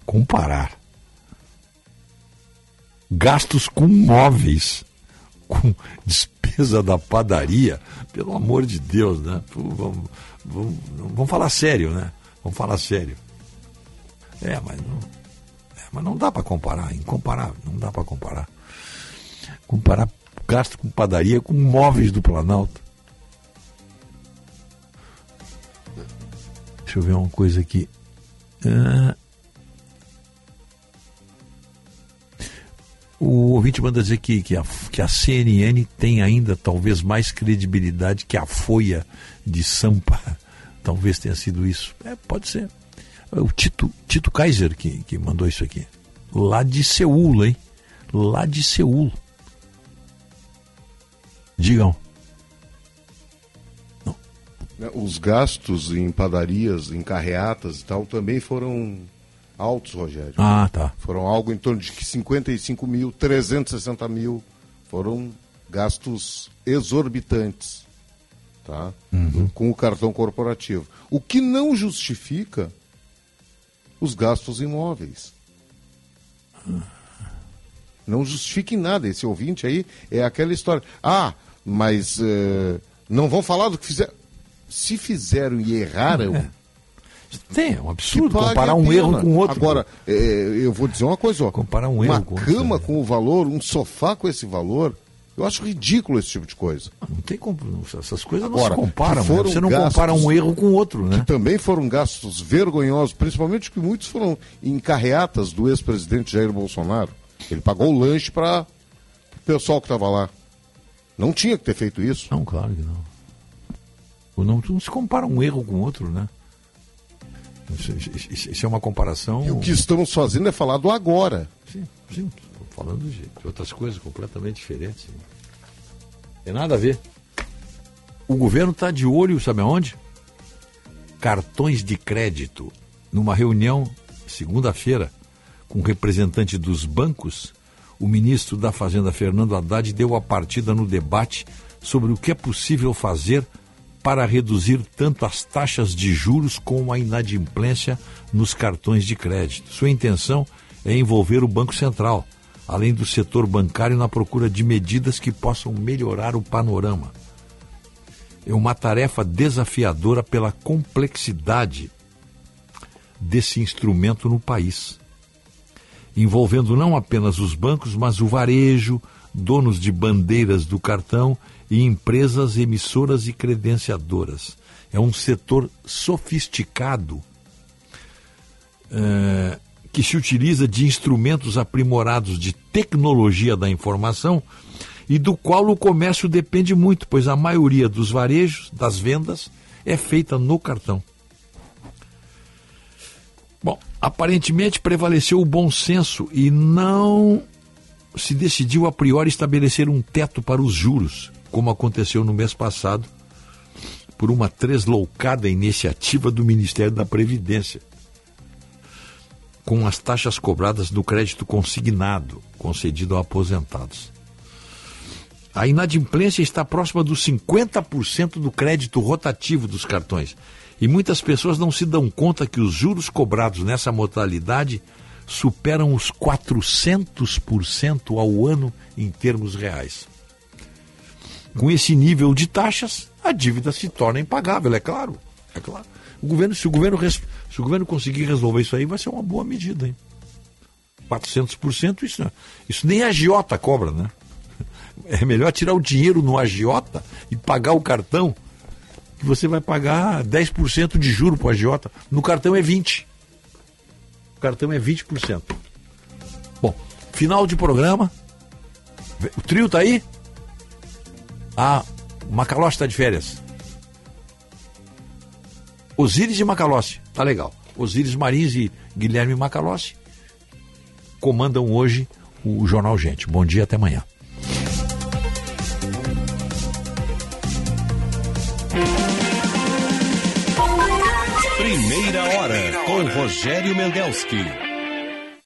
Speaker 3: gastos com móveis, com despesa da padaria, pelo amor de Deus, né? Vamos falar sério, né? Vamos falar sério. Mas não dá para comparar, incomparável, não dá para comparar. Comparar gasto com padaria com móveis do Planalto. Deixa eu ver uma coisa aqui. O ouvinte manda dizer que a CNN tem ainda talvez mais credibilidade que a Folha de Sampa. Talvez tenha sido isso. Pode ser. O Tito Kaiser que mandou isso aqui. Lá de Seul, hein? Lá de Seul. Digam.
Speaker 4: Os gastos em padarias, em carreatas e tal, também foram altos, Rogério.
Speaker 3: Ah, tá.
Speaker 4: Foram algo em torno de 55 mil, 360 mil. Foram gastos exorbitantes, tá? Com o cartão corporativo. O que não justifica os gastos imóveis. Não justifica em nada. Esse ouvinte aí é aquela história. Mas não vão falar do que fizeram. Se fizeram e erraram...
Speaker 3: É um absurdo comparar um erro com outro.
Speaker 4: Agora, eu vou dizer uma coisa, ó.
Speaker 3: Comparar um erro com outro.
Speaker 4: Uma cama com o valor, um sofá com esse valor, eu acho ridículo esse tipo de coisa.
Speaker 3: Não tem como, essas coisas agora, não se comparam. Você não compara um erro com outro, né?
Speaker 4: Que também foram gastos vergonhosos, principalmente que muitos foram em carreatas do ex-presidente Jair Bolsonaro. Ele pagou o lanche para o pessoal que estava lá. Não tinha que ter feito isso.
Speaker 3: Não, claro que não. Não se compara um erro com outro, né? Isso é uma comparação...
Speaker 4: E o que estamos fazendo é falar do agora.
Speaker 3: Sim, estou falando de outras coisas completamente diferentes. Não tem nada a ver. O governo está de olho, sabe aonde? Cartões de crédito. Numa reunião, segunda-feira, com representante dos bancos, o ministro da Fazenda, Fernando Haddad, deu a partida no debate sobre o que é possível fazer para reduzir tanto as taxas de juros como a inadimplência nos cartões de crédito. Sua intenção é envolver o Banco Central, além do setor bancário, na procura de medidas que possam melhorar o panorama. É uma tarefa desafiadora pela complexidade desse instrumento no país, envolvendo não apenas os bancos, mas o varejo, donos de bandeiras do cartão e empresas emissoras e credenciadoras. É um setor sofisticado que se utiliza de instrumentos aprimorados de tecnologia da informação e do qual o comércio depende muito, pois a maioria dos varejos, das vendas, é feita no cartão. Bom, aparentemente prevaleceu o bom senso e não se decidiu a priori estabelecer um teto para os juros, como aconteceu no mês passado, por uma tresloucada iniciativa do Ministério da Previdência, com as taxas cobradas no crédito consignado, concedido a aposentados. A inadimplência está próxima dos 50% do crédito rotativo dos cartões, e muitas pessoas não se dão conta que os juros cobrados nessa modalidade superam os 400% ao ano em termos reais. Com esse nível de taxas, a dívida se torna impagável, é claro. É claro. Se o governo conseguir resolver isso aí, vai ser uma boa medida, hein? 400%, isso nem a agiota cobra, né? É melhor tirar o dinheiro no agiota e pagar o cartão, que você vai pagar 10% de juro para o agiota. No cartão é 20%. O cartão é 20%. Bom, final de programa. O trio tá aí? O Macalossi está de férias. Osíris e Macalossi, tá legal. Osíris Marins e Guilherme Macalossi comandam hoje o Jornal Gente. Bom dia, até amanhã.
Speaker 1: Primeira hora com Rogério Mendelski.